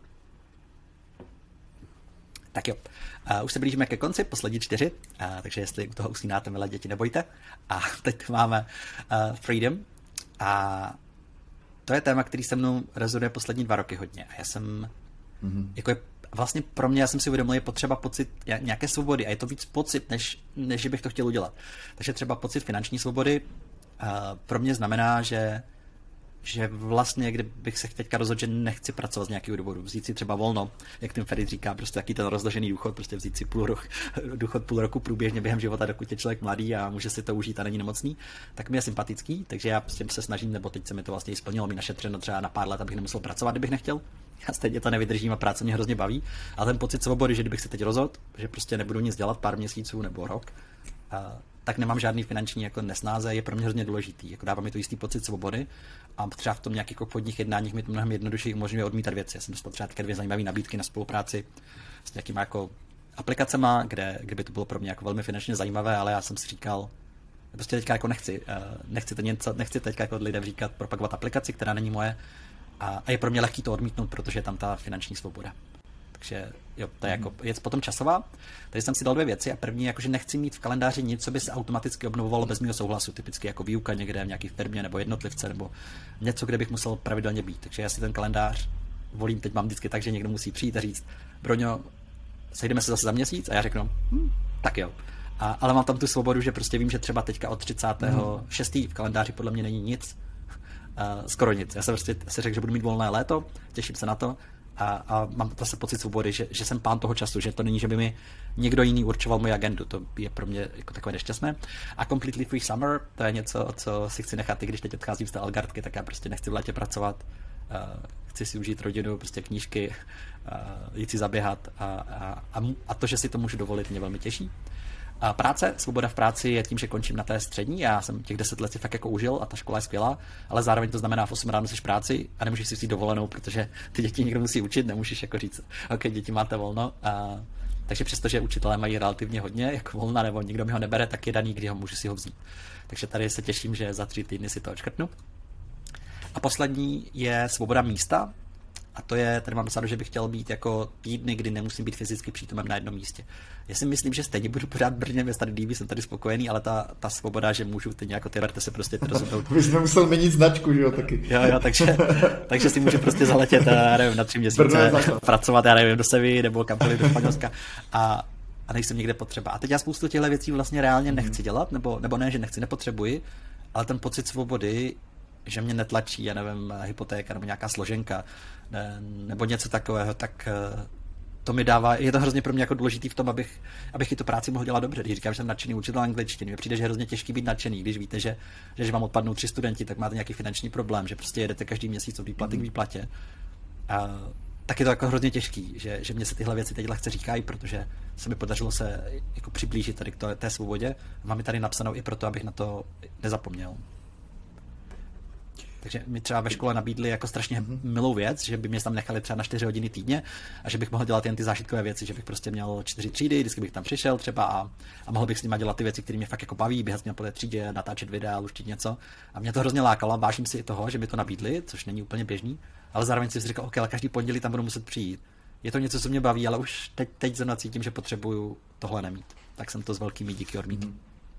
[SPEAKER 2] Tak jo, už se blížíme ke konci, poslední 4, takže jestli u toho usínáte, milé děti, nebojte. A teď máme Freedom a to je téma, který se mnou rezonuje poslední 2 roky hodně. A já jsem, jako je vlastně pro mě, já jsem si uvědomil, je potřeba pocit nějaké svobody a je to víc pocit, než bych to chtěl udělat. Takže třeba pocit finanční svobody pro mě znamená, že vlastně, kdybych se teďka rozhodl, že nechci pracovat z nějakého důvodu, vzít si třeba volno, jak Tim Ferriss říká, prostě taký ten rozložený důchod, prostě vzít si půl roku průběžně během života, dokud je člověk mladý a může si to užít a není nemocný, tak mi je sympatický, takže já prostě se snažím, nebo teď se mi to vlastně i splnilo, mi našetřeno třeba na pár let, abych nemusel pracovat, kdybych nechtěl. Já stejně to nevydržím a práce mě hrozně baví, ale ten pocit svobody, že kdybych se teď rozhodl, že prostě nebudu nic dělat pár měsíců nebo rok, tak nemám žádný finanční jako nesnáze, je pro mě hrozně důležitý. Jako dává mi to jistý pocit svobody a třeba v tom nějakých obchodních jednáních mi to mnohem jednodušeji umožňuje odmítat věci. Já jsem dostal třeba 2 zajímavé nabídky na spolupráci s nějakýma jako aplikacema, kdyby to bylo pro mě jako velmi finančně zajímavé, ale já jsem si říkal, prostě teďka jako nechci teďka jako lidem říkat, propagovat aplikaci, která není moje a je pro mě lehký to odmítnout, protože je tam ta finanční svoboda. Takže jo, to je jako je potom časová. Tady jsem si dal 2 věci a první, jakože nechci mít v kalendáři nic, co by se automaticky obnovovalo bez mého souhlasu, typicky jako výuka někde v nějaké firmě nebo jednotlivce nebo něco, kde bych musel pravidelně být. Takže já si ten kalendář volím, teď mám vždycky tak, že někdo musí přijít a říct: Broňo, sejdeme se zase za měsíc, a já řeknu: tak jo. Ale mám tam tu svobodu, že prostě vím, že třeba teďka od 36. v kalendáři podle mě není nic, skoro nic. Já jsem prostě si řekl, že budu mít volné léto, těším se na to. A mám zase pocit svobody, že jsem pán toho času, že to není, že by mi někdo jiný určoval moji agendu. To je pro mě jako takové nešťastné. A Completely Free Summer, to je něco, co si chci nechat, i když teď odcházím z té Algartky, tak já prostě nechci v létě pracovat. chci si užít rodinu, prostě knížky, jít si zaběhat a to, že si to můžu dovolit, mě velmi těší. A práce, svoboda v práci je tím, že končím na té střední, já jsem těch 10 let si fakt jako užil a ta škola je skvělá, ale zároveň to znamená v 8 ráno jsi v práci a nemůžeš si vzít dovolenou, protože ty děti někdo musí učit, nemůžeš jako říct, ok, děti máte volno. Takže přestože učitelé mají relativně hodně jako volna, nebo nikdo mi ho nebere, tak je daný, kdy ho můžu si ho vzít. Takže tady se těším, že za 3 týdny si to odškrtnu. A poslední je svoboda místa. A to je, tady mám dosadu, že bych chtěl být jako týdny, kdy nemusím být fyzicky přítomen na jednom místě. Já si myslím, že stejně budu pořád v Brně, mě tady líbí, jsem tady spokojený, ale ta svoboda, že můžu teď jako ty verte se prostě rozhodnout.
[SPEAKER 1] Vy jste musel měnit značku, že jo, taky.
[SPEAKER 2] Jo, takže si můžu prostě zaletět, já nevím, na 3 měsíce pracovat, já nevím, do Sevy nebo kamkoliv do Španělska a nejsem někde potřeba. A teď já spoustu těchto věcí vlastně reálně nechci dělat, nebo ne, že nechci, nepotřebuji, ale ten pocit svobody, že mě netlačí, já nevím, hypotéka nebo nějaká složenka, nebo něco takového, tak to mi dává, je to hrozně pro mě jako důležitý v tom, abych i tu práci mohl dělat dobře. Když říkám, že jsem nadšený učitel angličtiny, mi přijde, že je hrozně těžký být nadšený, když víte, že vám odpadnou 3 studenti, tak máte nějaký finanční problém, že prostě jedete každý měsíc od výplaty k výplatě. Tak je to jako hrozně těžký, že mě se tyhle věci teď lehce říkají, protože se mi podařilo se jako přiblížit tady k té svobodě. Mám ji tady napsanou i proto, abych na to nezapomněl. Takže mi třeba ve škole nabídli jako strašně milou věc, že by mě tam nechali třeba na 4 hodiny týdně a že bych mohl dělat jen ty zážitkové věci, že bych prostě měl 4 třídy, vždycky bych tam přišel třeba a mohl bych s nimi dělat ty věci, které mě fakt jako baví, běhat s nimi po té třídě, natáčet videa, luštit něco. A mě to hrozně lákalo, vážím si i toho, že mi to nabídli, což není úplně běžný, ale zároveň si říkal, OK, ale každý pondělí tam budu muset přijít. Je to něco, co mě baví, ale už teď zrovna cítím, že potřebuju tohle nemít. Tak jsem to s velkými díky odmítl.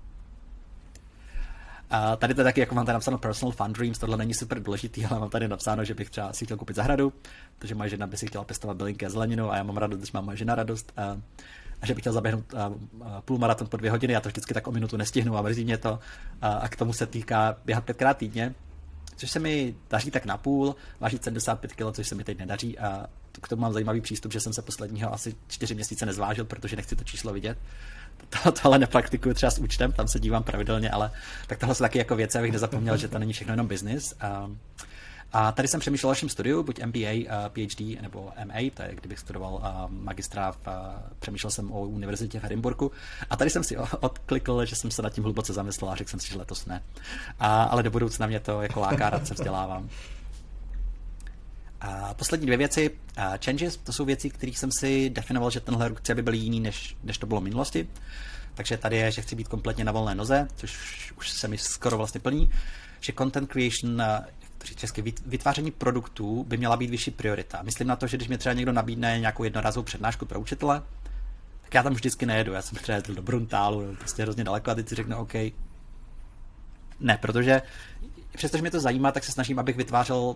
[SPEAKER 2] A tady to taky, jako mám tady napsáno personal fun dreams, tohle není super důležitý, ale mám tady napsáno, že bych třeba si chtěl koupit zahradu, protože moje žena by si chtěla pěstovat bylinky a zeleninu a já mám radost, když má moje žena radost a že bych chtěl zaběhnout půlmaraton po 2 hodiny, já to vždycky tak o minutu nestihnu a mrzí mě to a k tomu se týká běhat 5krát týdně, což se mi daří tak napůl, vážit 75 kg, což se mi teď nedaří a k tomu mám zajímavý přístup, že jsem se posledního asi 4 měsíce nezvážil, protože nechci to číslo vidět. Tohle nepraktikuju třeba s účtem, tam se dívám pravidelně, ale tak tohle jsou taky jako věci, abych nezapomněl, že to není všechno jenom business. A tady jsem přemýšlel o vašem studiu, buď MBA, PhD nebo MA, to je kdybych studoval magistra, přemýšlel jsem o univerzitě v Edinburghu a tady jsem si odklikl, že jsem se nad tím hluboce zamyslel a řekl jsem si, že letos ne. Ale do budoucna mě to jako láká, rád se vzdělávám. A poslední 2 věci. Changes, to jsou věci, kterých jsem si definoval, že tenhle rok chci, aby byl jiný, než to bylo v minulosti. Takže tady je, že chci být kompletně na volné noze, což už se mi skoro vlastně plní. Že content creation, česky vytváření produktů by měla být vyšší priorita. Myslím na to, že když mi třeba někdo nabídne nějakou jednorázovou přednášku pro učitele, tak já tam vždycky nejedu. Já jsem třeba jezdil do Bruntálu, nebo prostě hrozně daleko a teď si řeknu OK. Ne, protože přestože mě to zajímá, tak se snažím, abych vytvářel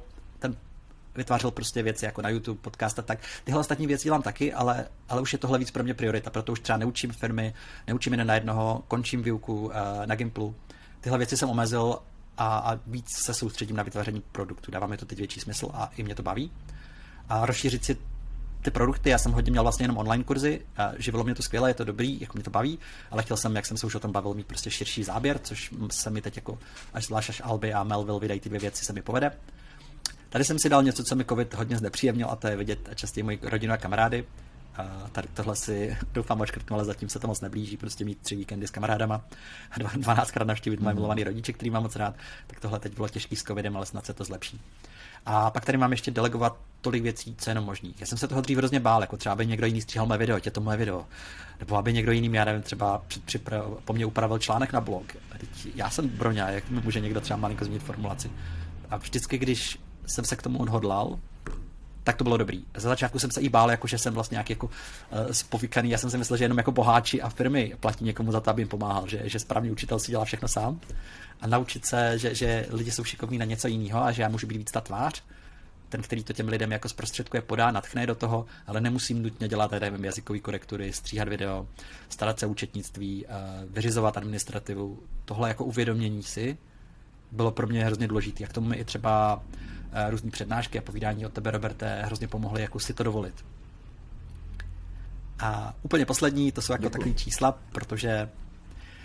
[SPEAKER 2] prostě věci jako na YouTube, podcast a tak. Tyhle ostatní věci dělám taky, ale už je tohle víc pro mě priorita, proto už třeba neučím firmy, neučím jen na jednoho, končím výuku na Gimplu. Tyhle věci jsem omezil a víc se soustředím na vytváření produktu. Dává mi to teď větší smysl a i mě to baví. A rozšířit si ty produkty, já jsem hodně měl vlastně jenom online kurzy, živilo mě to skvěle, je to dobrý, jako mě to baví, ale chtěl jsem, jak jsem se už o tom bavil, mít prostě širší záběr, což se mi teď jako až Alby a Melville vydají ty 2 věci, se mi povede. Tady jsem si dal něco, co mi covid hodně znepříjemnil a to je vidět častěji moji rodinu a kamarády. Tady tohle si doufám odškrtnu, ale zatím se to moc neblíží, prostě mít 3 víkendy s kamarádama a 12krát navštívit moje milovaný rodiče, který mám moc rád, tak tohle teď bylo těžký s covidem, ale snad se to zlepší. A pak tady mám ještě delegovat tolik věcí, co je jenom možný. Já jsem se toho dřív hrozně bál, jako třeba aby někdo jiný stříhal moje video, to moje video. Nebo aby někdo jiný, já nevím, třeba po mně upravil článek na blog. Já jsem Broňa, jak mi může někdo třeba malinko změnit formulaci. A vždycky, když jsem se k tomu odhodlal, tak to bylo dobrý. Za začátku jsem se i bál, jako že jsem vlastně nějaký jako spovykaný. Já jsem si myslel, že jenom jako boháči a firmy platí někomu za to, aby jim pomáhal, že správný učitel si dělá všechno sám a naučit se, že lidi jsou šikovní na něco jiného a že já můžu být víc ta tvář, ten, který to těm lidem jako zprostředkuje, podá, natchne do toho, ale nemusím nutně dělat nevím, jazykový korektury, stříhat video, starat se o účetnictví, vyřizovat administrativu. Tohle jako uvědomění si bylo pro mě hrozně důležité. A k tomu mi i třeba různý přednášky a povídání od tebe, Roberte, hrozně pomohly, jako si to dovolit. A úplně poslední, to jsou jako takový čísla, protože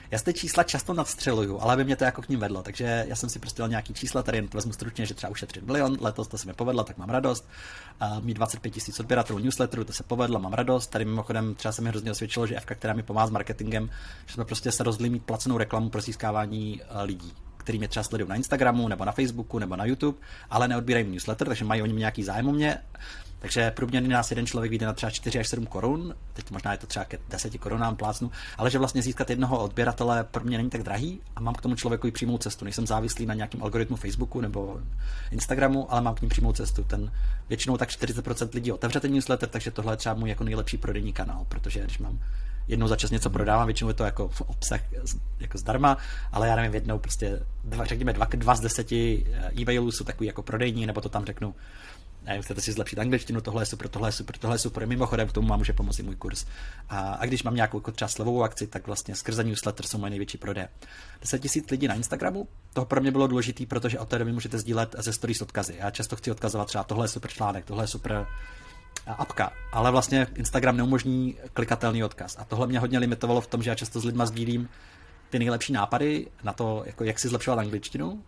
[SPEAKER 2] Já z té čísla často nadstřeluju, ale by mě to jako k ním vedlo, takže já jsem si prostě dal nějaký čísla, tady jen to vezmu stručně, že třeba ušetřit 1 milion, letos to se mi povedlo, tak mám radost. Mít 25 000 odběratelů newsletteru, to se povedlo, mám radost. Tady mimochodem třeba se mi hrozně osvědčilo, že FK, která mi pomáhá s marketingem, že jsme prostě se rozhodli mít placenou reklamu pro získávání lidí, který mě třeba sledují na Instagramu, nebo na Facebooku, nebo na YouTube, ale neodbírají newsletter, takže mají o něm nějaký zájem o mě. Takže průměrně nás jeden člověk vyjde na třeba 4 až 7 korun, teď možná je to třeba ke 10 korunám plácnu, ale že vlastně získat jednoho odběratele pro mě není tak drahý a mám k tomu člověku i přímou cestu. Nejsem závislý na nějakém algoritmu Facebooku nebo Instagramu, ale mám k ním přímou cestu. Ten většinou tak 40% lidí otevře ten newsletter, takže tohle je třeba můj jako nejlepší prodejní kanál, protože když mám jednou za čas něco prodávám, většinou je to jako obsah jako zdarma, ale já nevím, jednou prostě řekněme 2 z 10 e-mailů jsou takový jako prodejní, nebo to tam řeknu. Nevím, chcete si zlepšit angličtinu, tohle je super, tohle je super, tohle je super. Mimochodem k tomu mám může pomoci můj kurz. A když mám nějakou jako třeba slevovou akci, tak vlastně skrze newsletter jsou moje největší prodeje. 10 000 lidí na Instagramu, toho pro mě bylo důležité, protože od té doby můžete sdílet ze stories odkazy. Já často chci odkazovat třeba tohle je super článek, tohle je super apka, ale vlastně Instagram neumožní klikatelný odkaz. A tohle mě hodně limitovalo v tom, že já často s lidma sdílím ty nejlepší nápady na to, jako jak si zlepšovat angličtinu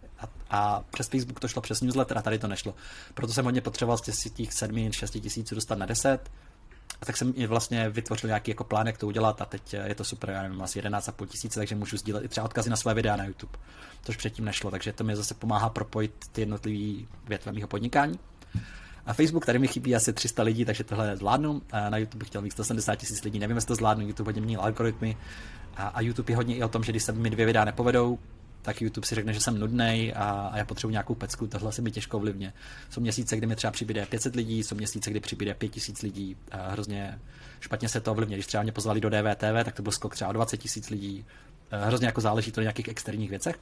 [SPEAKER 2] a přes Facebook to šlo přes newsletter a tady to nešlo. Proto jsem hodně potřeboval z těch 7-6 tisíc dostat na 10 a tak jsem vlastně vytvořil nějaký jako plán, jak to udělat a teď je to super, já nevím, asi 11,5 tisíce, takže můžu sdílet i třeba odkazy na své videa na YouTube, což předtím nešlo, takže to mi zase pomáhá propojit ty jednotlivý větve mého podnikání. A Facebook, tady mi chybí asi 300 lidí, takže tohle zvládnu. A na YouTube bych chtěl mít 170 000 lidí, nevím, jestli to zvládnu, YouTube hodně měnil algoritmy. A YouTube je hodně i o tom, že když se mi 2 videa nepovedou, tak YouTube si řekne, že jsem nudnej a já potřebuji nějakou pecku, tohle se mi těžko ovlivně. Jsou měsíce, kdy mi třeba přibude 500 lidí, jsou měsíce, kdy přibude 5000 lidí a hrozně špatně se to ovlivně. Když třeba mě pozvali do DVTV, tak to byl skok třeba o 20 000 lidí. Hrozně jako záleží to na nějakých externích věcech.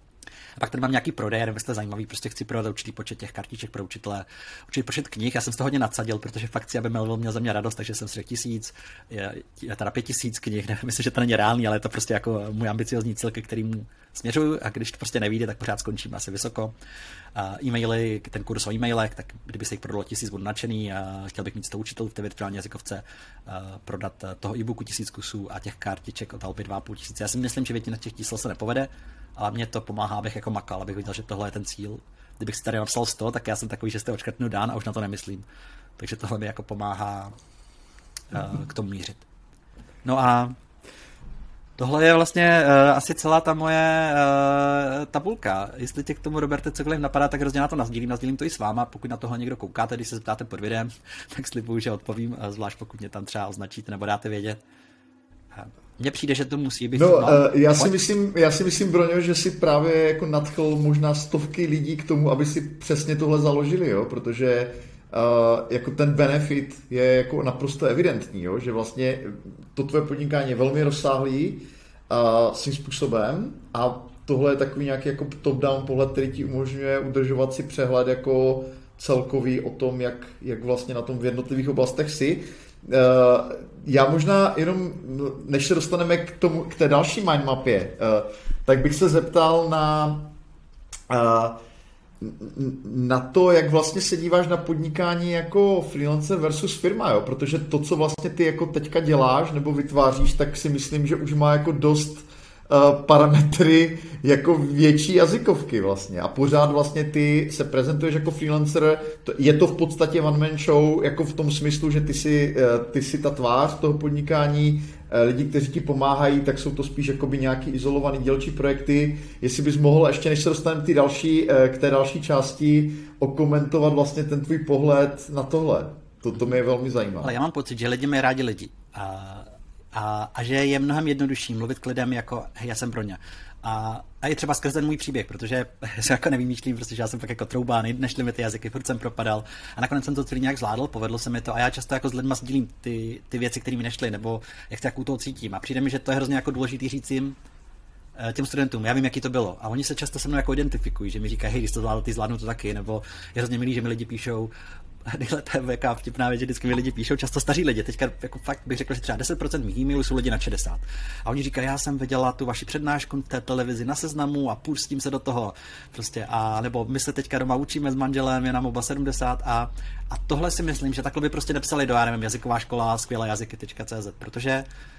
[SPEAKER 2] A pak tady mám nějaký prodej, nevím, jestli zajímavý, prostě chci prodat určitý počet těch kartiček pro učitele, určitý počet knih, já jsem to hodně nadsadil, protože fakt chci, aby Melville měl ze mě radost, takže jsem si řekl 1000, teda 5000 knih, nevím, myslím, že to není reálný, ale je to prostě jako můj ambiciozní cíl, ke kterému směřuju a když to prostě nevyjde, tak pořád skončím asi vysoko. E-maily, ten kurz o e-mailech, tak kdyby se jich prodalo 1000, budu nadšený a chtěl bych mít 100 učitelů v té virtuální jazykovce, prodat toho e-booku 1000 kusů a těch kartiček od Alpy 2500. Já si myslím, že většina těch čísel se nepovede, ale mě to pomáhá, abych jako makal, abych viděl, že tohle je ten cíl. Kdybych si tady napsal 100, tak já jsem takový, že jste odškrtnu dán a už na to nemyslím. Takže tohle mi jako pomáhá k tomu mířit. No a tohle je vlastně asi celá ta moje tabulka. Jestli tě k tomu, Roberte, cokoliv napadá, tak hrozně na to nazdílím to i s váma. Pokud na tohle někdo koukáte, když se zeptáte pod videem, tak slibuju, že odpovím, zvlášť pokud mě tam třeba označíte nebo dáte vědět. Mně přijde, že to musí být.
[SPEAKER 1] Já si myslím, Broňo, že si právě jako nadchl možná stovky lidí k tomu, aby si přesně tohle založili, jo? Protože jako ten benefit je jako naprosto evidentní, jo? Že vlastně to tvoje podnikání je velmi rozsáhlý svým způsobem a tohle je takový nějaký jako top-down pohled, který ti umožňuje udržovat si přehled jako celkový o tom, jak vlastně na tom v jednotlivých oblastech si. Já možná jenom, než se dostaneme k té další mindmapě, tak bych se zeptal na to, jak vlastně se díváš na podnikání jako freelancer versus firma, jo? Protože to, co vlastně ty jako teďka děláš nebo vytváříš, tak si myslím, že už má jako dost parametry jako větší jazykovky vlastně a pořád vlastně ty se prezentuješ jako freelancer, je to v podstatě one man show jako v tom smyslu, že ty si ta tvář toho podnikání, lidi, kteří ti pomáhají, tak jsou to spíš jakoby nějaký izolovaný dílčí projekty. Jestli bys mohl ještě, než se dostaneme k té další části, okomentovat vlastně ten tvůj pohled na tohle. To mě velmi zajímá.
[SPEAKER 2] Ale já mám pocit, že lidi mají rádi lidi. A že je mnohem jednodušší mluvit k lidem jako hej, já jsem pro ně. A je třeba skrz ten můj příběh, protože se jako nevymýšlím, protože já jsem fakt jako troubán, nešly mi ty jazyky, furt jsem propadal a nakonec jsem to celý nějak zvládl, povedlo se mi to a já často jako s lidma sdílím ty věci, které mi nešly, nebo jak se jak u toho cítím a přijde mi, že to je hrozně jako důležitý říct jim těm studentům, já vím, jaký to bylo a oni se často se mnou jako identifikují, že mi říkají, hej, když to zvládl, ty zvládnu to taky, nebo je hrozně milý, že mi lidi píšou, to je jaká vtipná věc, že vždycky mi lidi píšou, často staří lidi, teďka jako fakt bych řekl, že třeba 10% mých e-mailů jsou lidi na 60. A oni říkají, já jsem viděla tu vaši přednášku v té televizi na Seznamu a pustím se do toho. Prostě a nebo my se teďka doma učíme s manželem, je nám oba 70 a tohle si myslím, že takhle by prostě nepsali do, já nevím, jazyková škola skvělé jazyky.cz, protože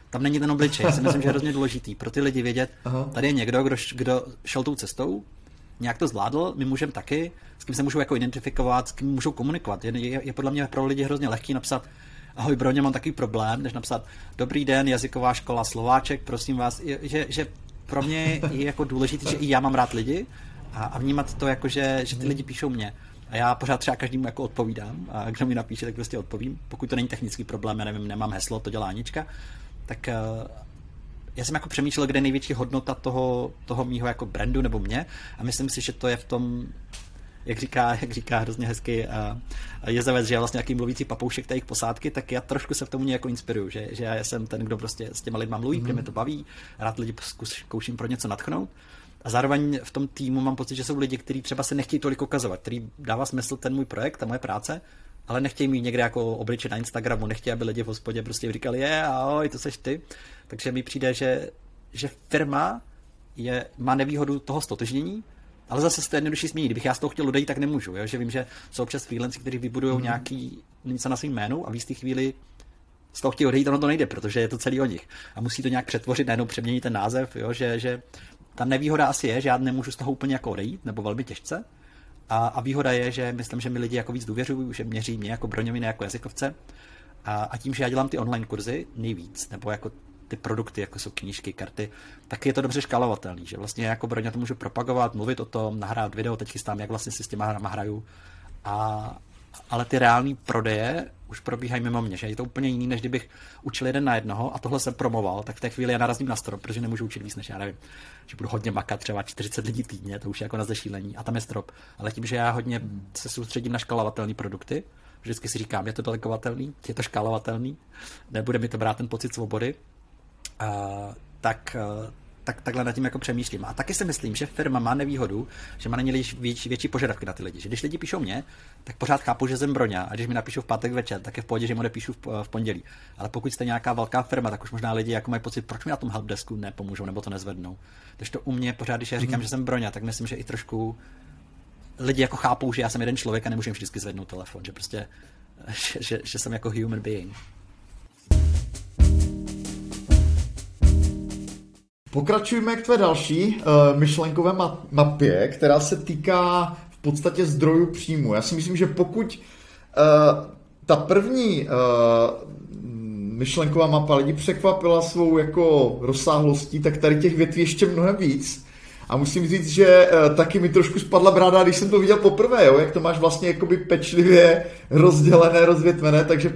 [SPEAKER 2] tam není ten obličej. Já si myslím, že je hrozně důležitý pro ty lidi vědět, tady je někdo, kdo šel tou cestou, nějak to zvládl, my můžeme taky, s kým se můžou jako identifikovat, s kým můžou komunikovat. Je podle mě pro lidi hrozně lehký napsat ahoj Broňo, mám takový problém, než napsat dobrý den, jazyková škola Slováček, prosím vás, že pro mě je jako důležité, že i já mám rád lidi a vnímat to jako, že ty lidi píšou mě. A já pořád třeba každému jako odpovídám a kdo mi napíše, tak prostě odpovím. Pokud to není technický problém, já nevím, nemám heslo, to dělá Anička, tak já jsem jako přemýšlel, kde je největší hodnota toho mýho jako brandu nebo mě a myslím si, že to je v tom, jak říká hrozně hezky Jezevec, že je vlastně nějaký mluvící papoušek té jejich posádky, tak já trošku se v tomu nějak inspiruju, že já jsem ten, kdo prostě s těma lidma mluví, protože mě to baví, rád lidi zkouším pro něco nadchnout. A zároveň v tom týmu mám pocit, že jsou lidi, kteří třeba se nechtějí tolik ukazovat, který dává smysl ten můj projekt, ta moje práce, ale nechtějí mít někde jako obličej na Instagramu, nechtějí, aby lidi v hospodě prostě říkali, ahoj, to seš ty. Takže mi přijde, že firma má nevýhodu toho stotožnění, ale zase se to jednodušší změní. Kdybych já z toho chtěl odejít, tak nemůžu. Jo? Že vím, že jsou občas freelanci, kteří vybudují nějaký něco na svým jménu a v jistý chvíli z toho chtějí odejít, ono to nejde, protože je to celý o nich. A musí to nějak přetvořit, najednou přeměnit ten název, jo? Že ta nevýhoda asi je, že já nemůžu z toho úplně jako odejít, nebo velmi těžce. A výhoda je, že myslím, že mi lidi jako víc důvěřují, že měří mě jako Broňovi, ne jako jazykovce. A tím, že já dělám ty online kurzy nejvíc, nebo jako ty produkty, jako jsou knížky, karty, tak je to dobře škálovatelný, že vlastně jako Broňa to můžu propagovat, mluvit o tom, nahrát video, teď chystám, jak vlastně si s těma hrama hraju. Ale ty reální prodeje už probíhají mimo mě, že je to úplně jiný, než kdybych učil 1 na 1 a tohle jsem promoval, tak v té chvíli já narazím na strop, protože nemůžu učit víc než já nevím, že budu hodně makat třeba 40 lidí týdně, to už je jako na zešílení a tam je strop. Ale tím, že já hodně se soustředím na škálovatelné produkty, vždycky si říkám, je to delegovatelný, je to škálovatelný, nebude mi to brát ten pocit svobody, tak takhle nad tím jako přemýšlím. A taky si myslím, že firma má nevýhodu, že má na ně větší požadavky na ty lidi. Že když lidi píšou mě, tak pořád chápu, že jsem Broňa a když mi napíšou v pátek večer, tak je v pohodě, že mu nepíšu v pondělí. Ale pokud jste nějaká velká firma, tak už možná lidi jako mají pocit, proč mi na tom helpdesku nepomůžou nebo to nezvednou. Takže to u mě pořád, když já říkám, že jsem Broňa, tak myslím, že i trošku lidi jako chápou, že já jsem jeden člověk a nemůžu jim vždycky zvednout telefon, že prostě že jsem jako human being.
[SPEAKER 1] Pokračujeme k tvé další myšlenkové mapě, která se týká v podstatě zdrojů příjmu. Já si myslím, že pokud ta první myšlenková mapa lidi překvapila svou jako rozsáhlostí, tak tady těch větví ještě mnohem víc. A musím říct, že taky mi trošku spadla bráda, když jsem to viděl poprvé, jo? Jak to máš vlastně jakoby pečlivě rozdělené, rozvětvené, takže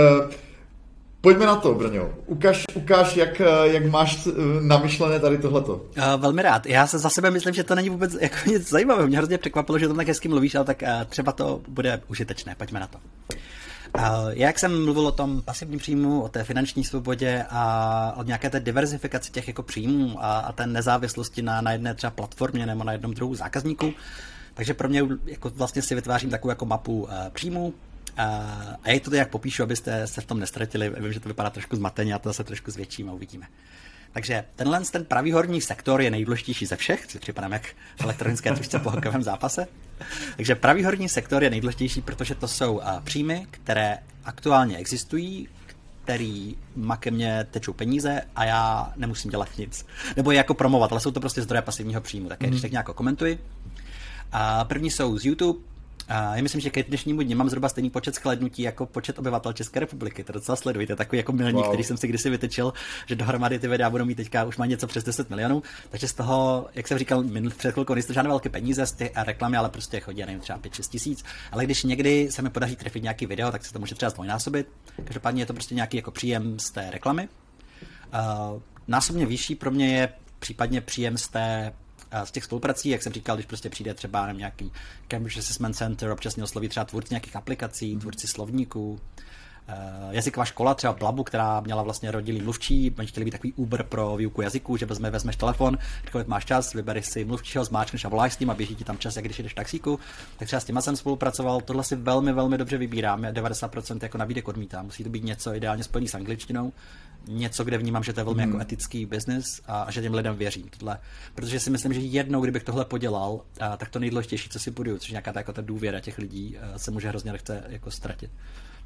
[SPEAKER 1] pojďme na to, Brňo. Ukáž jak máš namyšlené tady tohleto.
[SPEAKER 2] Velmi rád. Já se za sebe myslím, že to není vůbec jako nic zajímavého. Mě hrozně překvapilo, že tam tak hezky mluvíš, ale tak třeba to bude užitečné. Pojďme na to. Jak jsem mluvil o tom pasivním příjmu, o té finanční svobodě a o nějaké té diverzifikaci těch jako příjmů a té nezávislosti na jedné třeba platformě nebo na jednom druhu zákazníků, takže pro mě jako vlastně si vytvářím takovou jako mapu příjmů. A jak to jak popíšu, abyste se v tom nestratili, vím, že to vypadá trošku zmateně a to se trošku zvětším a uvidíme. Takže ten pravý horní sektor je nejdůležitější ze všech, což připadám jak v elektronické tužce po hokejovém zápase. Takže pravý horní sektor je nejdůležitější, protože to jsou příjmy, které aktuálně existují, který ke mně tečou peníze a já nemusím dělat nic. Nebo je jako promovat, ale jsou to prostě zdroje pasivního příjmu, tak když tak nějak komentuji. A první jsou z YouTube. Já myslím, že k dnešnímu dni mám zhruba stejný počet shlédnutí jako počet obyvatel České republiky. To docela sledujte, takový jako milník, který jsem si kdysi vytyčil, že dohromady ty videa budou mít teďka už má něco přes 10 milionů. Takže z toho, jak jsem říkal před chvilkou, nejsou žádné velké peníze z těch reklamy, ale prostě chodí, já nevím, třeba 5-6 tisíc. Ale když někdy se mi podaří trefit nějaký video, tak se to může třeba zdvojnásobit. Každopádně je to prostě nějaký jako příjem z té reklamy. Násobně vyšší pro mě je případně příjem z těch spoluprací, jak jsem říkal, když prostě přijde třeba nějaký Cambridge Assessment Center, občas mě osloví třeba tvůrci nějakých aplikací, tvůrci slovníků, jazyková škola, třeba Blabu, která měla vlastně rodilý mluvčí, oni chtěli být takový Uber pro výuku jazyků, že vezmeš telefon, kolik máš čas, vybereš si mluvčího, zmáčkneš a voláš s tím a běží ti tam čas, jak když jdeš v taxíku. Tak třeba s těma jsem spolupracoval, tohle si velmi, velmi dobře vybírám, 90% jako nabídek odmítám, musí to být něco ideálně spojený s angličtinou, něco, kde vnímám, že to je velmi jako etický business a že těm lidem věřím. Protože si myslím, že jednou, kdybych tohle podělal, tak to nejdůležitější, co si buduju, což nějaká ta důvěra těch lidí se může hrozně lehce jako ztratit.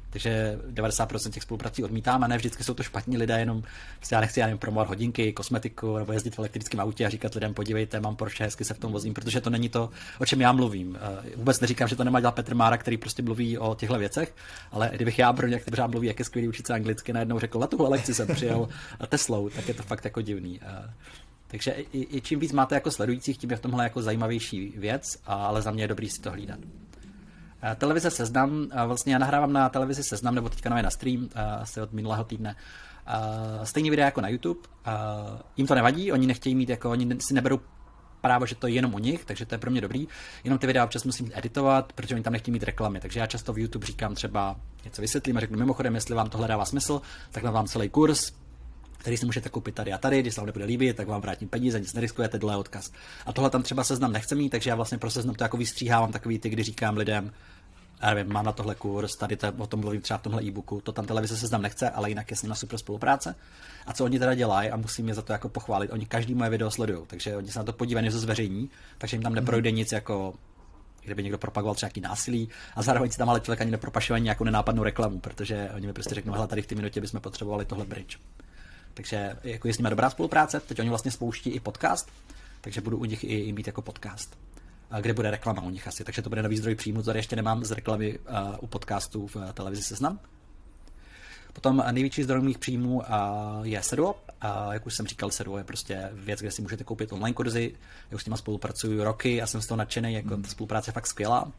[SPEAKER 2] Takže 90% těch spoluprací odmítám a ne vždycky jsou to špatní lidé, jenom já nechci promovat hodinky, kosmetiku nebo jezdit v elektrickém autě a říkat lidem, podívejte, mám Porsche, hezky se v tom vozím, protože to není to, o čem já mluvím. Vůbec neříkám, že to nemá dělat Petr Mára, který prostě mluví o těchto věcech, ale kdybych já pro některý mluví, jak je skvělý učit se anglicky, najednou řekl, na tuhle lekci jsem přijel Teslou, tak je to fakt jako divný. Takže i čím víc máte jako sledujících, tím je v tomhle jako zajímavější věc, ale za mě je dobrý si to hlídat. Televize Seznam, vlastně já nahrávám na televizi Seznam, nebo teďka nově na stream, asi od minulého týdne, stejný videa jako na YouTube. Jim to nevadí, oni nechtějí mít, jako oni si neberou právo, že to je jenom u nich, takže to je pro mě dobrý. Jenom ty videa občas musím editovat, protože oni tam nechtějí mít reklamy, takže já často v YouTube říkám třeba něco vysvětlím a řeknu mimochodem, jestli vám tohle dává smysl, tak vám celý kurz, který si můžete koupit tady a tady, když se vám nebude líbit, tak vám vrátím peníze, nic neriskujete, dole odkaz. A tohle tam třeba Seznam nechce mít, takže já vlastně pro Seznam to jako vystříhávám takový ty, kdy říkám lidem, já nevím, mám na tohle kurz, tady o tom mluvím třeba v tomhle e-booku, to tam televize Seznam nechce, ale jinak je s nimi super spolupráce. A co oni teda dělají, a musím je za to jako pochválit, oni každý moje video sledují, takže oni se na to podívají, než to zveřejní, takže jim tam neprojde nic jako kdyby někdo propagoval třeba nějaký násilí a zároveň si tam ale člověk ani nepropašuje nějakou nenápadnou reklamu, protože oni mi prostě řeknou, hele, tady v té minutě bychom potřebovali tohle bridge. Takže jako je s nimi dobrá spolupráce, teď oni vlastně spouští i podcast, takže budu u nich i mít jako podcast, kde bude reklama u nich asi, takže to bude nový zdroj příjmu, tady ještě nemám z reklamy u podcastů v televizi Seznam. Potom největší zdroj mých příjmů je Seduo. Jak už jsem říkal, Seduo je prostě věc, kde si můžete koupit online kurzy. Já už s nima spolupracuju roky a jsem z toho nadšený, jako ta spolupráce je fakt skvělá.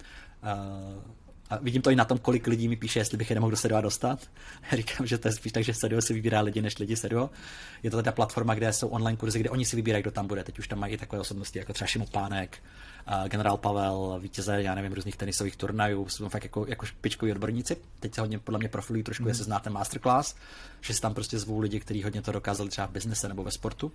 [SPEAKER 2] A vidím to i na tom, kolik lidí mi píše, jestli bych je nemohl do Seduo dostat. Já říkám, že to je spíš tak, že Seduo si vybírá lidi, než lidi Seduo. Je to teda platforma, kde jsou online kurzy, kde oni si vybírají, kdo tam bude. Teď už tam mají i takové osobnosti, jako třeba Šimon Pánek, generál Pavel, vítěze, já nevím, různých tenisových turnajů, jsou fakt jako špičkoví odborníci. Teď se hodně podle mě profilují trošku, jestli znáte Masterclass, že si tam prostě zvou lidi, kteří hodně to dokázali třeba v biznise nebo ve sportu.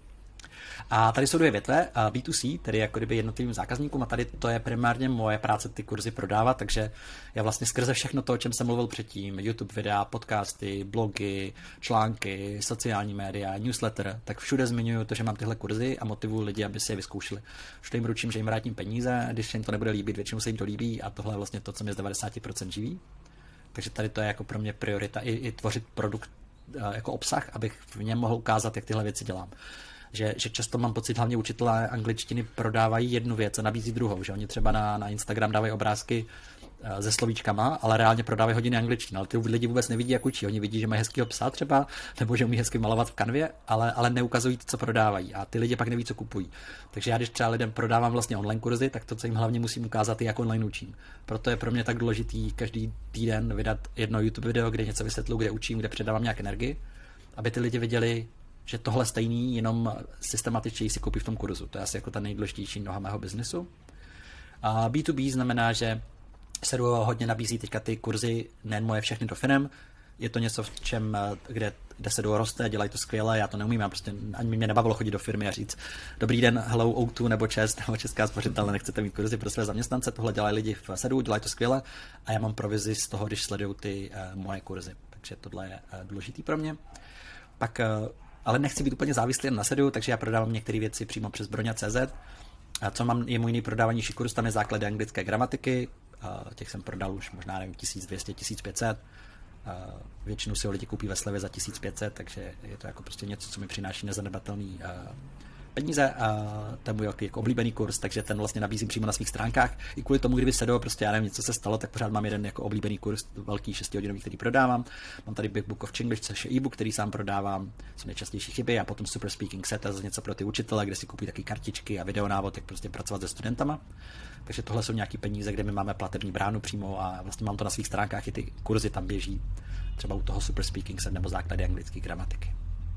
[SPEAKER 2] A tady jsou dvě větve, B2C, tedy jako kdyby jednotlivým zákazníkům, a tady to je primárně moje práce ty kurzy prodávat, takže já vlastně skrze všechno to, o čem jsem mluvil předtím, YouTube videa, podcasty, blogy, články, sociální média, newsletter, tak všude zmiňuji to, že mám tyhle kurzy a motivuju lidi, aby si je vyzkoušeli. Všude jim ručím, že jim vrátím peníze, když jim to nebude líbit, většinou se jim to líbí a tohle je vlastně to, co mě z 90% živí. Takže tady to je jako pro mě priorita i tvořit produkt jako obsah, abych v něm mohl ukázat, jak tyhle věci dělám. Že často mám pocit, hlavně učitelé angličtiny prodávají jednu věc a nabízí druhou, že oni třeba na Instagram dávají obrázky se slovíčkama, ale reálně prodávají hodiny angličtiny, ale ty lidi vůbec nevidí, jak učí. Oni vidí, že mají hezkýho psa třeba, nebo že umí hezky malovat v kanvě, ale neukazují, co prodávají a ty lidi pak neví, co kupují. Takže já, když třeba lidem prodávám vlastně online kurzy, tak to, co jim hlavně musím ukázat, je, jak online učím. Proto je pro mě tak důležitý každý týden vydat jedno YouTube video, kde něco vysvětluji, kde učím, kde předávám nějak energii, aby ty lidi viděli, že tohle stejný, jenom systematičtěji si koupí v tom kurzu. To je asi jako ta nejdůležitější noha mého biznesu. A B2B znamená, že Seduo hodně nabízí teďka ty kurzy, nejen moje všechny do firem. Je to něco, v čem, kde Seduo roste, dělají to skvěle, já to neumím, já prostě ani mě nebavilo chodit do firmy a říct dobrý den, hello O2 nebo ČES nebo Česká spořitelna, nechcete mít kurzy pro své zaměstnance, tohle dělají lidi v Seduo, dělají to skvěle a já mám provizi z toho, když sledují ty moje kurzy. Takže tohle je důležitý pro mě. Pak ale nechci být úplně závislý jen na Sedu, takže já prodávám některé věci přímo přes Broňa.cz. A co mám, je můj nejprodávanější kurz, tam je základy anglické gramatiky, těch jsem prodal už možná nevím, 1200, 1500. Většinou si ho lidi koupí ve slevě za 1500, takže je to jako prostě něco, co mi přináší nezanedbatelný peníze a to je můj jako oblíbený kurz, takže ten vlastně nabízím přímo na svých stránkách. I kvůli tomu, kdyby se prostě já nevím, něco se stalo, tak pořád mám jeden jako oblíbený kurz, velký 6hodinový, který prodávám. Mám tady Big Book of Chinglish, což je e-book, který sám prodávám, jsou nejčastější chyby, a potom Super Speaking Set, to je něco pro ty učitele, kde si koupí taky kartičky a videonávod, jak prostě pracovat se studentama. Takže tohle jsou nějaký peníze, kde my máme platební bránu přímo a vlastně mám to na svých stránkách, i ty kurzy tam běží, třeba u toho Super Speaking Set nebo základy anglické gramatiky.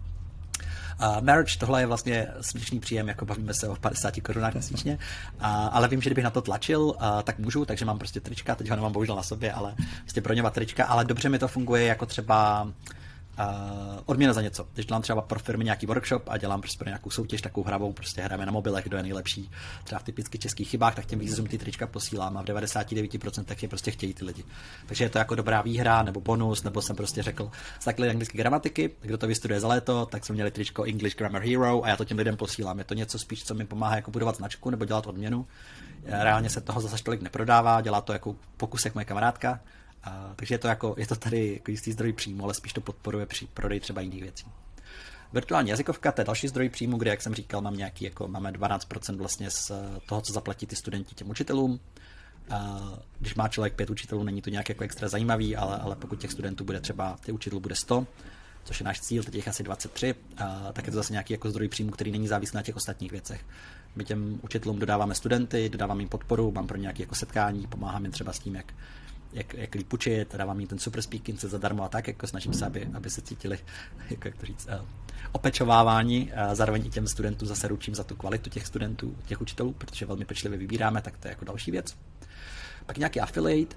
[SPEAKER 2] Marriage, tohle je vlastně směšný příjem, jako bavíme se o 50 korunách měsíčně, ale vím, že kdybych na to tlačil, tak můžu, takže mám prostě trička, teď ho nemám bohužel na sobě, ale prostě pro něma trička, ale dobře mi to funguje jako třeba odměna za něco. Když dělám třeba pro firmy nějaký workshop a dělám prostě pro nějakou soutěž, takovou hravou, prostě hrajeme na mobilech, kdo je nejlepší, třeba v typicky českých chybách, tak těm vítězům ty trička posílám a v 99% je prostě chtějí ty lidi. Takže je to jako dobrá výhra nebo bonus, nebo jsem prostě řekl základy anglické gramatiky, kdo to vystuduje za léto, tak jsme měli tričko English Grammar Hero a já to těm lidem posílám. Je to něco spíš, co mi pomáhá jako budovat značku nebo dělat odměnu. Reálně se toho zase tolik neprodává, dělá to jako pokusek moje kamarádka, Takže je to tady jako jistý zdroj příjmu, ale spíš to podporuje při prodej třeba jiných věcí. Virtuální jazykovka, to je další zdroj příjmu, kde, jak jsem říkal, máme 12% vlastně z toho, co zaplatí ty studenti těm učitelům. Když má člověk 5 učitelů, není to nějak jako extra zajímavý, ale pokud těch studentů bude třeba, těch učitelů bude 100, což je náš cíl, teď je asi 23, tak je to zase nějaký jako zdroj příjmu, který není závislý na těch ostatních věcech. My těm učitelům dodáváme studenty, dodávám jim podporu, mám pro nějaké jako setkání, pomáhám jim třeba s tím, jak líp učit, dávám jim ten super speaking zadarmo a tak, jako snažím se, aby se cítili, jak to říct, opečovávání, zároveň i těm studentům zase ručím za tu kvalitu těch studentů, těch učitelů, protože velmi pečlivě vybíráme, tak to je jako další věc. Pak nějaký affiliate,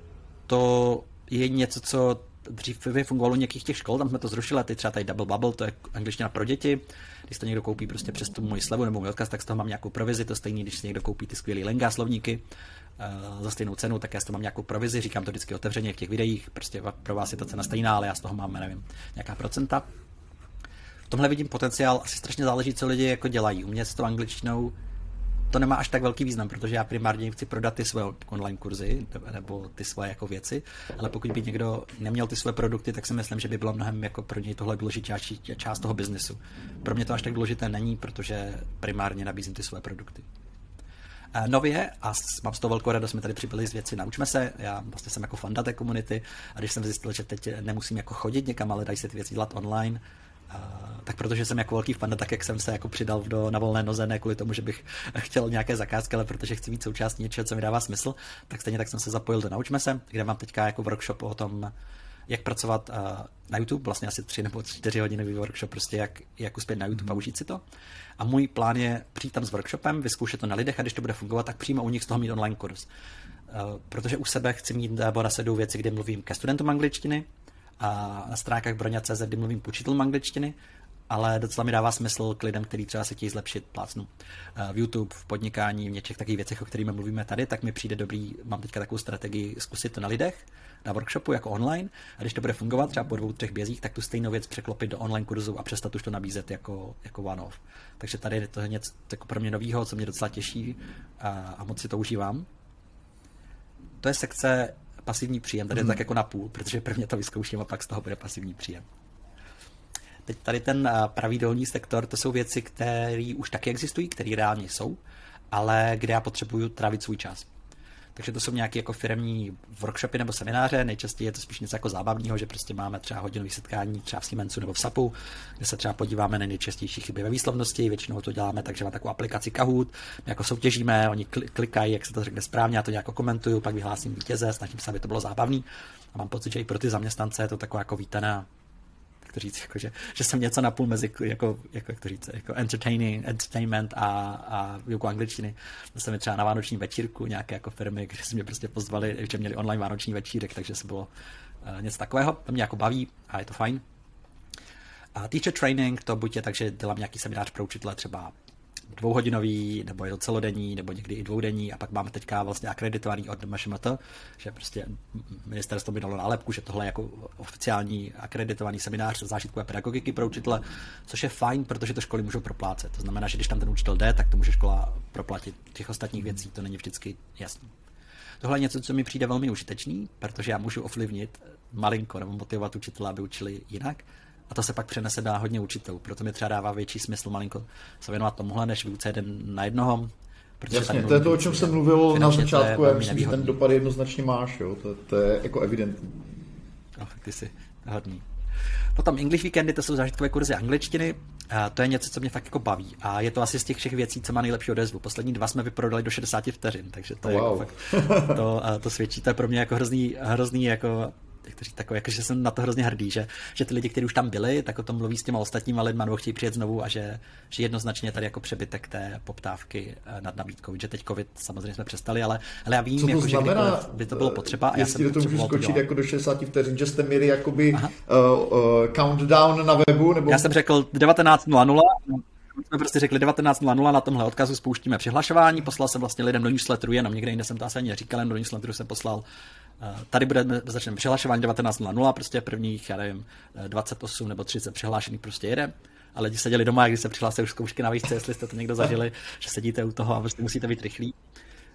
[SPEAKER 2] to je něco, co dřív fungovalo u nějakých těch škol, tam jsme to zrušili, teď třeba tady Double Bubble, to je angličtina pro děti, když to někdo koupí prostě přes tu moji slevu nebo můj odkaz, tak z toho mám nějakou provizi, to stejný, když si někdo koupí ty skvělý Lenga slovníky za stejnou cenu, tak já z toho mám nějakou provizi, říkám to vždycky otevřeně v těch videích, prostě pro vás je ta cena stejná, ale já z toho mám, nevím, nějaká procenta. V tomhle vidím potenciál, asi strašně záleží, co lidi jako dělají. U mě s tou angličtinou to nemá až tak velký význam, protože já primárně chci prodat ty svoje online kurzy nebo ty svoje jako věci, ale pokud by někdo neměl ty svoje produkty, tak si myslím, že by bylo mnohem jako pro něj tohle důležitější část toho biznesu. Pro mě to až tak důležité není, protože primárně nabízím ty svoje produkty. Nově, a mám z toho velkou radost, jsme tady přibyli z věci Naučme se, já vlastně jsem jako fanda té komunity a když jsem zjistil, že teď nemusím jako chodit někam, ale dají se ty věci dělat online, tak protože jsem jako velký fanda, tak jak jsem se jako přidal na volné noze, ne kvůli tomu, že bych chtěl nějaké zakázky, ale protože chci mít součástí něčeho, co mi dává smysl, tak stejně tak jsem se zapojil do Naučme se, kde mám teďka jako workshop o tom, jak pracovat na YouTube, vlastně asi 3 nebo 4 hodinový workshop, prostě jak uspět na YouTube a užít si to. A můj plán je přijít tam s workshopem, vyzkoušet to na lidech a když to bude fungovat, tak přímo u nich z toho mít online kurz. Protože u sebe chci mít nebo nasleduju věci, kde mluvím ke studentům angličtiny a na stránkách Broňa.cz, kdy mluvím k učitelům angličtiny, ale docela mi dává smysl k lidem, kteří třeba se chtějí zlepšit, plácnu v YouTube, v podnikání, v něčech takových věcech, o kterých mluvíme tady, tak mi přijde dobrý, mám teďka takovou strategii zkusit to na lidech, na workshopu jako online a když to bude fungovat třeba po 2-3 bězích, tak tu stejnou věc překlopit do online kurzu a přestat už to nabízet jako one-off. Takže tady to je něco jako pro mě novýho, co mě docela těší a moc si to užívám. To je sekce pasivní příjem, tady je tak jako na půl, protože prvně to vyzkouším a pak z toho bude pasivní příjem. Teď tady ten pravý dolní sektor, to jsou věci, které už taky existují, které reálně jsou, ale kde já potřebuju trávit svůj čas. Takže to jsou nějaké jako firemní workshopy nebo semináře, nejčastěji je to spíš něco jako zábavného, že prostě máme třeba hodinové setkání třeba v Siemensu nebo v SAPu, kde se třeba podíváme na nejčastější chyby ve výslovnosti, většinou to děláme tak, že máme takovou aplikaci Kahoot, my jako soutěžíme, oni klikají, jak se to řekne správně, já to nějak komentuju, pak vyhlásím vítěze, snažím se, aby to bylo zábavný a mám pocit, že i pro ty zaměstnance je to taková jako vítaná, jak to říct, jako, že jsem něco napůl mezi jako to říct, jako entertainment a výuku angličtiny. To jsem mi třeba na vánoční večírku nějaké jako firmy, kde se mě prostě pozvali, že měli online vánoční večírek, takže se bylo něco takového. To mě jako baví a je to fajn. A teacher training, to buď je tak, že dělám nějaký seminář pro učitele třeba 2hodinový, nebo je to celodenní, nebo někdy i 2denní a pak máme teďka vlastně akreditovaný od MŠMT, že prostě ministerstvo mi dalo nálepku, že tohle je jako oficiální akreditovaný seminář zážitkové pedagogiky pro učitele, což je fajn, protože to školy můžou proplácet. To znamená, že když tam ten učitel jde, tak to může škola proplatit. Těch ostatních věcí to není vždycky jasný. Tohle je něco, co mi přijde velmi užitečný, protože já můžu ovlivnit malinko nebo motivovat učitele, aby učili jinak. A to se pak přenese na hodně učitelů. Proto mi třeba dává větší smysl malinko se věnovat tomuhle, než výuce 1:1.
[SPEAKER 1] Jasně, to je to, o čem jsem mluvil na začátku, já myslím, že ten dopad jednoznačně máš, jo? To je jako evidentní.
[SPEAKER 2] No, ty jsi hodný. Potom English Weekendy, to jsou zážitkové kurzy angličtiny, a to je něco, co mě fakt jako baví. A je to asi z těch všech věcí, co má nejlepší odezvu. Poslední 2 jsme vyprodali do 60 vteřin, takže to je jako fakt, to svědčí, to je pro mě jako hrozný jako takové, jako, že jsem na to hrozně hrdý, že ty lidi, kteří už tam byli, tak o tom mluví s těma ostatníma lidma, nebo chtějí přijet znovu a že jednoznačně tady jako přebytek té poptávky nad nabídkou. Že teď covid samozřejmě jsme přestali, ale já vím, jako, že by to bylo potřeba.
[SPEAKER 1] Jestli do toho můžu skočit jako do 60 vteřin, že jste měli jakoby countdown na webu? Nebo...
[SPEAKER 2] Já jsem řekl 19:00, jsme prostě řekli 19:00, na tomhle odkazu spouštíme přihlašování, poslal jsem vlastně lidem do newsletteru, jenom někde jinde jsem to asi ani neříkal, jen do newsletteru jsem poslal. Tady začneme přihlašování 19:00, prostě prvních, já nevím, 28 nebo 30 přihlášených prostě jede. A lidi seděli doma, a když se přihlásili už zkoušky na výšce, jestli jste to někdo zažili, že sedíte u toho a prostě musíte být rychlí.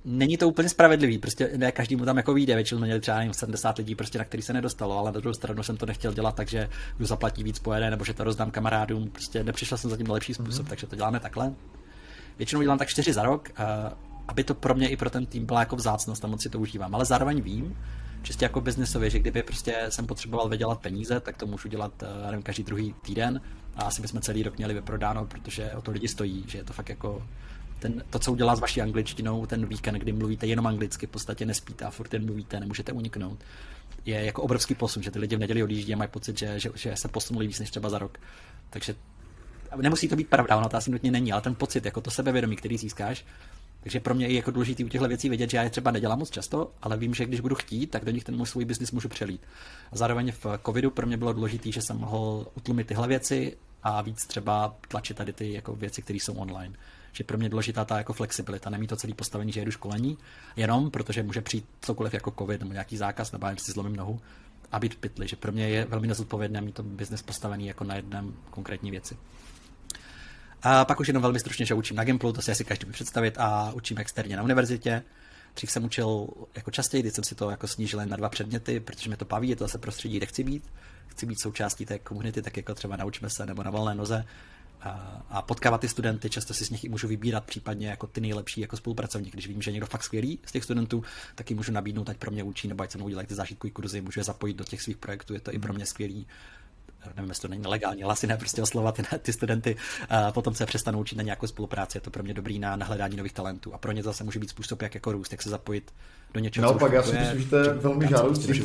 [SPEAKER 2] není to úplně spravedlivý, prostě ne každému tam jako vyjde, většinou jsme měli třeba 70 lidí, prostě na který se nedostalo, ale na druhou stranu jsem to nechtěl dělat, takže kdo zaplatí víc pojede, nebo že to rozdám kamarádům, prostě nepřišel jsem zatím na lepší způsob, takže to děláme takhle. Většinou dělám tak 4 za rok, aby to pro mě i pro ten tým byla jako vzácnost a moc si to užívám, ale zároveň vím, čistě jako biznesově, že kdyby prostě jsem potřeboval vydělat peníze, tak to můžu dělat nevím, každý druhý týden a asi bychom celý rok měli vyprodáno, protože o to lidi stojí, že je to fakt jako to, co udělá s vaší angličtinou, ten víkend, kdy mluvíte jenom anglicky, v podstatě nespíte a furt jen mluvíte, nemůžete uniknout, je jako obrovský posun, že ty lidi v neděli odjíždí a mají pocit, že se posunuli víc než třeba za rok. Takže nemusí to být pravda, ono to asi nutně není, ale ten pocit, jako to sebevědomí, který získáš. Takže pro mě je jako důležitý u těchto věcí vědět, že já je třeba nedělám moc často, ale vím, že když budu chtít, tak do nich ten můj svůj biznis můžu přelít. A zároveň v covidu pro mě bylo důležité, že jsem mohl utlumit tyhle věci a víc třeba tlačit tady ty jako věci, které jsou online. Že pro mě je důležitá ta jako flexibilita, nemít to celý postavení, že jedu školení, jenom protože může přijít cokoliv jako covid nebo nějaký zákaz, nebo já si zlomím nohu a být v pytli, že pro mě je velmi nezodpovědné mít to biznis postavený jako na jednom konkrétní věci. A pak už jenom velmi stručně, že učím na Gimplu, to si asi každý může představit, a učím externě na univerzitě. Dřív jsem učil jako častěji, teď jsem si to jako snížil jen na 2 předměty, protože mě to baví, je to zase prostředí, kde chci být. Chci být součástí té komunity, tak jako třeba Naučme se nebo Na volné noze a potkávat ty studenty, často si z nich i můžu vybírat případně jako ty nejlepší jako spolupracovník. Když vím, že je někdo fakt skvělý z těch studentů, tak jim můžu nabídnout, ať pro mě učí, nebo ať se mnou dělají ty zážitkový kurzy, můžu je zapojit do těch svých projektů, je to i pro mě skvělý. Nevím, jestli to není nelegální, ale asi ne, prostě oslovat ty studenty, potom se přestanou učit na nějakou spolupráci, je to pro mě dobrý na hledání nových talentů a pro ně zase může být způsob, jak jako růst, jak se zapojit do něčeho,
[SPEAKER 1] co naopak, já si myslím, že to je velmi žádoucí.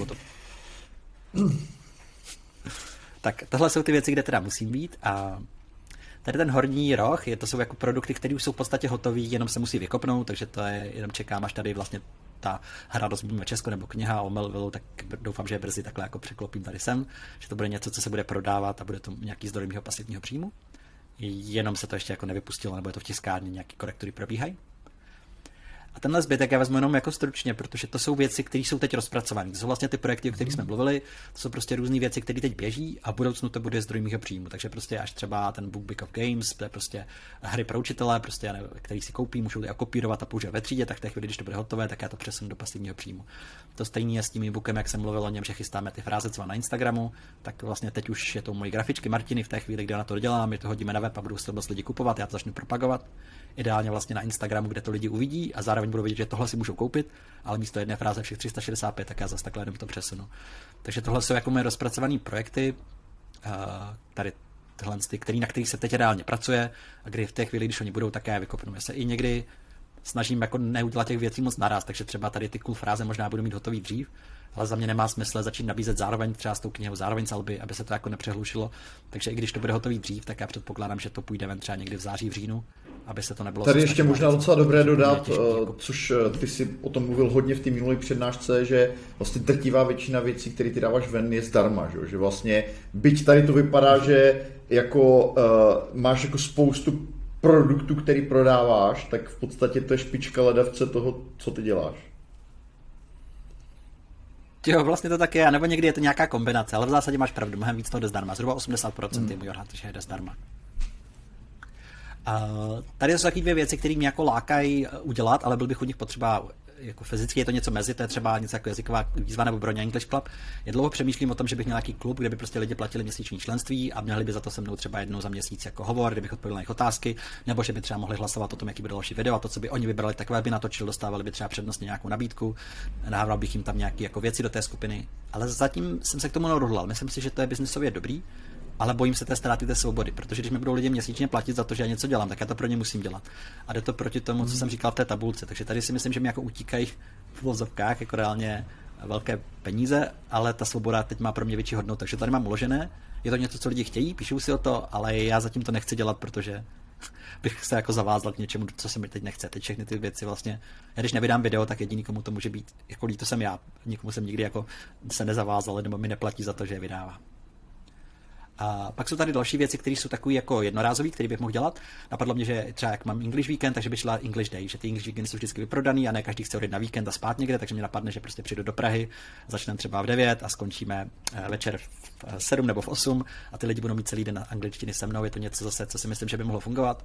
[SPEAKER 2] Tak tohle jsou ty věci, kde teda musím být a tady ten horní roh, to jsou jako produkty, které už jsou v podstatě hotové, jenom se musí vykopnout, takže to je, jenom čekám, až tady vlastně ta hra Rozumíme Česko nebo kniha o Melvillu, tak doufám, že brzy takhle jako překlopím tady sem, že to bude něco, co se bude prodávat a bude to nějaký zdroj mého pasivního příjmu. Jenom se to ještě jako nevypustilo, nebo je to v tiskárně, nějaký korektury probíhají. A tenhle zbytek já vezmu jenom jako stručně, protože to jsou věci, které jsou teď rozpracované. To jsou vlastně ty projekty, o kterých jsme mluvili, to jsou prostě různé věci, které teď běží a v budoucnu to bude zdroj mého příjmu. Takže prostě až třeba ten Book of Games, to je prostě hry pro učitele, prostě, který si koupí, můžou je kopírovat a používat ve třídě, tak v té chvíli, když to bude hotové, tak já to přesunu do pasivního příjmu. To stejné je s tím e-bookem, jak jsem mluvil o něm, že chystáme ty fráze třeba na Instagramu, tak vlastně teď už je to moje grafičky Martiny v té chvíli, kdy na to dodělám, my to hodíme na web a budou se to lidi kupovat, já to začnu propagovat. Ideálně vlastně na Instagramu, kde to lidi uvidí a zároveň budou vidět, že tohle si můžou koupit, ale místo jedné fráze všech 365, tak já zase takhle jenom to přesunu. Takže tohle jsou jako moje rozpracované projekty, tady tyhle, na kterých se teď reálně pracuje a kdy v té chvíli, když oni budou, tak já je vykopnu. Já se i někdy snažím jako neudělat těch věcí moc naraz, takže třeba tady ty cool fráze možná budu mít hotový dřív, ale za mě nemá smysl začít nabízet zároveň třeba s tou knihou, zároveň s Alby, aby se to jako nepřehlušilo. Takže i když to bude hotový dřív, tak já předpokládám, že to půjde ven třeba někdy v září, v říjnu, aby se to nebylo.
[SPEAKER 1] Tady ještě možná docela dobré dodat, což ty si o tom mluvil hodně v té minulé přednášce, že vlastně drtivá většina věcí, které ty dáváš ven, je zdarma, že vlastně byť tady to vypadá, že jako máš jako spoustu produktů, který prodáváš, tak v podstatě to je špička ledavce toho, co ty děláš.
[SPEAKER 2] Jo, vlastně to tak je, nebo někdy je to nějaká kombinace, ale v zásadě máš pravdu, mnohem víc toho jde zdarma, zhruba 80% je můj odhad, že jde zdarma. Tady jsou taky 2 věci, které mě jako lákají udělat, ale byl bych u nich potřeba jako fyzicky, je to něco mezi, to je třeba něco jako jazyková výzva nebo Broňa English Club. Je dlouho přemýšlím o tom, že bych měl nějaký klub, kde by prostě lidi platili měsíční členství a měli by za to se mnou třeba jednou za měsíc jako hovor, kdybych odpověděl na jejich otázky, nebo že by třeba mohli hlasovat o tom, jaký bude další video a to, co by oni vybrali, takové by natočil, dostávali by třeba přednostně nějakou nabídku, nahával bych jim tam nějaké jako věci do té skupiny, ale zatím jsem se k tomu neodhodlal. Myslím si, že to je biznisově dobrý. Ale bojím se té ztráty té svobody, protože když mi budou lidi měsíčně platit za to, že já něco dělám, tak já to pro ně musím dělat. A jde to proti tomu, co jsem říkal v té tabulce. Takže tady si myslím, že mi jako utíkají v vozovkách jako reálně velké peníze, ale ta svoboda teď má pro mě větší hodnotu. Takže tady mám uložené. Je to něco, co lidi chtějí, píšou si o to, ale já zatím to nechci dělat, protože bych se jako zavázal k něčemu, co se mi teď nechce. Teď všechny ty věci vlastně, já když nevydám video, tak jediný, komu to může být, jako líto jsem já. Nikomu jsem nikdy jako se nezavázal, nebo mi neplatí za to, že je vydává. A pak jsou tady další věci, které jsou takový jako jednorázový, který bych mohl dělat. Napadlo mě, že třeba jak mám English Weekend, takže by šla English Day, že ty English Weekendy jsou vždycky vyprodaný a ne každý chce odjet na víkend a spát někde, takže mě napadne, že prostě přijdu do Prahy, začneme třeba v 9 a skončíme večer v 7 nebo v 8 a ty lidi budou mít celý den na angličtiny se mnou. Je to něco zase, co si myslím, že by mohlo fungovat.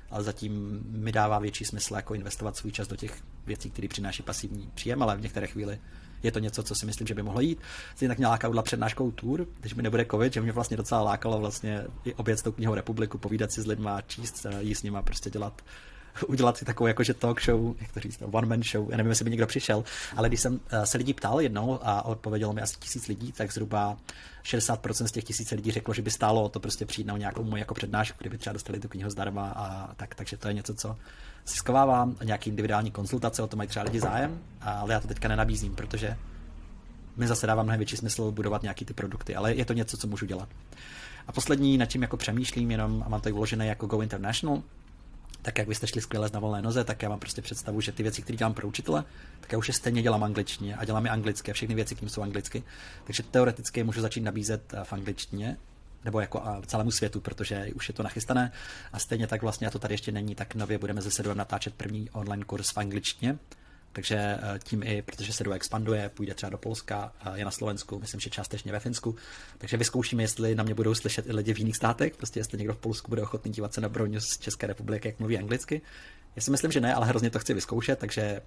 [SPEAKER 2] ale zatím mi dává větší smysl jako investovat svůj čas do těch věcí, které přináší pasivní příjem, ale v některé chvíli je to něco, co si myslím, že by mohlo jít. Stejně tak mě láká udělat přednáškou tour, když mi nebude covid, že mě vlastně docela lákalo vlastně i objet tou knihou Republiku, povídat si s lidma, číst, jíst s nima, prostě udělat si takovou jakože talk show, jak to říct, one man show. Já nevím, jestli by někdo přišel, ale když jsem se lidí ptal jednou a odpovědělo mi asi 1000 lidí, tak zhruba 60% z těch 1000 lidí řeklo, že by stálo to prostě přijít na nějakou moji jako přednášku, kdyby třeba dostali tu knihu zdarma a tak, takže to je něco, co si skovávám, nějaký individuální konzultace, o to mají třeba lidi zájem, ale já to teďka nenabízím, protože mi zase dává mnohem větší smysl budovat nějaký ty produkty, ale je to něco, co můžu dělat. A poslední, nad čím jako přemýšlím jenom, a mám to i uložené jako Go International, tak jak vy jste šli skvěle na volné noze, tak já mám prostě představu, že ty věci, které dělám pro učitele, tak já už je stejně dělám angličtině a dělám je anglicky a všechny věci k nim jsou anglicky. Takže teoreticky můžu začít nabízet v angličtině, nebo jako celému světu, protože už je to nachystané a stejně tak vlastně, a to tady ještě není, tak nově budeme se Sedou natáčet první online kurz v angličtině. Takže tím i, protože Sedou expanduje, půjde třeba do Polska, je na Slovensku, myslím, že částečně ve Finsku. Takže vyzkoušíme, jestli na mě budou slyšet i lidi v jiných státech, prostě jestli někdo v Polsku bude ochotný dívat se na Broňu z České republiky, jak mluví anglicky. Já si myslím, že ne, ale hrozně to chci vyzkoušet, takže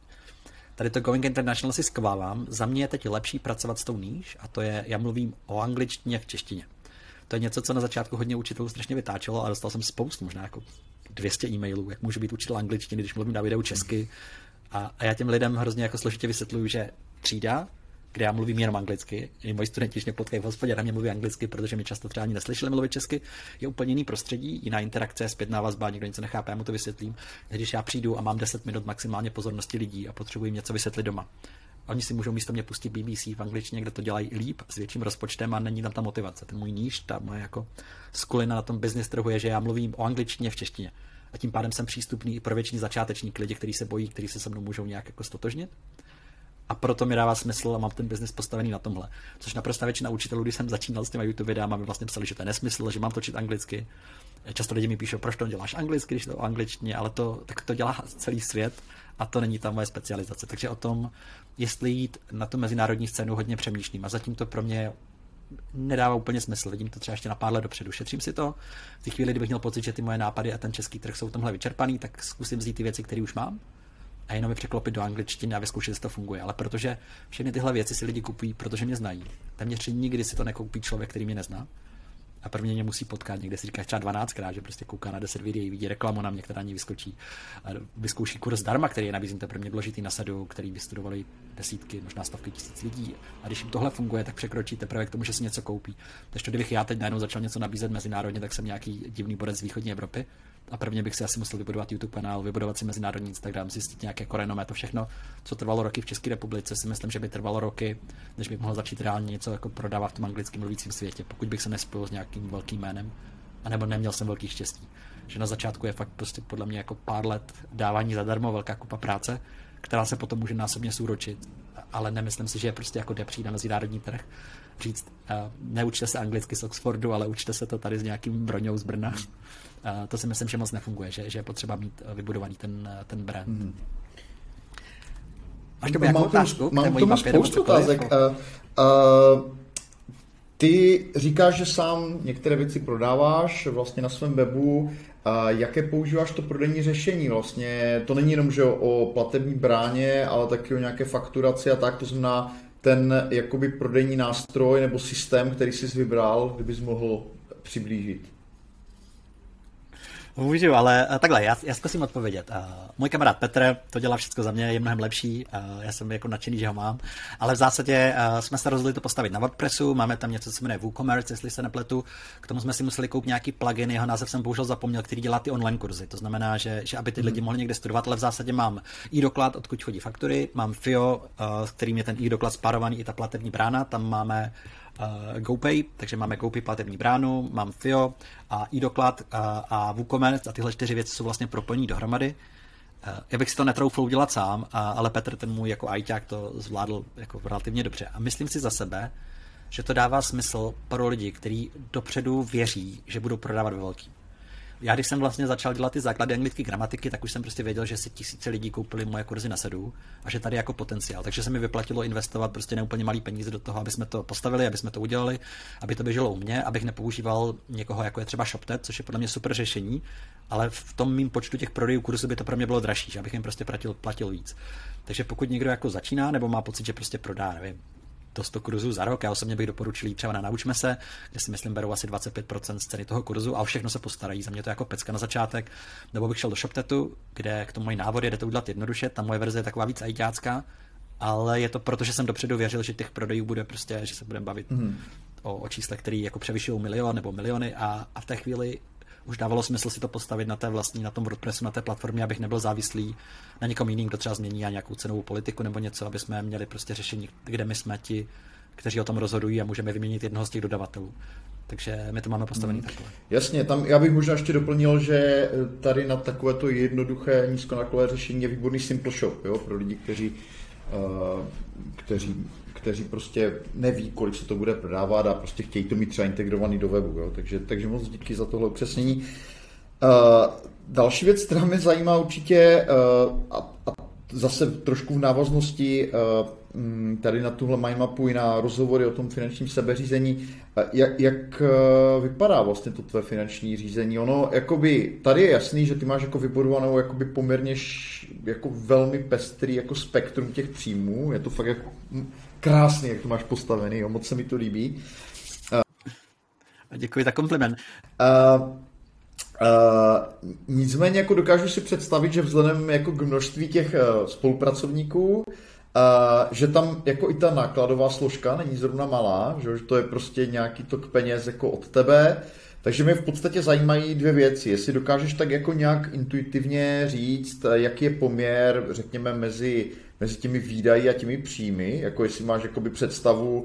[SPEAKER 2] tady to Going International si skovávám. Za mě je teď lepší pracovat s tou níž a to je, já mluvím o angličtině v češtině. To je něco, co na začátku hodně učitelů strašně vytáčelo a dostal jsem spoustu, možná jako 200 e-mailů, jak můžu být učitel angličtiny, když mluvím na videu česky. A já těm lidem hrozně jako složitě vysvětluju, že třída, kde já mluvím jenom anglicky, i moji studenti, když mě potkají v hospodě, na mě mluví anglicky, protože mi často třeba ani neslyšeli mluvit česky, je úplně jiný prostředí, jiná interakce, zpětná vazba, někdo něco nechápe, já mu to vysvětlím. Když já přijdu a mám 10 minut maximálně pozornosti lidí a potřebuji jim něco vysvětlit doma. Oni si můžou místo mě pustit BBC v angličtině, kde to dělají líp, s větším rozpočtem a není tam ta motivace. Ten můj níž, ta moje jako skulina na tom business trhu je, že já mluvím o angličtině v češtině. A tím pádem jsem přístupný i pro většiný začátečník, lidi, kteří se bojí, kteří se mnou můžou nějak jako stotožnit. A proto mi dává smysl a mám ten biznis postavený na tomhle. Což naprosto většina učitelů, když jsem začínal s těma YouTube videama, mi vlastně psali, že to je nesmysl, že mám točit anglicky. Často lidi mi píšou, proč to děláš anglicky, když to o angličtině, ale tak to dělá celý svět a to není ta moje specializace. Takže o tom, jestli jít na tu mezinárodní scénu, hodně přemýšlím. A zatím to pro mě nedává úplně smysl. Vidím to třeba ještě na pár let dopředu. Šetřím si to. V té chvíli, kdybych měl pocit, že ty moje nápady a ten český trh jsou tomhle vyčerpaný, tak zkusím vzít ty věci, které už mám a jenom je překlopit do angličtiny a vyzkoušet, jestli to funguje. Ale protože všechny tyhle věci si lidi kupují, protože mě znají. Téměř nikdy si to nekoupí člověk, který mě nezná. A prvně mě musí potkat, někde si říkáš třeba 12krát, že prostě kouká na 10 videí, vidí reklamu na mě, která ní vyskočí. A vyzkouší kurz zdarma, který je nabízím pro mě vložitý na Sedu, který vystudovali desítky, možná stovky tisíc lidí. A když jim tohle funguje, tak překročí teprve k tomu, že si něco koupí. Takže to, kdybych já teď najednou začal něco nabízet mezinárodně, tak jsem nějaký divný borec z východní Evropy. A prvně bych si asi musel vybudovat YouTube kanál, vybudovat si mezinárodní Instagram, zjistit nějaké renomé, to všechno, co trvalo roky v České republice, si myslím, že by trvalo roky, než bych mohl začít reálně něco jako prodávat v tom anglicky mluvícím světě, pokud bych se nespojil s nějakým velkým jménem, anebo neměl jsem velký štěstí. Že na začátku je fakt prostě podle mě jako pár let dávání zadarmo, velká kupa práce, která se potom může násobně zúročit, ale nemyslím si, že je prostě jako jde přijít na mezinárodní trh, říct, neučte se anglicky z Oxfordu, ale učte se to tady s nějakým Broňou z Brna. To si myslím, že moc nefunguje, že je potřeba mít vybudovaný ten brand. Máš to nějakou otázku?
[SPEAKER 1] Mám k tomu spoustu otázek. Ty říkáš, že sám některé věci prodáváš vlastně na svém webu. Jaké používáš to prodejní řešení? Vlastně to není jenom že o platební bráně, ale taky o nějaké fakturaci a tak. To znamená ten jakoby prodejní nástroj nebo systém, který jsi vybral, kdybys mohl přiblížit.
[SPEAKER 2] Můžu, ale takhle, já zkusím odpovědět. Můj kamarád Petr to dělá všechno za mě, je mnohem lepší, já jsem jako nadšený, že ho mám, ale v zásadě jsme se rozhodli to postavit na WordPressu, máme tam něco, co se jmenuje WooCommerce, jestli se nepletu, k tomu jsme si museli koupit nějaký plugin, jeho název jsem bohužel zapomněl, který dělá ty online kurzy, to znamená, že aby ty lidi mohli někde studovat, ale v zásadě mám e-doklad, odkud chodí faktury, mám FIO, s kterým je ten e-doklad spárovaný i ta platební brána, tam máme GoPay, takže máme GoPay platební bránu, mám FIO a e-doklad a WooCommerce a tyhle 4 věci jsou vlastně propojení dohromady. Já bych si to netroufl udělat sám, ale Petr, ten můj jako ajťák, to zvládl jako relativně dobře. A myslím si za sebe, že to dává smysl pro lidi, kteří dopředu věří, že budou prodávat ve velkým. Já když jsem vlastně začal dělat ty základy anglické gramatiky, tak už jsem prostě věděl, že si tisíce lidí koupili moje kurzy na sedu a že tady jako potenciál. Takže se mi vyplatilo investovat prostě neúplně malý peníze do toho, aby jsme to postavili, aby jsme to udělali, aby to běželo u mě, abych nepoužíval někoho, jako je třeba ShopTet, což je podle mě super řešení, ale v tom mým počtu těch prodejů kurzů by to pro mě bylo dražší, že abych jim prostě platil víc. Takže pokud někdo jako začíná nebo má pocit, že prostě prodá, nevím, do 100 kurzů za rok. Já osobně bych doporučil třeba na Naučme se, kde si myslím berou asi 25% z ceny toho kurzu a o všechno se postarají. Za mě to jako pecka na začátek. Nebo bych šel do ShopTetu, kde k tomu mají návody, jde to udělat jednoduše. Ta moje verze je taková víc ajťácká, ale je to proto, že jsem dopředu věřil, že těch prodejů bude prostě, že se budeme bavit o číslech, které jako převyšují milion nebo miliony a v té chvíli už dávalo smysl si to postavit na té vlastní, na tom WordPressu, na té platformě, abych nebyl závislý na někom jiným, kdo třeba změní a nějakou cenovou politiku nebo něco, aby jsme měli prostě řešení, kde my jsme ti, kteří o tom rozhodují a můžeme vyměnit jednoho z těch dodavatelů. Takže my to máme postavený takhle.
[SPEAKER 1] Jasně, tam já bych možná ještě doplnil, že tady na takovéto jednoduché nízkonákladové řešení je výborný Simple Shop, jo, pro lidi, kteří prostě neví, kolik se to bude prodávat a prostě chtějí to mít třeba integrovaný do webu. Jo? Takže moc díky za tohle upřesnění. Další věc, která mě zajímá určitě, a zase trošku v návaznosti tady na tuhle mindmapu i na rozhovory o tom finančním sebeřízení, jak vypadá vlastně to tvé finanční řízení? Ono, jakoby, tady je jasný, že ty máš jako vybudovanou jakoby poměrně jako velmi pestrý jako spektrum těch příjmů, je to fakt jako krásný, jak to máš postavený, jo? Moc se mi to líbí.
[SPEAKER 2] Děkuji za kompliment.
[SPEAKER 1] Nicméně jako dokážu si představit, že vzhledem jako k množství těch spolupracovníků, že tam jako i ta nákladová složka není zrovna malá, že to je prostě nějaký tok peněz jako od tebe, takže mě v podstatě zajímají dvě věci. Jestli dokážeš tak jako nějak intuitivně říct, jaký je poměr, řekněme, mezi těmi výdaji a těmi příjmy, jako jestli máš jakoby představu,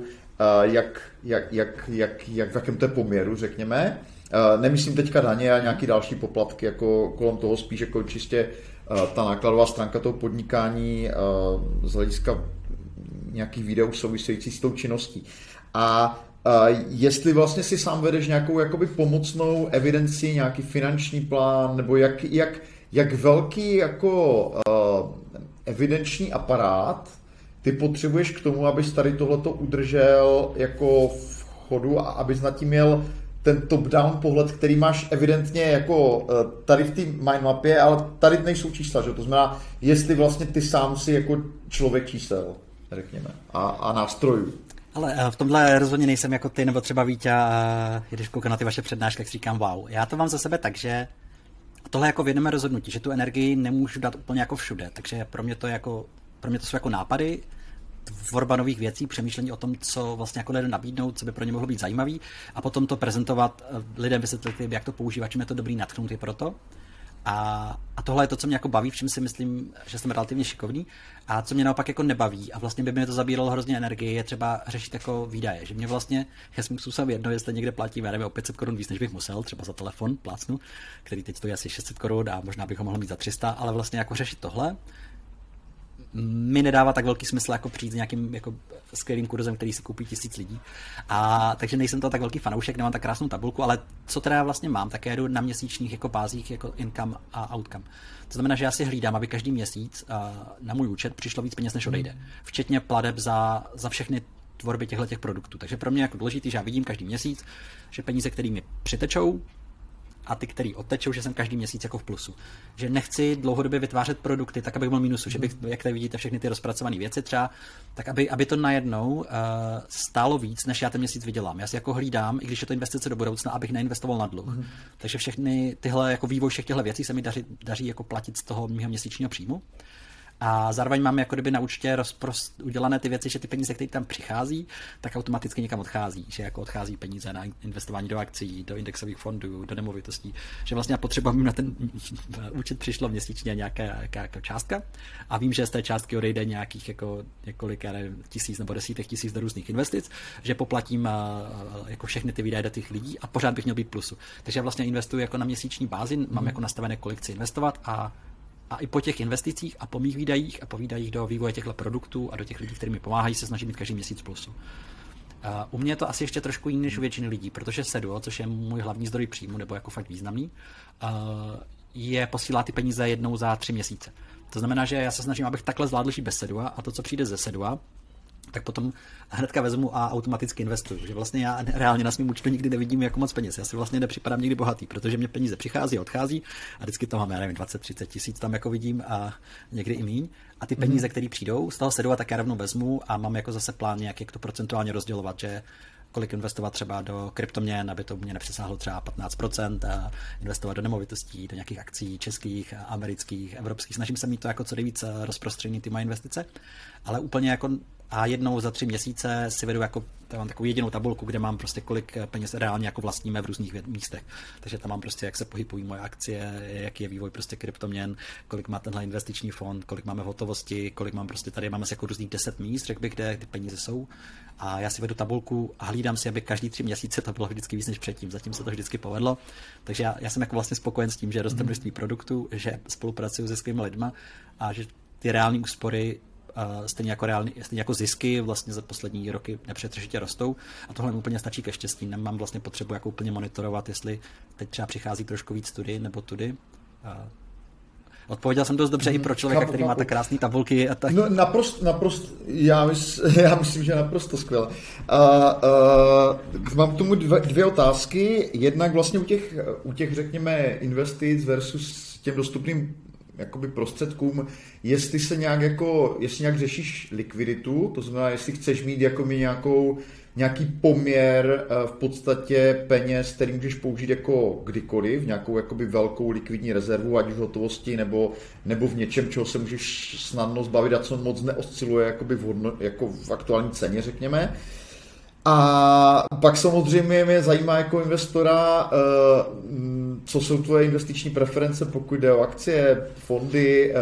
[SPEAKER 1] v jakém to je poměru, řekněme. Nemyslím teďka daně a nějaký další poplatky jako kolem toho, spíš jako čistě ta nákladová stránka toho podnikání z hlediska nějakých videů souvisejících s tou činností. A jestli vlastně si sám vedeš nějakou jakoby pomocnou evidenci, nějaký finanční plán, nebo jak velký jako evidenční aparát ty potřebuješ k tomu, abys tady tohleto udržel jako v chodu a abys nad tím měl ten top-down pohled, který máš evidentně jako tady v té mindmapě, ale tady nejsou čísla, že? To znamená, jestli vlastně ty sám si jako člověk čísel, řekněme, a nástrojů.
[SPEAKER 2] Ale v tomhle rozhodně nejsem jako ty, nebo třeba Vítě, když koukám na ty vaše přednášky, tak si říkám wow. Já to mám za sebe tak, že tohle jako vědomé rozhodnutí, že tu energii nemůžu dát úplně jako všude, takže pro mě to jsou jako nápady, tvorba nových věcí, přemýšlení o tom, co vlastně jako lidem nabídnout, co by pro ně mohlo být zajímavý a potom to prezentovat, lidem vysvětlit, jak to používat, čím je to dobrý, natknout je proto. A tohle je to, co mě jako baví, v čem si myslím, že jsem relativně šikovný a co mě naopak jako nebaví a vlastně by mě to zabíralo hrozně energie, je třeba řešit jako výdaje, že mě vlastně je svým způsobem jedno, jestli někde platím, já nevím, o 500 korun víc, než bych musel, třeba za telefon plácnu, který teď stojí asi 600 korun a možná bych ho mohl mít za 300, ale vlastně jako řešit tohle mi nedává tak velký smysl jako přijít s nějakým jako skvělým kurzem, který si koupí 1000 lidí. A takže nejsem to tak velký fanoušek, nemám tak krásnou tabulku, ale co teda vlastně mám, tak já jdu na měsíčních jako bázích jako income a outcome. To znamená, že já si hlídám, aby každý měsíc na můj účet přišlo víc peněz, než odejde. Včetně plateb za všechny tvorby těchto produktů. Takže pro mě jako důležitý, že já vidím každý měsíc, že peníze, které mi přitečou, a ty, který odtečou, že jsem každý měsíc jako v plusu. Že nechci dlouhodobě vytvářet produkty tak, abych byl minusu, že bych, jak tady vidíte všechny ty rozpracované věci třeba, tak aby to najednou stálo víc, než já ten měsíc vydělám. Já si jako hlídám, i když je to investice do budoucna, abych neinvestoval na dluh. Takže všechny tyhle, jako vývoj všech těchto věcí se mi daří jako platit z toho mého měsíčního příjmu. A zároveň mám jako kdyby na účtě udělané ty věci, že ty peníze, které tam přichází, tak automaticky někam odchází. Že jako odchází peníze na investování do akcí, do indexových fondů, do nemovitostí. Že vlastně potřeba, aby na ten účet přišlo měsíčně nějaká částka a vím, že z té částky odejde nějakých jako několik, nevím, 1000 nebo desítek tisíc do různých investic, že poplatím jako všechny ty výdaje do těch lidí a pořád bych měl být plusu. Takže já vlastně investuji jako na měsíční bázi, mám jako nastavené, kolik chci investovat a i po těch investicích a po mých výdajích a po výdajích do vývoje těchto produktů a do těch lidí, kteří mi pomáhají, se snažím mít každý měsíc plusu. U mě je to asi ještě trošku jiný než u většiny lidí, protože Seduo, což je můj hlavní zdroj příjmu, nebo jako fakt významný, posílá ty peníze jednou za 3 měsíce. To znamená, že já se snažím, abych takhle zvládl žít bez Sedua a to, co přijde ze Sedua, tak potom hnedka vezmu a automaticky investuju. Že vlastně já reálně na svém účtu nikdy nevidím jako moc peněz. Já si vlastně nepřipadám nikdy bohatý, protože mě peníze přichází a odchází a vždycky to mám, já nevím, 20-30 tisíc tam jako vidím a někdy i míň. A ty peníze, které přijdou z toho Sedua, tak já rovnou vezmu a mám jako zase plán nějak, jak to procentuálně rozdělovat, že kolik investovat třeba do kryptoměn, aby to mě nepřesáhlo třeba 15%, a investovat do nemovitostí, do nějakých akcí českých, amerických, evropských. Snažím se mít to jako co nejvíc rozprostřený ty moje investice, ale úplně jako a jednou za 3 měsíce si vedu jako mám takovou jedinou tabulku, kde mám prostě kolik peněz reálně jako vlastníme v různých místech. Takže tam mám prostě, jak se pohybují moje akcie, jaký je vývoj prostě kryptoměn, kolik má tenhle investiční fond, kolik máme v hotovosti, kolik mám prostě tady máme asi jako různých 10 míst, řekl bych, kde ty peníze jsou. A já si vedu tabulku a hlídám si, aby každý 3 měsíce to bylo vždycky víc než předtím. Zatím se to vždycky povedlo. Takže já jsem jako vlastně spokojen s tím, že roste množství produktů, že spolupracuju se skvělými lidma a že ty reální úspory stejně jako zisky vlastně za poslední roky nepřetržitě rostou a tohle mi úplně stačí ke štěstí. Nemám vlastně potřebu jako úplně monitorovat, jestli teď třeba přichází trošku víc tudy nebo tudy. Odpověděl jsem dost dobře i pro člověka, který má tak krásné tabulky. A tak.
[SPEAKER 1] No, naprosto, já myslím, že naprosto skvěle. Mám k tomu dvě otázky. Jednak vlastně u těch řekněme investic versus těm dostupným jakoby prostředkům, jestli nějak řešíš likviditu, to znamená, jestli chceš mít jako nějaký poměr v podstatě peněz, který můžeš použít jako kdykoliv, nějakou jakoby velkou likvidní rezervu, ať už v hotovosti nebo v něčem, čeho se můžeš snadno zbavit a co moc neosciluje jakoby jako v aktuální ceně, řekněme. A pak samozřejmě mě zajímá jako investora, co jsou tvoje investiční preference, pokud jde o akcie, fondy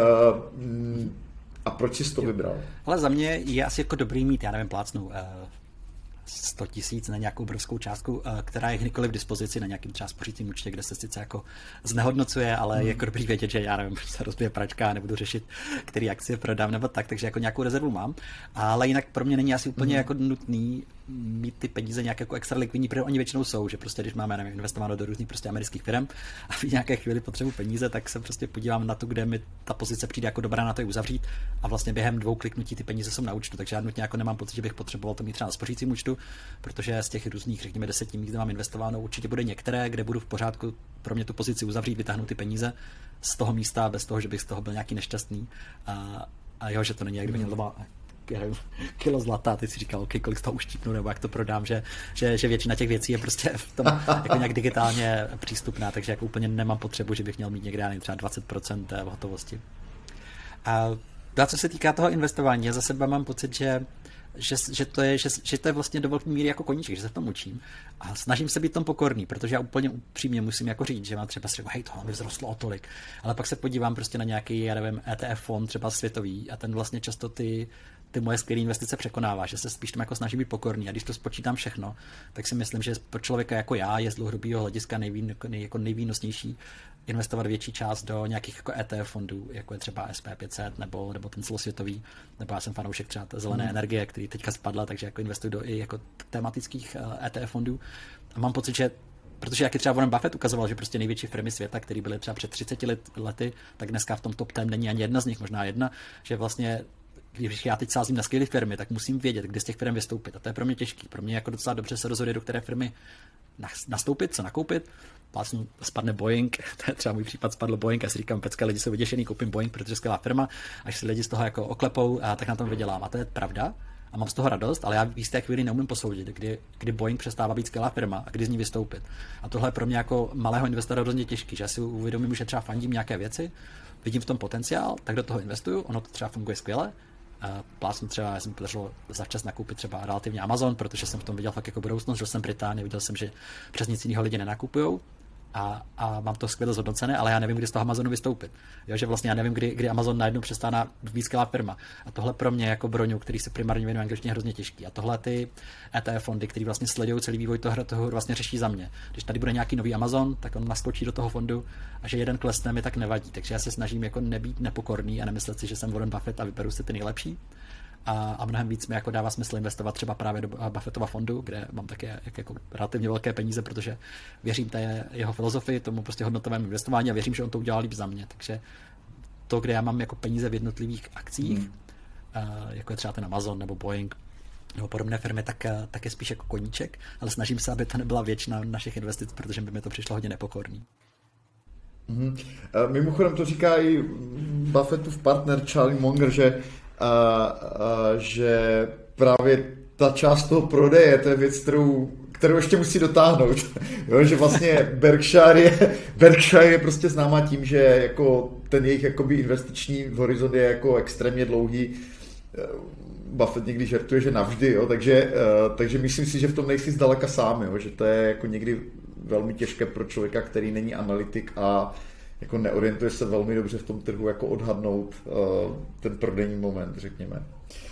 [SPEAKER 1] a proč jsi to vybral?
[SPEAKER 2] Ale za mě je asi jako dobrý mít, já nevím, plácnu 100 000 na nějakou obrovskou částku, která je kdykoliv v dispozici na nějakým třeba spořícím účtě, kde se sice jako znehodnocuje, ale je jako dobrý vědět, že já nevím, se rozbije pračka a nebudu řešit, který akcie prodám nebo tak, takže jako nějakou rezervu mám. Ale jinak pro mě není asi úplně jako nutný mít ty peníze nějak jako extra likvidní, protože oni většinou jsou, že prostě když máme nevím, investováno do různých prostě amerických firm a v nějaké chvíli potřebuji peníze, tak se prostě podívám na to, kde mi ta pozice přijde jako dobrá na to je uzavřít a vlastně během 2 kliknutí ty peníze jsou na účtu, takže já nutně jako nemám pocit, že bych potřeboval to mít třeba na spořícím účtu, protože z těch různých řekněme 10 míst, kde mám investováno, určitě bude některé, kde budu v pořádku pro mě tu pozici uzavřít, vytáhnout ty peníze z toho místa bez toho, že bych z toho byl nějaký nešťastný a jo, že to není jak kdyby měl kilo zlata, ty si říkal, okay, kolik z toho uštípnu, nebo jak to prodám, že většina těch věcí je prostě v tom jako nějak digitálně přístupná, takže jako úplně nemám potřebu, že bych měl mít někde třeba 20% v hotovosti. A co se týká toho investování, já za sebe mám pocit, že to je vlastně do velké míry jako koníček, že se v tom učím a snažím se být tom pokorný, protože já úplně upřímně musím jako říct, že mám třeba si hej, tohle mi vzrostlo o tolik, ale pak se podívám prostě na nějaký, já nevím, ETF fond třeba světový a ten vlastně často ty moje skvělé investice překonává, že se spíš tam jako snaží být pokorný a když to spočítám všechno, tak si myslím, že pro člověka jako já je z dlouhodobého hlediska nejvýnosnější investovat větší část do nějakých jako ETF fondů, jako je třeba SP500 nebo ten celosvětový, nebo já jsem fanoušek třeba zelené energie, který teďka spadla, takže jako investuju do i jako tematických ETF fondů a mám pocit, že protože jak je třeba Warren Buffett ukazoval, že prostě největší firmy světa, které byly třeba před 30 lety, tak dneska v tom top 10 není ani jedna z nich, možná jedna, že vlastně když já teď sázím na skvělé firmy, tak musím vědět, kde z těch firm vystoupit. A to je pro mě těžký. Pro mě jako docela dobře se rozhoduje, do které firmy nastoupit, co nakoupit. Plácnu, spadne Boeing, to je třeba můj případ, spadl Boeing a si říkám, pecka, lidi jsou vyděšený, koupím Boeing, protože je skvělá firma, až si lidi z toho jako oklepou, a tak na tom vydělám. A to je pravda. A mám z toho radost, ale já v jisté chvíli neumím posoudit, kdy Boeing přestává být skvělá firma a kdy z ní vystoupit. A tohle je pro mě jako malého investora hrozně těžký, že já si uvědomím, že třeba fandím nějaké věci, vidím v tom potenciál, tak do toho investuju, ono to třeba funguje skvěle. Plácnu třeba, já jsem podařilo zavčas nakoupit třeba relativně Amazon, protože jsem v tom viděl fakt jako budoucnost, že jsem Británii, viděl jsem, že přes nic jiného lidi nenakupujou a mám to skvěle zhodnocené, ale já nevím, kdy z toho Amazonu vystoupit. Jo, že vlastně já nevím, kdy Amazon najednou přestane být skvělá firma. A tohle pro mě jako Broňu, který se primárně věnuje angličtině, je hrozně těžký. A tohle ty ETF fondy, který vlastně sledují celý vývoj toho vlastně řeší za mě. Když tady bude nějaký nový Amazon, tak on naskočí do toho fondu a že jeden klesne mi tak nevadí. Takže já se snažím jako nebýt nepokorný a nemyslet si, že jsem Warren Buffett a vyberu si ty nejlepší. a mnohem víc mi jako dává smysl investovat třeba právě do Buffettova fondu, kde mám také jako relativně velké peníze, protože věřím té jeho filozofii, tomu prostě hodnotovému investování a věřím, že on to udělá líp za mě. Takže to, kde já mám jako peníze v jednotlivých akcích, jako je třeba ten Amazon nebo Boeing nebo podobné firmy, tak je spíš jako koníček, ale snažím se, aby to nebyla většina našich investic, protože by mi to přišlo hodně nepokorný.
[SPEAKER 1] Mimochodem to říká i Buffettův partner Charlie Munger, že právě ta část toho prodeje, to je věc, kterou ještě musí dotáhnout. Jo, že vlastně Berkshire je prostě známá tím, že jako ten jejich jakoby investiční horizont je jako extrémně dlouhý. Buffett někdy žertuje, že navždy, jo, takže myslím si, že v tom nejsi zdaleka sám, jo, že to je jako někdy velmi těžké pro člověka, který není analytik a jako neorientuje se velmi dobře v tom trhu, jako odhadnout ten prodejní moment, řekněme.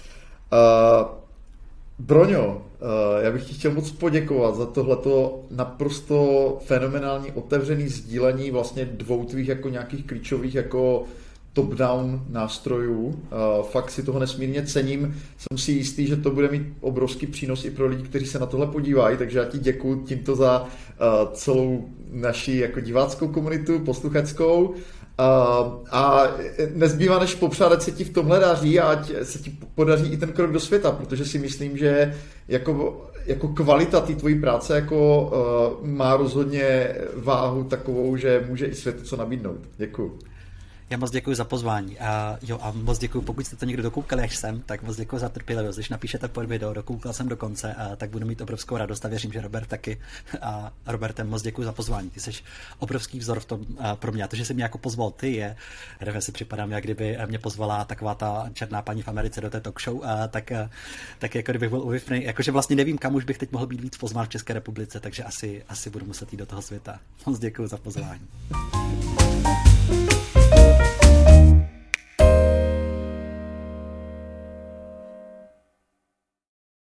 [SPEAKER 1] Broňo, já bych ti chtěl moc poděkovat za tohleto naprosto fenomenální otevřený sdílení vlastně dvou tvých jako nějakých klíčových jako top-down nástrojů. Fakt si toho nesmírně cením. Jsem si jistý, že to bude mít obrovský přínos i pro lidi, kteří se na tohle podívají, takže já ti děkuji tímto za celou naši jako diváckou komunitu, posluchačskou. A nezbývá než popřát, ať se ti v tomhle daří a ať se ti podaří i ten krok do světa, protože si myslím, že jako kvalita té tvojí práce jako má rozhodně váhu takovou, že může i světu co nabídnout. Děkuji.
[SPEAKER 2] Já moc děkuji za pozvání a moc děkuji, pokud jste to někdo dokoukali až sem, tak moc děkuji za trpělivost. Když napíšete pod video, dokoukal jsem do konce, tak budu mít obrovskou radost a věřím, že Robert taky. A Robertem, moc děkuji za pozvání. Ty jsi obrovský vzor v tom pro mě. A to, že jsi mě jako pozval ty, nevím, si připadám, jak kdyby mě pozvala taková ta černá paní v Americe do té talk show, tak jako kdybych byl uvifný. Jakože vlastně nevím, kam už bych teď mohl být víc pozván v České republice, takže asi budu muset jít do toho světa. Moc děkuji za pozvání.